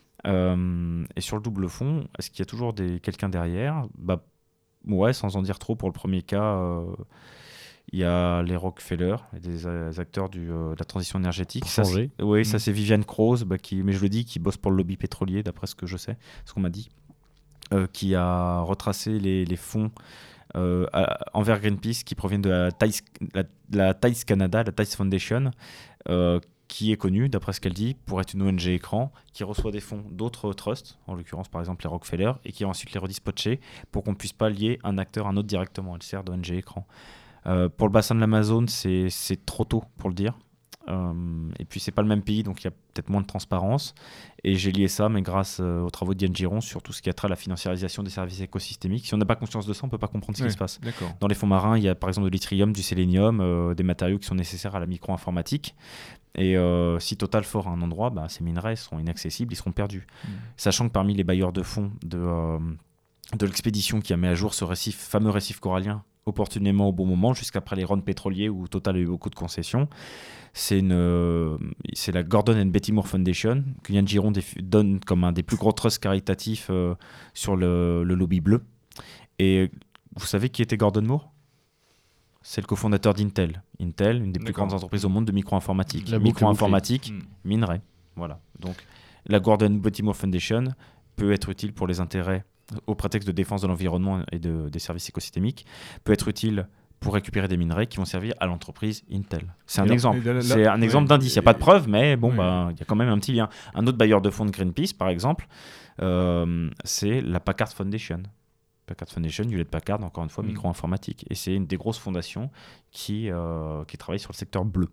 Euh, et sur le double fond, est-ce qu'il y a toujours des, quelqu'un derrière ? Bah, ouais, sans en dire trop, pour le premier cas... Euh, il y a les Rockefeller, des euh, acteurs du, euh, de la transition énergétique. Ça, Changer. c'est, oui, Mmh. ça c'est Viviane Croze, bah, qui, mais je le dis, qui bosse pour le lobby pétrolier, d'après ce que je sais, ce qu'on m'a dit, euh, qui a retracé les, les fonds euh, à, envers Greenpeace qui proviennent de la Tides, la, la Tides Canada, la Tides Foundation, euh, qui est connue, d'après ce qu'elle dit, pour être une O N G écran, qui reçoit des fonds d'autres trusts, en l'occurrence par exemple les Rockefeller, et qui ensuite les redispatché pour qu'on ne puisse pas lier un acteur à un autre directement. Elle sert d'O N G écran. Euh, pour le bassin de l'Amazone, c'est, c'est trop tôt pour le dire. Euh, et puis, c'est pas le même pays, donc il y a peut-être moins de transparence. Et j'ai lié ça, mais grâce euh, aux travaux d'Yann Giron, sur tout ce qui a trait à la financiarisation des services écosystémiques. Si on n'a pas conscience de ça, on ne peut pas comprendre ce Ouais, qui se passe. D'accord. Dans les fonds marins, il y a par exemple de l'yttrium, du sélénium, euh, des matériaux qui sont nécessaires à la micro-informatique. Et euh, si Total fort à un endroit, bah, ces minerais sont inaccessibles, ils seront perdus. Mmh. Sachant que parmi les bailleurs de fonds de, euh, de l'expédition qui a mis à jour ce récif, fameux récif corallien, opportunément au bon moment, jusqu'après les runs pétroliers où Total a eu beaucoup de concessions. C'est, une, euh, c'est la Gordon and Betty Moore Foundation que Yann Giron déf- donne comme un des plus gros trusts caritatifs euh, sur le, le lobby bleu. Et vous savez qui était Gordon Moore ? C'est le cofondateur d'Intel. Intel, une des plus D'accord. grandes entreprises au monde de micro-informatique. La boucle Micro-informatique, Mmh. minerai. Voilà. Donc, la Gordon Betty Moore Foundation peut être utile pour les intérêts au prétexte de défense de l'environnement et de, des services écosystémiques, peut être utile pour récupérer des minerais qui vont servir à l'entreprise Intel. C'est un alors, exemple. là, là, c'est un ouais, exemple d'indice. Il n'y a pas de preuve, mais bon, ouais. bah, il y a quand même un petit lien. Un autre bailleur de fonds de Greenpeace, par exemple, euh, c'est la Packard Foundation. Packard Foundation, Hewlett Packard, encore une fois, Mm. micro-informatique. Et c'est une des grosses fondations qui, euh, qui travaille sur le secteur bleu.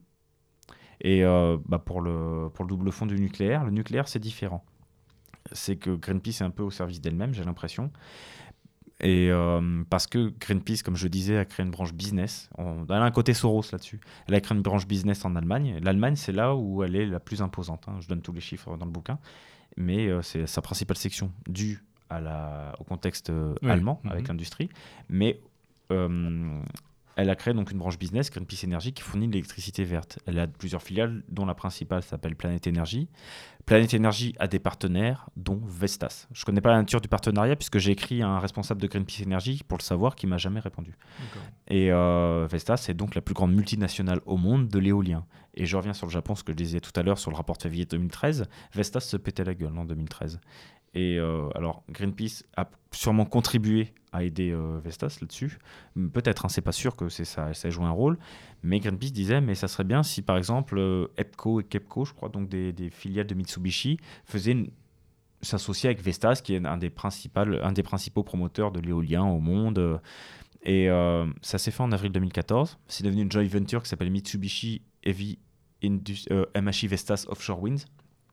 Et euh, bah, pour, le, pour le double fond du nucléaire, le nucléaire, c'est différent. C'est que Greenpeace est un peu au service d'elle-même, j'ai l'impression. Et euh, parce que Greenpeace, comme je disais, a créé une branche business. On, elle a un côté Soros là-dessus. Elle a créé une branche business en Allemagne. L'Allemagne, c'est là où elle est la plus imposante. Hein. Je donne tous les chiffres dans le bouquin. Mais euh, c'est sa principale section due à la, au contexte euh, Ouais. allemand, Mhm. avec l'industrie. Mais euh, elle a créé donc une branche business, Greenpeace Energy, qui fournit de l'électricité verte. Elle a plusieurs filiales, dont la principale s'appelle Planet Energy. Planet Energy a des partenaires, dont Vestas. Je ne connais pas la nature du partenariat, puisque j'ai écrit à un responsable de Greenpeace Energy pour le savoir, qui ne m'a jamais répondu. D'accord. Et euh, Vestas est donc la plus grande multinationale au monde de l'éolien. Et je reviens sur le Japon, ce que je disais tout à l'heure sur le rapport de février deux mille treize. Vestas se pétait la gueule en deux mille treize. Et euh, alors, Greenpeace a sûrement contribué à aider euh, Vestas là-dessus. Peut-être, hein, c'est pas sûr que c'est ça, ça ait joué un rôle. Mais Greenpeace disait, mais ça serait bien si, par exemple, euh, EPCO et KEPCO, je crois, donc des, des filiales de Mitsubishi, faisaient une... s'associer avec Vestas, qui est un des, un des principaux promoteurs de l'éolien au monde. Et euh, ça s'est fait en avril deux mille quatorze. C'est devenu une joint venture qui s'appelle Mitsubishi Heavy Indus- euh, M H I Vestas Offshore Wind.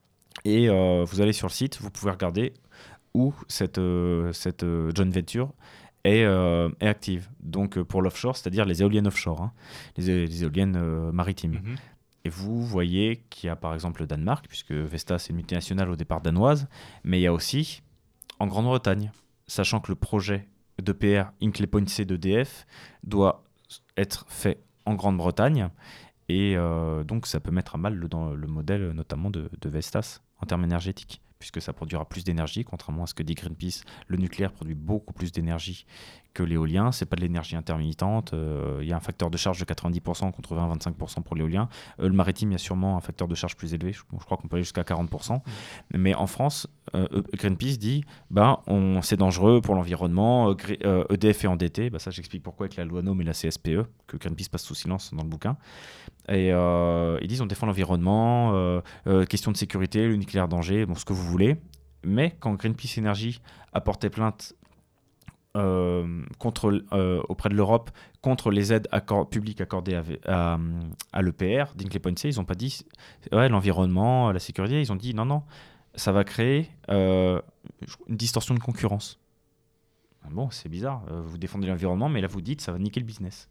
Et euh, vous allez sur le site, vous pouvez regarder où cette, euh, cette euh, joint venture est, euh, est active. Donc euh, pour l'offshore, c'est-à-dire les éoliennes offshore, hein, les, les éoliennes euh, maritimes. Mhm. Et vous voyez qu'il y a par exemple le Danemark, puisque Vestas est une multinationale au départ danoise, mais il y a aussi en Grande-Bretagne, sachant que le projet d'E P R Hinkley Point C d'E D F doit être fait en Grande-Bretagne. Et euh, donc, ça peut mettre à mal le, dans le modèle notamment de, de Vestas en termes énergétiques, puisque ça produira plus d'énergie, contrairement à ce que dit Greenpeace. Le nucléaire produit beaucoup plus d'énergie que l'éolien. Ce n'est pas de l'énergie intermittente. Il euh, y a un facteur de charge de quatre-vingt-dix pour cent contre vingt à vingt-cinq pour cent pour l'éolien. Euh, le maritime, il y a sûrement un facteur de charge plus élevé. Je, je crois qu'on peut aller jusqu'à quarante pour cent. Mmh. Mais en France, euh, Greenpeace dit ben, on, c'est dangereux pour l'environnement. Euh, E D F est endetté. Ben, ça, j'explique pourquoi avec la loi N O M et la C S P E, que Greenpeace passe sous silence dans le bouquin. Et euh, ils disent on défend l'environnement, euh, euh, question de sécurité, le nucléaire danger, bon, ce que vous voulez. Mais quand Greenpeace Energy a porté plainte euh, contre, euh, auprès de l'Europe contre les aides accor- publiques accordées à, à, à l'E P R, d'Hinkley Point C, ils n'ont pas dit ouais, l'environnement, la sécurité, ils ont dit non, non, ça va créer euh, une distorsion de concurrence. Bon, c'est bizarre, vous défendez l'environnement, mais là vous dites ça va niquer le business.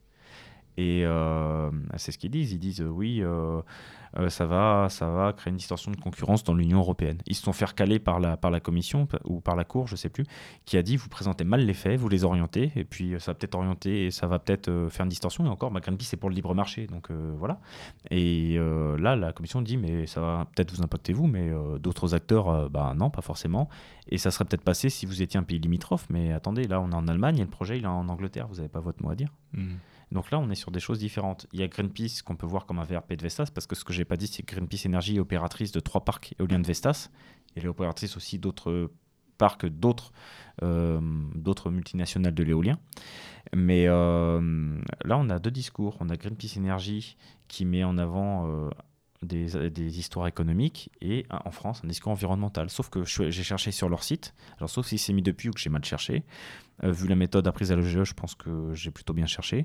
Et euh, c'est ce qu'ils disent. Ils disent euh, oui, euh, euh, ça, va, ça va créer une distorsion de concurrence dans l'Union européenne. Ils se sont fait recaler par la, par la Commission ou par la Cour, je ne sais plus, qui a dit vous présentez mal les faits, vous les orientez, et puis ça va peut-être orienter et ça va peut-être euh, faire une distorsion. Et encore, bah, Greenpeace, c'est pour le libre marché. Donc euh, voilà. Et euh, là, la Commission dit mais ça va peut-être vous impacter vous, mais euh, d'autres acteurs, euh, bah, non, pas forcément. Et ça serait peut-être passé si vous étiez un pays limitrophe. Mais attendez, là, on est en Allemagne et le projet, il est en Angleterre. Vous n'avez pas votre mot à dire. Mmh. Donc là, on est sur des choses différentes. Il y a Greenpeace qu'on peut voir comme un V R P de Vestas, parce que ce que je n'ai pas dit, c'est que Greenpeace Energy est opératrice de trois parcs éoliens de Vestas. Elle est opératrice aussi d'autres parcs, d'autres, euh, d'autres multinationales de l'éolien. Mais euh, là, on a deux discours. On a Greenpeace Energy qui met en avant euh, des, des histoires économiques et en France, un discours environnemental. Sauf que je, j'ai cherché sur leur site, alors sauf si c'est mis depuis ou que j'ai mal cherché. Euh, vu la méthode apprise à l'O G E, je pense que j'ai plutôt bien cherché.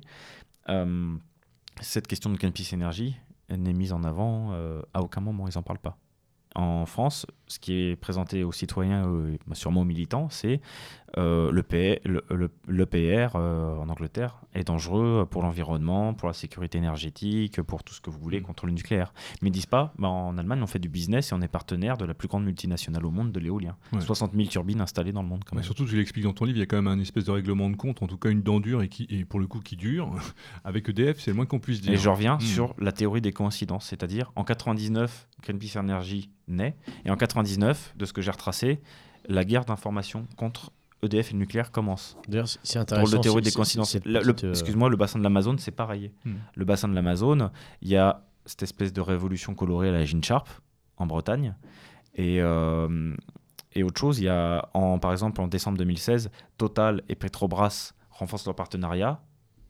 Euh, cette question de Greenpeace Energy n'est mise en avant euh, à aucun moment, ils n'en parlent pas. En France, ce qui est présenté aux citoyens, euh, sûrement aux militants, c'est euh, l'E P R, le, le, l'E P R euh, en Angleterre est dangereux pour l'environnement, pour la sécurité énergétique, pour tout ce que vous voulez contre le nucléaire. Mais ils ne disent pas, bah, en Allemagne, on fait du business et on est partenaire de la plus grande multinationale au monde de l'éolien. Ouais. soixante mille turbines installées dans le monde. Quand même. Ouais, surtout, tu l'expliques dans ton livre, il y a quand même un espèce de règlement de compte, en tout cas une dent dure et, qui, et pour le coup qui dure. Avec E D F, c'est le moins qu'on puisse dire. Et je reviens mmh. sur mmh. la théorie des coïncidences, c'est-à-dire en quatre-vingt-dix-neuf, Greenpeace Energy naît, et en quatre-vingt-dix-neuf, de ce que j'ai retracé, la guerre d'information contre E D F et le nucléaire commence. D'ailleurs, c'est intéressant. Pour le théorie c'est, des coïncidences. c'est, c'est le, petite, le, euh... excuse-moi, le bassin de l'Amazone, c'est pareil. Hmm. Le bassin de l'Amazone, il y a cette espèce de révolution colorée à la Gene Sharp, en Bretagne. Et, euh, et autre chose, il y a, en, par exemple, en décembre deux mille seize, Total et Petrobras renforcent leur partenariat.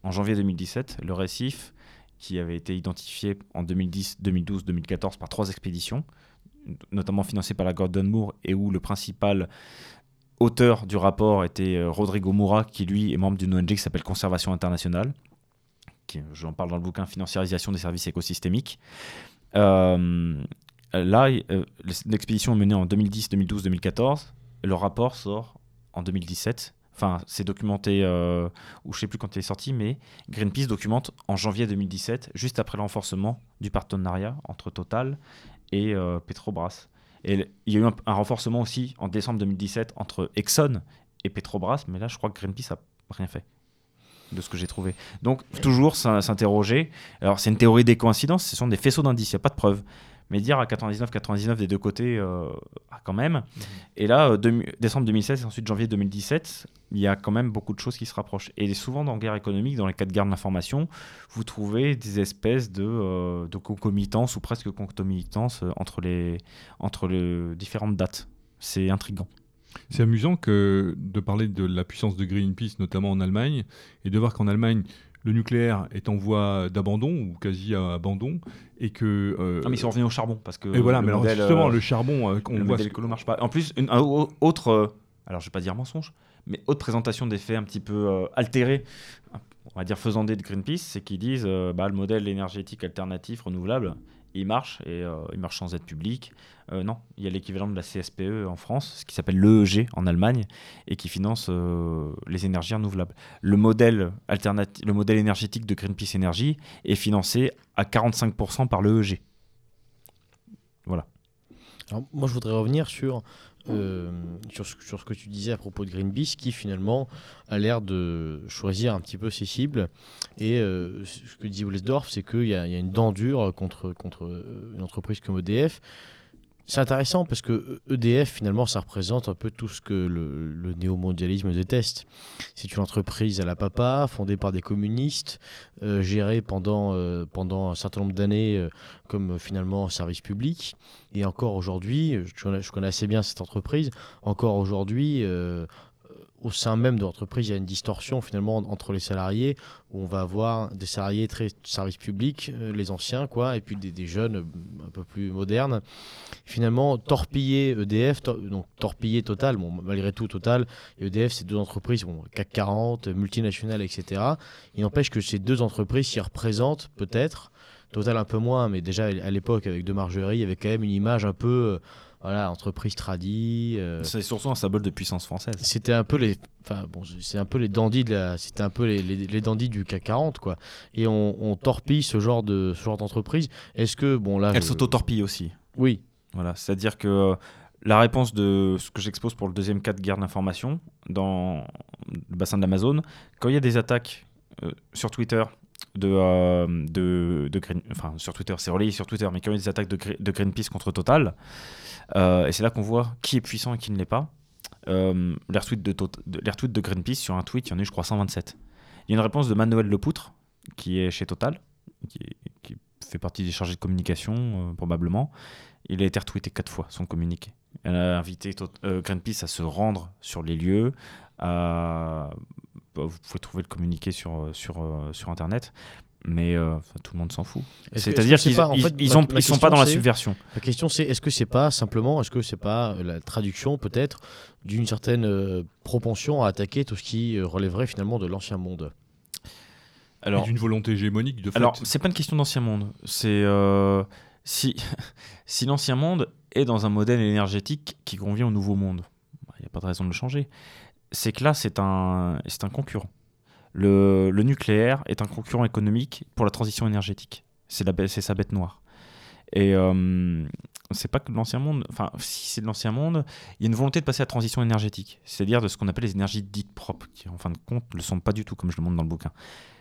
en janvier deux mille dix-sept, le récif qui avait été identifié en deux mille dix, deux mille douze, deux mille quatorze par trois expéditions, notamment financées par la Gordon Moore, et où le principal auteur du rapport était Rodrigo Moura, qui lui est membre d'une O N G qui s'appelle Conservation Internationale, qui, j'en parle dans le bouquin Financiarisation des services écosystémiques. Euh, là, euh, l'expédition est menée en deux mille dix, deux mille douze, deux mille quatorze. Le rapport sort en deux mille dix-sept. Enfin, c'est documenté, euh, ou je ne sais plus quand il est sorti, mais Greenpeace documente en janvier deux mille dix-sept, juste après le renforcement du partenariat entre Total et euh, Petrobras. Et il y a eu un, un renforcement aussi en décembre deux mille dix-sept entre Exxon et Petrobras, mais là, je crois que Greenpeace n'a rien fait de ce que j'ai trouvé. Donc, toujours s'interroger. Alors, c'est une théorie des coïncidences, ce sont des faisceaux d'indices, il n'y a pas de preuves. Mais dire à quatre-vingt-dix-neuf quatre-vingt-dix-neuf des deux côtés, euh, ah, quand même. Mmh. Et là, euh, de, décembre deux mille seize et ensuite janvier deux mille dix-sept, il y a quand même beaucoup de choses qui se rapprochent. Et souvent, dans guerre économique, dans les cas de guerre de l'information, vous trouvez des espèces de, euh, de concomitance ou presque concomitance entre les, entre les différentes dates. C'est intriguant. C'est amusant que de parler de la puissance de Greenpeace, notamment en Allemagne, et de voir qu'en Allemagne, le nucléaire est en voie d'abandon ou quasi à abandon, et que euh, ah mais ils sont revenus au charbon parce que et voilà, le mais modèle, alors justement euh, le charbon, euh, on le voit modèle ce... écolo marche pas. En plus, une un, autre, euh, alors je vais pas dire mensonge, mais autre présentation des faits un petit peu euh, altérée, on va dire faisandée de Greenpeace, c'est qu'ils disent euh, bah, le modèle énergétique alternatif renouvelable, il marche et euh, il marche sans aide publique. Euh, non, il y a l'équivalent de la C S P E en France, ce qui s'appelle l'E E G en Allemagne, et qui finance euh, les énergies renouvelables. Le modèle, alternati- le modèle énergétique de Greenpeace Energy est financé à quarante-cinq pour cent par l'E E G. Voilà. Alors, moi, je voudrais revenir sur, euh, sur, ce, sur ce que tu disais à propos de Greenpeace, qui finalement a l'air de choisir un petit peu ses cibles. Et euh, ce que dit Wollesdorf, c'est qu'il y, y a une dent dure contre, contre une entreprise comme E D F. C'est intéressant parce que E D F, finalement, ça représente un peu tout ce que le, le néo-mondialisme déteste. C'est une entreprise à la papa, fondée par des communistes, euh, gérée pendant, euh, pendant un certain nombre d'années euh, comme euh, finalement service public. Et encore aujourd'hui, je connais, je connais assez bien cette entreprise, encore aujourd'hui, euh, au sein même de l'entreprise, il y a une distorsion finalement entre les salariés, où on va avoir des salariés très service public, euh, les anciens, quoi, et puis des, des jeunes euh, un peu plus modernes. Finalement, torpiller E D F, tor- donc torpiller Total, bon, malgré tout Total et E D F, c'est deux entreprises, bon, C A C quarante, multinationales, et cetera. Il n'empêche que ces deux entreprises qui représentent peut-être, Total un peu moins, mais déjà à l'époque avec De Margerie, il y avait quand même une image un peu... Euh, Voilà, entreprise tradie. Euh, c'est surtout un symbole de puissance française. C'était un peu les, enfin bon, c'est un peu les dandys de la, c'était un peu les, les, les dandys du C A C quarante, quoi. Et on, on torpille ce genre de, ce genre d'entreprise. Est-ce que bon là, elle je... s'auto-torpille aussi. Oui. Voilà, c'est-à-dire que euh, la réponse de ce que j'expose pour le deuxième cas de guerre d'information dans le bassin de l'Amazone, quand il y a des attaques euh, sur Twitter. De, euh, de, de Green... enfin sur Twitter, c'est relayé sur Twitter, mais quand il y a des attaques de, de Greenpeace contre Total, euh, et c'est là qu'on voit qui est puissant et qui ne l'est pas. Euh, les retweets de, tot... de, les retweets de Greenpeace sur un tweet, il y en a eu je crois cent vingt-sept. Il y a une réponse de Manuel Lepoutre qui est chez Total, qui, est... qui fait partie des chargés de communication euh, probablement. Il a été retweeté quatre fois son communiqué. Elle a invité tot... euh, Greenpeace à se rendre sur les lieux, à... Vous pouvez trouver le communiqué sur, sur, sur Internet, mais euh, tout le monde s'en fout. Est-ce C'est-à-dire que, qu'ils pas, ils, en fait, ils, ont, ils sont pas dans la subversion. La question c'est, est-ce que c'est pas simplement, est-ce que c'est pas la traduction peut-être d'une certaine euh, propension à attaquer tout ce qui euh, relèverait finalement de l'ancien monde? Alors, et d'une volonté hégémonique de fait. Alors, c'est pas une question d'ancien monde. C'est euh, si, si l'ancien monde est dans un modèle énergétique qui convient au nouveau monde, il n'y a pas de raison de le changer. C'est que là, c'est un, c'est un concurrent. Le, le nucléaire est un concurrent économique pour la transition énergétique. C'est, la, c'est sa bête noire. Et euh, c'est pas que de l'ancien monde. Enfin, si c'est de l'ancien monde, il y a une volonté de passer à la transition énergétique, c'est-à-dire de ce qu'on appelle les énergies dites propres, qui en fin de compte ne le sont pas du tout, comme je le montre dans le bouquin.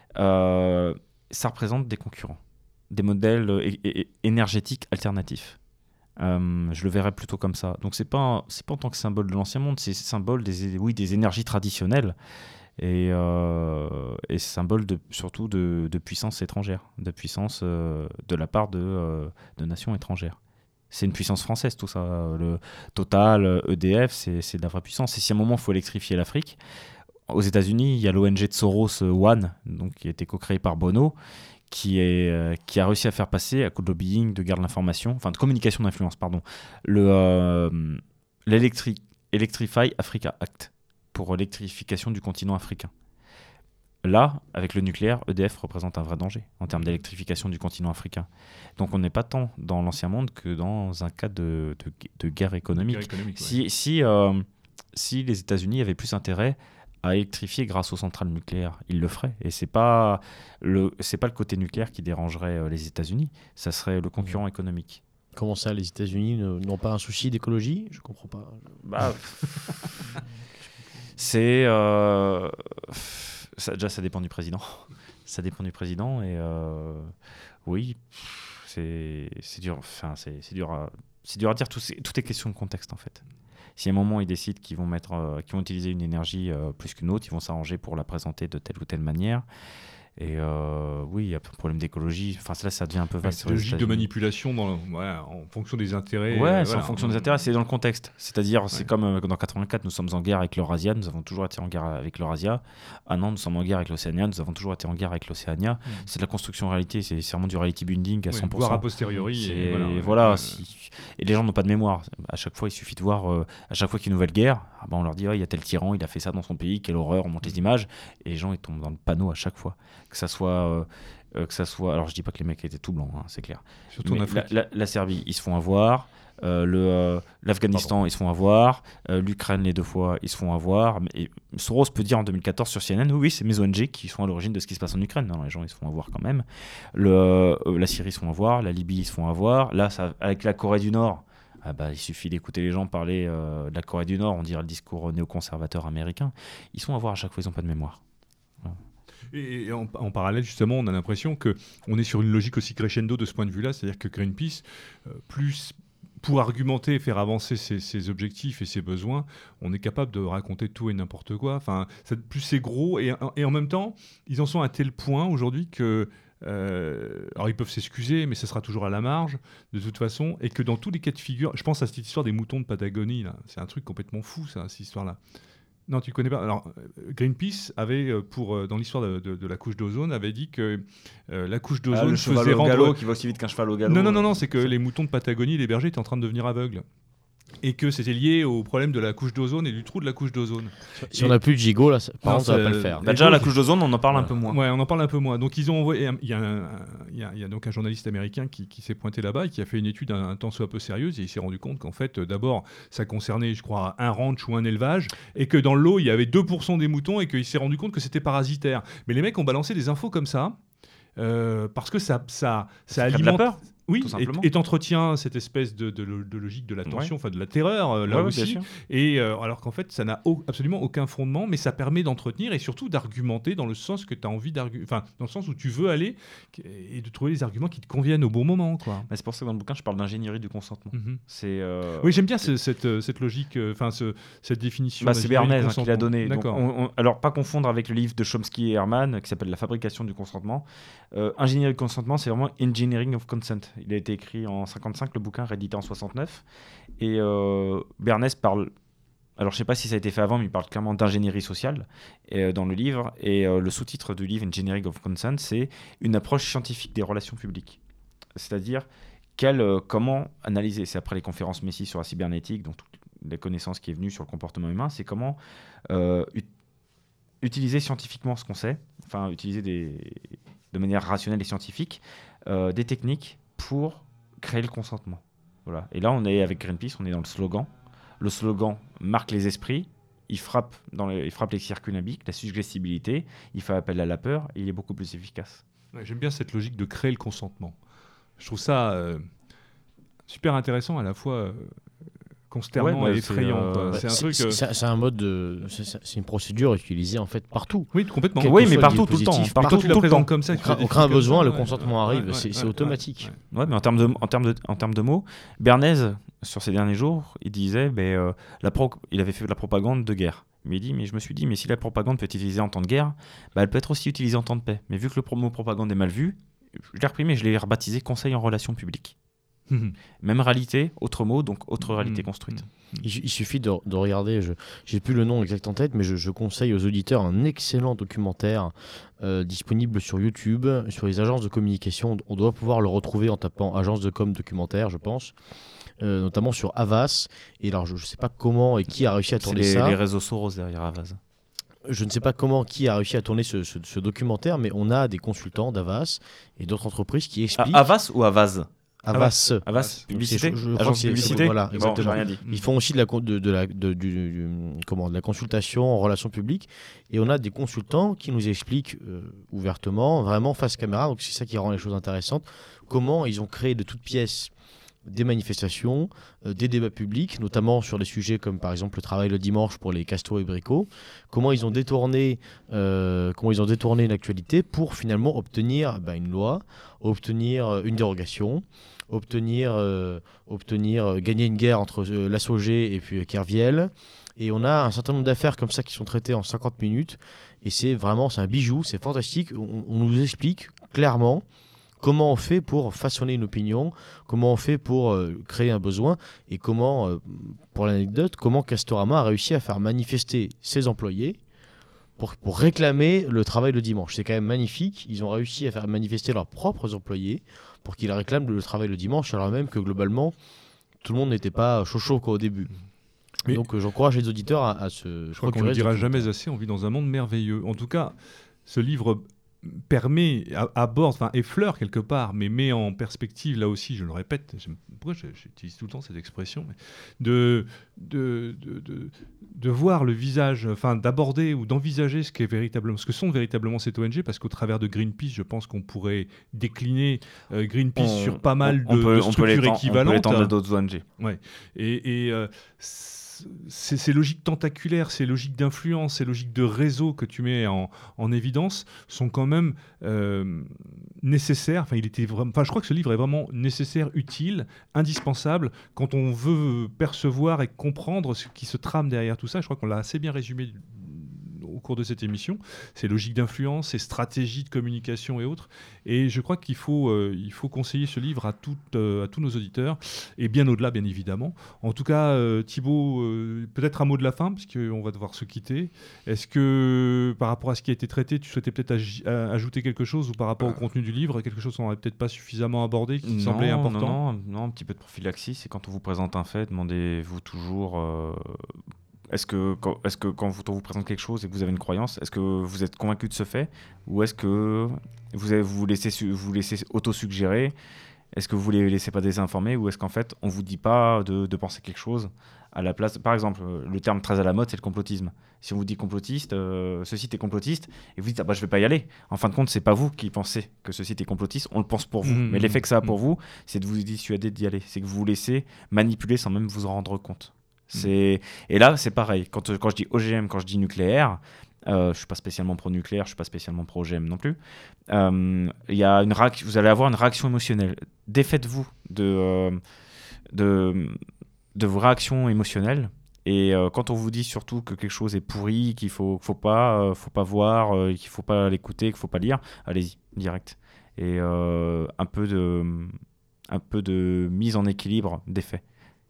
Euh, ça représente des concurrents, des modèles é- é- énergétiques alternatifs. Euh, je le verrais plutôt comme ça. Donc c'est pas c'est pas en tant que symbole de l'ancien monde, c'est symbole des oui des énergies traditionnelles et, euh, et symbole de surtout de, de puissance étrangère, de puissance euh, de la part de, euh, de nations étrangères. C'est une puissance française tout ça. Le Total, E D F, c'est c'est de la vraie puissance. Et si à un moment il faut électrifier l'Afrique, aux États-Unis, il y a l'O N G de Soros, euh, One, donc, qui a été co-créée par Bono, qui, est, euh, qui a réussi à faire passer, à coup de lobbying, de guerre de l'information, enfin de communication d'influence, pardon, le, euh, l'électrique Electrify Africa Act pour l'électrification du continent africain. Là, avec le nucléaire, E D F représente un vrai danger en termes d'électrification du continent africain. Donc on n'est pas tant dans l'ancien monde que dans un cas de, de, de guerre économique. Guerre économique, ouais. Si, si, euh, si les États-Unis avaient plus intérêt à électrifier grâce aux centrales nucléaires, ils le feraient. Et c'est pas le, c'est pas le côté nucléaire qui dérangerait euh, les États-Unis, ça serait le concurrent économique. Comment ça, les États-Unis ne- n'ont pas un souci d'écologie? Je comprends pas. Bah, c'est euh, ça, déjà ça dépend du président. Ça dépend du président et euh, oui, c'est c'est dur. Enfin, c'est c'est dur. À, c'est dur à dire. Tout, c'est- tout est question de contexte en fait. Si à un moment ils décident qu'ils vont mettre, euh, qu'ils vont utiliser une énergie euh, plus qu'une autre, ils vont s'arranger pour la présenter de telle ou telle manière. Et euh, oui, il y a un problème d'écologie. Enfin, là, ça devient un peu vaste. C'est sur une les logique de États-Unis. manipulation dans le- ouais, en fonction des intérêts. Ouais, euh, c'est voilà. en fonction des intérêts, c'est dans le contexte. C'est-à-dire, c'est Ouais. comme euh, dans quatre-vingt-quatre, nous sommes en guerre avec l'Eurasia, nous avons toujours été en guerre avec l'Eurasia. Ah non, nous sommes en guerre avec l'Océania, nous avons toujours été en guerre avec l'Océania. Mm. C'est de la construction réalité, c'est c'est vraiment du reality binding à Ouais, cent pour voire a cent. posteriori. C'est- Et voilà. ouais. voilà, Ouais. si- Et les gens n'ont pas de mémoire. À chaque fois, il suffit de voir, euh, à chaque fois qu'il y a une nouvelle guerre, ah ben, on leur dit, ah, il y a tel tyran, il a fait ça dans son pays, quelle horreur, on monte les images. Et les gens, ils tombent dans le panneau à chaque fois. Que ça soit... euh, euh, que ça soit, alors je dis pas que les mecs étaient tout blancs, hein, c'est clair. Surtout en Mais Afrique. La, la- la Serbie, ils se font avoir. Euh, le, euh, L'Afghanistan, ils se font avoir. Euh, L'Ukraine, les deux fois, ils se font avoir. Et Soros peut dire en deux mille quatorze sur C N N, oui, oui, c'est mes O N G qui sont à l'origine de ce qui se passe en Ukraine. Non, les gens, ils se font avoir quand même. Le, euh, la Syrie, ils se font avoir. La Libye, ils se font avoir. Là, ça, avec la Corée du Nord, ah bah, il suffit d'écouter les gens parler euh, de la Corée du Nord, on dirait le discours néoconservateur américain. Ils sont à voir à chaque fois, ils n'ont pas de mémoire. Et et en, en parallèle, justement, on a l'impression qu'on est sur une logique aussi crescendo de ce point de vue-là, c'est-à-dire que Greenpeace, euh, plus pour argumenter et faire avancer ses, ses objectifs et ses besoins, on est capable de raconter tout et n'importe quoi. Enfin, ça- plus c'est gros, et, et en même temps, ils en sont à tel point aujourd'hui que... euh, alors ils peuvent s'excuser, mais ça sera toujours à la marge, de toute façon, et que dans tous les cas de figure, je pense à cette histoire des moutons de Patagonie, là. C'est un truc complètement fou, ça, cette histoire-là. Non, tu connais pas. Alors, euh, Greenpeace avait, euh, pour, euh, dans l'histoire de, de- de la couche d'ozone, avait dit que euh, la couche d'ozone faisait rendre... qui va aussi vite qu'un cheval au galop. Non, non, non, non, c'est que les moutons de Patagonie, les bergers, étaient en train de devenir aveugles. Et que c'était lié au problème de la couche d'ozone et du trou de la couche d'ozone. Si on n'a plus de gigot, là, ça- par Non, contre, ça va ça- pas le faire. Bah déjà, la couche d'ozone, on en parle un peu moins. Ouais, on en parle un peu moins. Donc ils ont envoyé. Il y a, un- un- il y a- il y a donc un journaliste américain qui, qui s'est pointé là-bas et qui a fait une étude un, un tant soit peu sérieuse et il s'est rendu compte qu'en fait, euh, d'abord, ça concernait, je crois, un ranch ou un élevage et que dans l'eau il y avait deux pour cent des moutons et qu'il s'est rendu compte que c'était parasitaire. Mais les mecs ont balancé des infos comme ça. euh, parce que ça, ça, ça, Ça crée de la alimente. peur, Oui, tout et, simplement. et t'entretiens cette espèce de, de, de logique de la tension, Ouais. enfin de la terreur, euh, là Ouais, ouais, aussi. bien sûr. Et euh, alors qu'en fait, ça n'a au- absolument aucun fondement, mais ça permet d'entretenir et surtout d'argumenter dans le sens que tu as envie d'argumenter, enfin, dans le sens où tu veux aller et de trouver les arguments qui te conviennent au bon moment, quoi. Bah, c'est pour ça que dans le bouquin, je parle d'ingénierie du consentement. Mhm. C'est. euh, Oui, j'aime bien ce- cette, euh, cette logique, euh, enfin, ce- cette définition. Bah, c'est d'ingénierie du Bernays hein, qui l'a consentement. donné. Donc, D'accord. on- on- alors, pas confondre avec le livre de Chomsky et Herman qui s'appelle La fabrication du consentement. Euh, ingénierie du consentement, c'est vraiment Engineering of Consent. Il a été écrit en cinquante-cinq, le bouquin, réédité en soixante-neuf. Et euh, Bernays parle. Alors, je sais pas si ça a été fait avant, mais il parle clairement d'ingénierie sociale euh, dans le livre. Et euh, le sous-titre du livre, Engineering of Consent, c'est une approche scientifique des relations publiques. C'est-à-dire, quelle, euh, comment analyser. C'est après les conférences Messi sur la cybernétique, donc toute la connaissance qui est venue sur le comportement humain, c'est comment euh, ut- utiliser scientifiquement ce qu'on sait, enfin, utiliser des, de manière rationnelle et scientifique euh, des techniques pour créer le consentement. Voilà. Et là, on est avec Greenpeace, on est dans le slogan. Le slogan marque les esprits, il frappe, dans les, il frappe les circuits limbiques, la suggestibilité, il fait appel à la peur et il est beaucoup plus efficace. Ouais, j'aime bien cette logique de créer le consentement. Je trouve ça euh, super intéressant, à la fois euh, consternant Ouais, bah, et c'est, effrayant. euh, quoi. Bah, c'est un c'est- truc. euh, c'est c'est un mode de. C'est c'est une procédure utilisée en fait partout. Oui, complètement. Quel Oui, que mais soit partout, le tout le temps, dispositif, partout, Toi, tu la tout le présentes temps. comme ça. On que tu craint- fais des on craint un trucs comme besoin, ça, le ouais, consentement ouais, arrive, ouais, c'est- ouais, c'est ouais, automatique. ouais. Ouais, mais en termes de, en termes de, en termes de mots, Bernays, sur ces derniers jours, il disait, ben, euh, la pro- il avait fait de la propagande de guerre. Mais il dit, mais je me suis dit, mais si la propagande peut être utilisée en temps de guerre, bah, elle peut être aussi utilisée en temps de paix. Mais vu que le pro- mot propagande est mal vu, je l'ai reprimé, je l'ai rebaptisé Conseil en relations publiques. Mmh. Même réalité, autre mot, donc autre réalité Mmh. construite. Il, il suffit de, de regarder, je j'ai plus le nom exact en tête, mais je, je conseille aux auditeurs un excellent documentaire euh, disponible sur YouTube, sur les agences de communication. On doit pouvoir le retrouver en tapant agence de com documentaire, je pense, euh, notamment sur Havas. Et alors, je ne sais pas comment et qui a réussi à C'est tourner les, ça. les réseaux Soros derrière Havas. Je ne sais pas comment qui a réussi à tourner ce, ce- ce documentaire, mais on a des consultants d'Havas et d'autres entreprises qui Ah, expliquent. Havas ou Havas Havas. Havas, publicité, Je- je crois agence que c'est- de publicité. voilà, Bon, exactement. j'ai rien dit. Ils font aussi de la, con- de, de la, de, du- du- comment, de la consultation en relations publiques. Et on a des consultants qui nous expliquent euh, ouvertement, vraiment face caméra, donc c'est ça qui rend les choses intéressantes, comment ils ont créé de toutes pièces des manifestations, euh, des débats publics, notamment sur des sujets comme par exemple le travail le dimanche pour les Casto et Brico, comment ils ont détourné, euh, comment ils ont détourné l'actualité pour finalement obtenir bah, une loi, obtenir euh, une dérogation, obtenir, euh, obtenir euh, gagner une guerre entre euh, la Sogé et puis euh, Kerviel. Et on a un certain nombre d'affaires comme ça qui sont traitées en cinquante minutes. Et c'est vraiment, c'est un bijou, c'est fantastique. On, on nous explique clairement comment on fait pour façonner une opinion, comment on fait pour euh, créer un besoin, et comment, euh, pour l'anecdote, comment Castorama a réussi à faire manifester ses employés pour, pour réclamer le travail le dimanche. C'est quand même magnifique. Ils ont réussi à faire manifester leurs propres employés pour qu'ils réclament le travail le dimanche, alors même que globalement, tout le monde n'était pas chaud chaud quoi, au début. Mais Donc euh, j'encourage les auditeurs à, à se Je crois qu'on ne procurer le ce dira documentaire. jamais assez, on vit dans un monde merveilleux. En tout cas, ce livre permet, a- aborde, enfin effleure quelque part, mais met en perspective, là aussi, je le répète, j'aime- pourquoi je- j'utilise tout le temps cette expression, mais de, de, de, de, de voir le visage, enfin d'aborder ou d'envisager ce, qu'est véritablement, ce que sont véritablement cette O N G, parce qu'au travers de Greenpeace, je pense qu'on pourrait décliner euh, Greenpeace On- sur pas mal on de, peut- de on peut structures l'étendre- On peut équivalentes. l'étendre à d'autres O N G. Et, et, euh, ces, ces logiques tentaculaires, ces logiques d'influence, ces logiques de réseau que tu mets en, en évidence sont quand même euh, nécessaires. Enfin, il était vraiment. Enfin, je crois que ce livre est vraiment nécessaire, utile, indispensable quand on veut percevoir et comprendre ce qui se trame derrière tout ça. Je crois qu'on l'a assez bien résumé au cours de cette émission, ces logiques d'influence, ces stratégies de communication et autres. Et je crois qu'il faut, euh, il faut conseiller ce livre à, toutes, euh, à tous nos auditeurs, et bien au-delà, bien évidemment. En tout cas, euh, Thibaut, euh, peut-être un mot de la fin, puisqu'on va devoir se quitter. Est-ce que, par rapport à ce qui a été traité, tu souhaitais peut-être agi- a- ajouter quelque chose, ou par rapport au contenu du livre, quelque chose qu'on n'aurait peut-être pas suffisamment abordé, qui te semblait important? Non, non, non, un petit peu de prophylaxie, c'est quand on vous présente un fait, demandez-vous toujours... euh, Est-ce que, quand, est-ce que quand vous- on vous présente quelque chose et que vous avez une croyance, est-ce que vous êtes convaincu de ce fait, ou est-ce que vous avez, vous vous laissez, su- vous laissez auto-suggérer? Est-ce que vous ne les laissez pas désinformer, ou est-ce qu'en fait on ne vous dit pas de, de penser quelque chose à la place? Par exemple, le terme très à la mode, c'est le complotisme. Si on vous dit complotiste, euh, ce site est complotiste, et vous dites ah bah je vais pas y aller. En fin de compte, c'est pas vous qui pensez que ce site est complotiste, on le pense pour vous. Mmh, Mais l'effet que ça a pour mmh. vous, c'est de vous dissuader d'y aller. C'est que vous vous laissez manipuler sans même vous en rendre compte. C'est... Et là, c'est pareil. Quand, euh, quand je dis O G M, quand je dis nucléaire, euh, je ne suis pas spécialement pro-nucléaire, je ne suis pas spécialement pro-O G M non plus. Euh, y a une réac- vous allez avoir une réaction émotionnelle. Défaites-vous de, euh, de, de vos réactions émotionnelles. Et euh, quand on vous dit surtout que quelque chose est pourri, qu'il ne faut, faut, pas, euh, faut pas voir, euh, qu'il ne faut pas l'écouter, qu'il ne faut pas lire, allez-y, direct. Et euh, un, peu de, un peu de mise en équilibre des faits.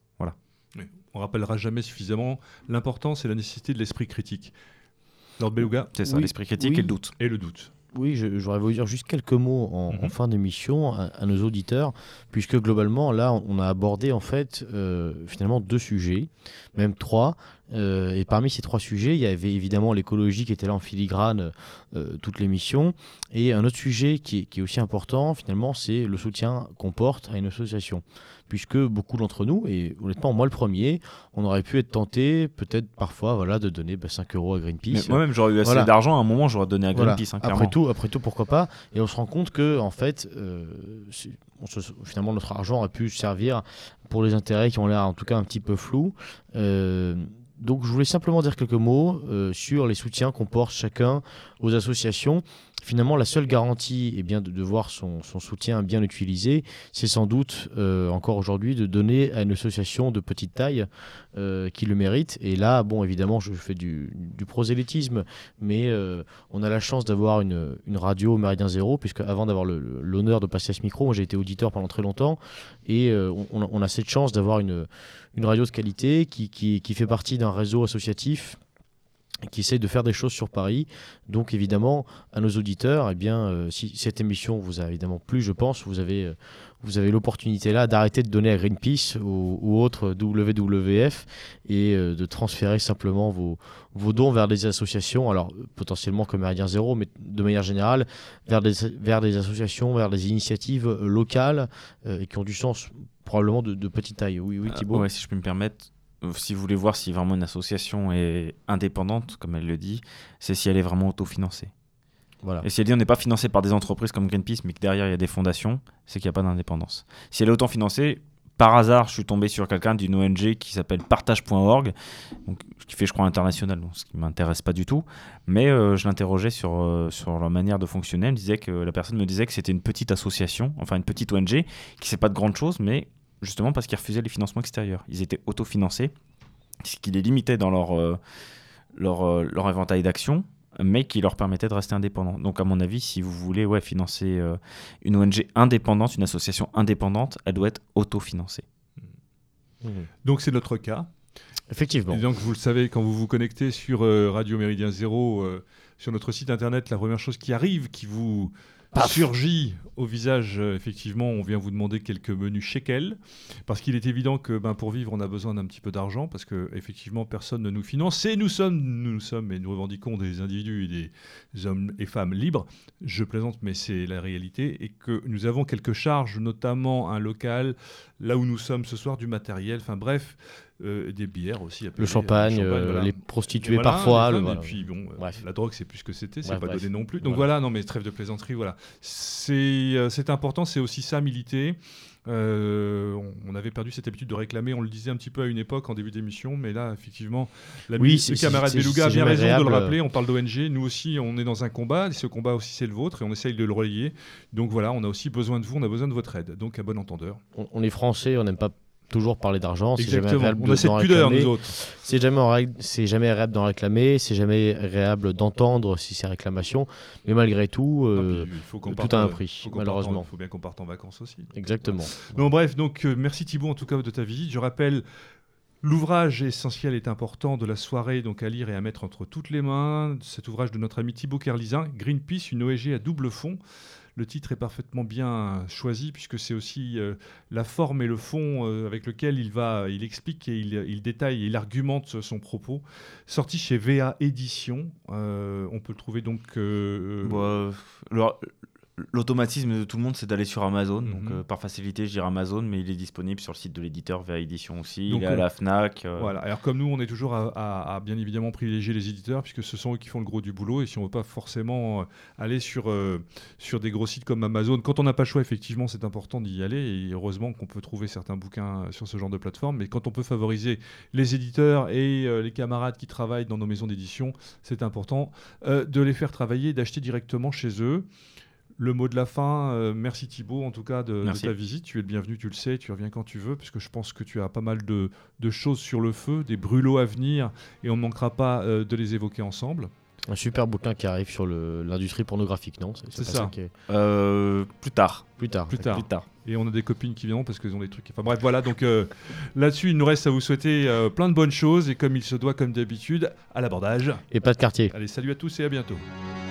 On rappellera jamais suffisamment l'importance et la nécessité de l'esprit critique. Lord Beluga, C'est ça, Oui, l'esprit critique oui. et le doute. et le doute. Oui, je, j'aurais voulu dire juste quelques mots en, Mhm. en fin d'émission à, à nos auditeurs, puisque globalement, là, on a abordé en fait euh, finalement deux sujets, même trois. Euh, et parmi ces trois sujets, il y avait évidemment l'écologie qui était là en filigrane euh, toute l'émission. Et un autre sujet qui est, qui est aussi important, finalement, c'est le soutien qu'on porte à une association. Puisque beaucoup d'entre nous, et honnêtement, moi le premier, on aurait pu être tenté, peut-être parfois, voilà, de donner bah, cinq euros à Mais Greenpeace. moi-même, j'aurais eu assez Voilà. d'argent, à un moment, j'aurais donné à Voilà. Greenpeace, hein, clairement. Après tout, après tout, pourquoi pas? Et on se rend compte que, en fait, euh, c'est- on se- finalement, notre argent aurait pu servir pour les intérêts qui ont l'air, en tout cas, un petit peu flous. Euh, donc, je voulais simplement dire quelques mots euh, sur les soutiens qu'on porte chacun aux associations. finalement, la seule garantie eh bien, de, de voir son, son soutien bien utilisé, c'est sans doute euh, encore aujourd'hui de donner à une association de petite taille euh, qui le mérite. Et là, bon, évidemment, je fais du, du prosélytisme, mais euh, on a la chance d'avoir une, une radio Méridien Zéro, puisque avant d'avoir le, le, l'honneur de passer à ce micro, moi j'ai été auditeur pendant très longtemps, et euh, on, on a cette chance d'avoir une, une radio de qualité qui, qui, qui fait partie d'un réseau associatif qui essaye de faire des choses sur Paris. Donc évidemment, à nos auditeurs, eh bien, euh, si cette émission vous a évidemment plu, je pense, vous avez, euh, vous avez l'opportunité là d'arrêter de donner à Greenpeace ou, ou autre W W F et euh, de transférer simplement vos, vos dons vers des associations, alors potentiellement comme Méridien Zéro, mais de manière générale, vers des, vers des associations, vers des initiatives euh, locales euh, et qui ont du sens probablement de, de petite taille. Oui, oui, Thibaut. Euh, ouais, si je peux me permettre. Si vous voulez voir si vraiment une association est indépendante, comme elle le dit, c'est si elle est vraiment autofinancée. Voilà. Et si elle dit on n'est pas financé par des entreprises comme Greenpeace, mais que derrière il y a des fondations, c'est qu'il n'y a pas d'indépendance. Si elle est autofinancée, par hasard, je suis tombé sur quelqu'un d'une O N G qui s'appelle partage point org, donc, qui fait, je crois, international, donc, ce qui ne m'intéresse pas du tout. Mais euh, je l'interrogeais sur, euh, sur leur manière de fonctionner. Elle me disait que, la personne me disait que c'était une petite association, enfin une petite O N G, qui ne fait pas de grandes choses, mais justement parce qu'ils refusaient les financements extérieurs. Ils étaient autofinancés, ce qui les limitait dans leur, euh, leur, euh, leur éventail d'actions, mais qui leur permettait de rester indépendants. Donc à mon avis, si vous voulez ouais, financer euh, une O N G indépendante, une association indépendante, elle doit être autofinancée. Mmh. Donc c'est notre cas. Effectivement. Et donc vous le savez, quand vous vous connectez sur euh, Radio Méridien Zéro, euh, sur notre site internet, la première chose qui arrive, qui vous Paf. surgit au visage, euh, effectivement, on vient vous demander quelques menus shekels, parce qu'il est évident que ben, pour vivre, on a besoin d'un petit peu d'argent, parce que effectivement, personne ne nous finance, et nous sommes, nous sommes, et nous revendiquons des individus et des hommes et femmes libres. Je plaisante, mais c'est la réalité, et que nous avons quelques charges, notamment un local, là où nous sommes ce soir, du matériel, enfin bref. Euh, des bières aussi. Le champagne, le champagne euh, voilà. Les prostituées voilà, parfois. Les le, voilà. Et puis bon, bref. La drogue, c'est plus ce que c'était, c'est bref, pas bref. donné non plus. Donc voilà. voilà, non mais trêve de plaisanterie, voilà. C'est, euh, c'est important, c'est aussi ça, militer. Euh, on, on avait perdu cette habitude de réclamer, on le disait un petit peu à une époque en début d'émission, mais là, effectivement, la oui, le camarade Beluga a bien raison réable. de le rappeler. On parle d'O N G, nous aussi, on est dans un combat, et ce combat aussi, c'est le vôtre, et on essaye de le relayer. Donc voilà, on a aussi besoin de vous, on a besoin de votre aide. Donc à bon entendeur. On, on est français, on n'aime pas toujours parler d'argent, c'est jamais agréable on a cette pudeur, nous autres. C'est jamais, c'est jamais agréable d'en réclamer, c'est jamais agréable d'entendre si c'est réclamation, mais malgré tout, euh, il faut qu'on tout parte, a un prix, malheureusement. Il faut bien qu'on parte en vacances aussi. Exactement. Bon, bref, donc euh, merci Thibaut en tout cas de ta visite. Je rappelle, l'ouvrage essentiel est important de la soirée, donc à lire et à mettre entre toutes les mains. Cet ouvrage de notre ami Thibaut Kerlizin, Greenpeace, une O N G à double fond. Le titre est parfaitement bien choisi puisque c'est aussi euh, la forme et le fond euh, avec lequel il va, il explique et il, il détaille et il argumente son propos. Sorti chez V A Éditions, euh, on peut le trouver donc. Euh, bah, alors, l'automatisme de tout le monde, c'est d'aller sur Amazon. Mm-hmm. Donc, euh, par facilité, je dirais Amazon, mais il est disponible sur le site de l'éditeur V A Éditions aussi. Donc, il est à la Fnac. Euh... Voilà. Alors, comme nous, on est toujours à, à, à bien évidemment privilégier les éditeurs, puisque ce sont eux qui font le gros du boulot. Et si on ne veut pas forcément aller sur, euh, sur des gros sites comme Amazon, quand on n'a pas le choix, effectivement, c'est important d'y aller. Et heureusement qu'on peut trouver certains bouquins sur ce genre de plateforme. Mais quand on peut favoriser les éditeurs et euh, les camarades qui travaillent dans nos maisons d'édition, c'est important euh, de les faire travailler, d'acheter directement chez eux. Le mot de la fin, euh, merci Thibaut en tout cas de, de ta visite, tu es le bienvenu, tu le sais, tu reviens quand tu veux, parce que je pense que tu as pas mal de, de choses sur le feu, des brûlots à venir, et on ne manquera pas euh, de les évoquer ensemble. Un super bouquin qui arrive sur le, l'industrie pornographique, non ? C'est, c'est ça. ça qui est... euh, plus tard. Plus tard. Plus tard. Plus tard. Et on a des copines qui viennent parce qu'elles ont des trucs. Enfin bref, voilà. Donc euh, là-dessus, il nous reste à vous souhaiter euh, plein de bonnes choses et comme il se doit, comme d'habitude, à l'abordage. Et pas de quartier. Allez, salut à tous et à bientôt.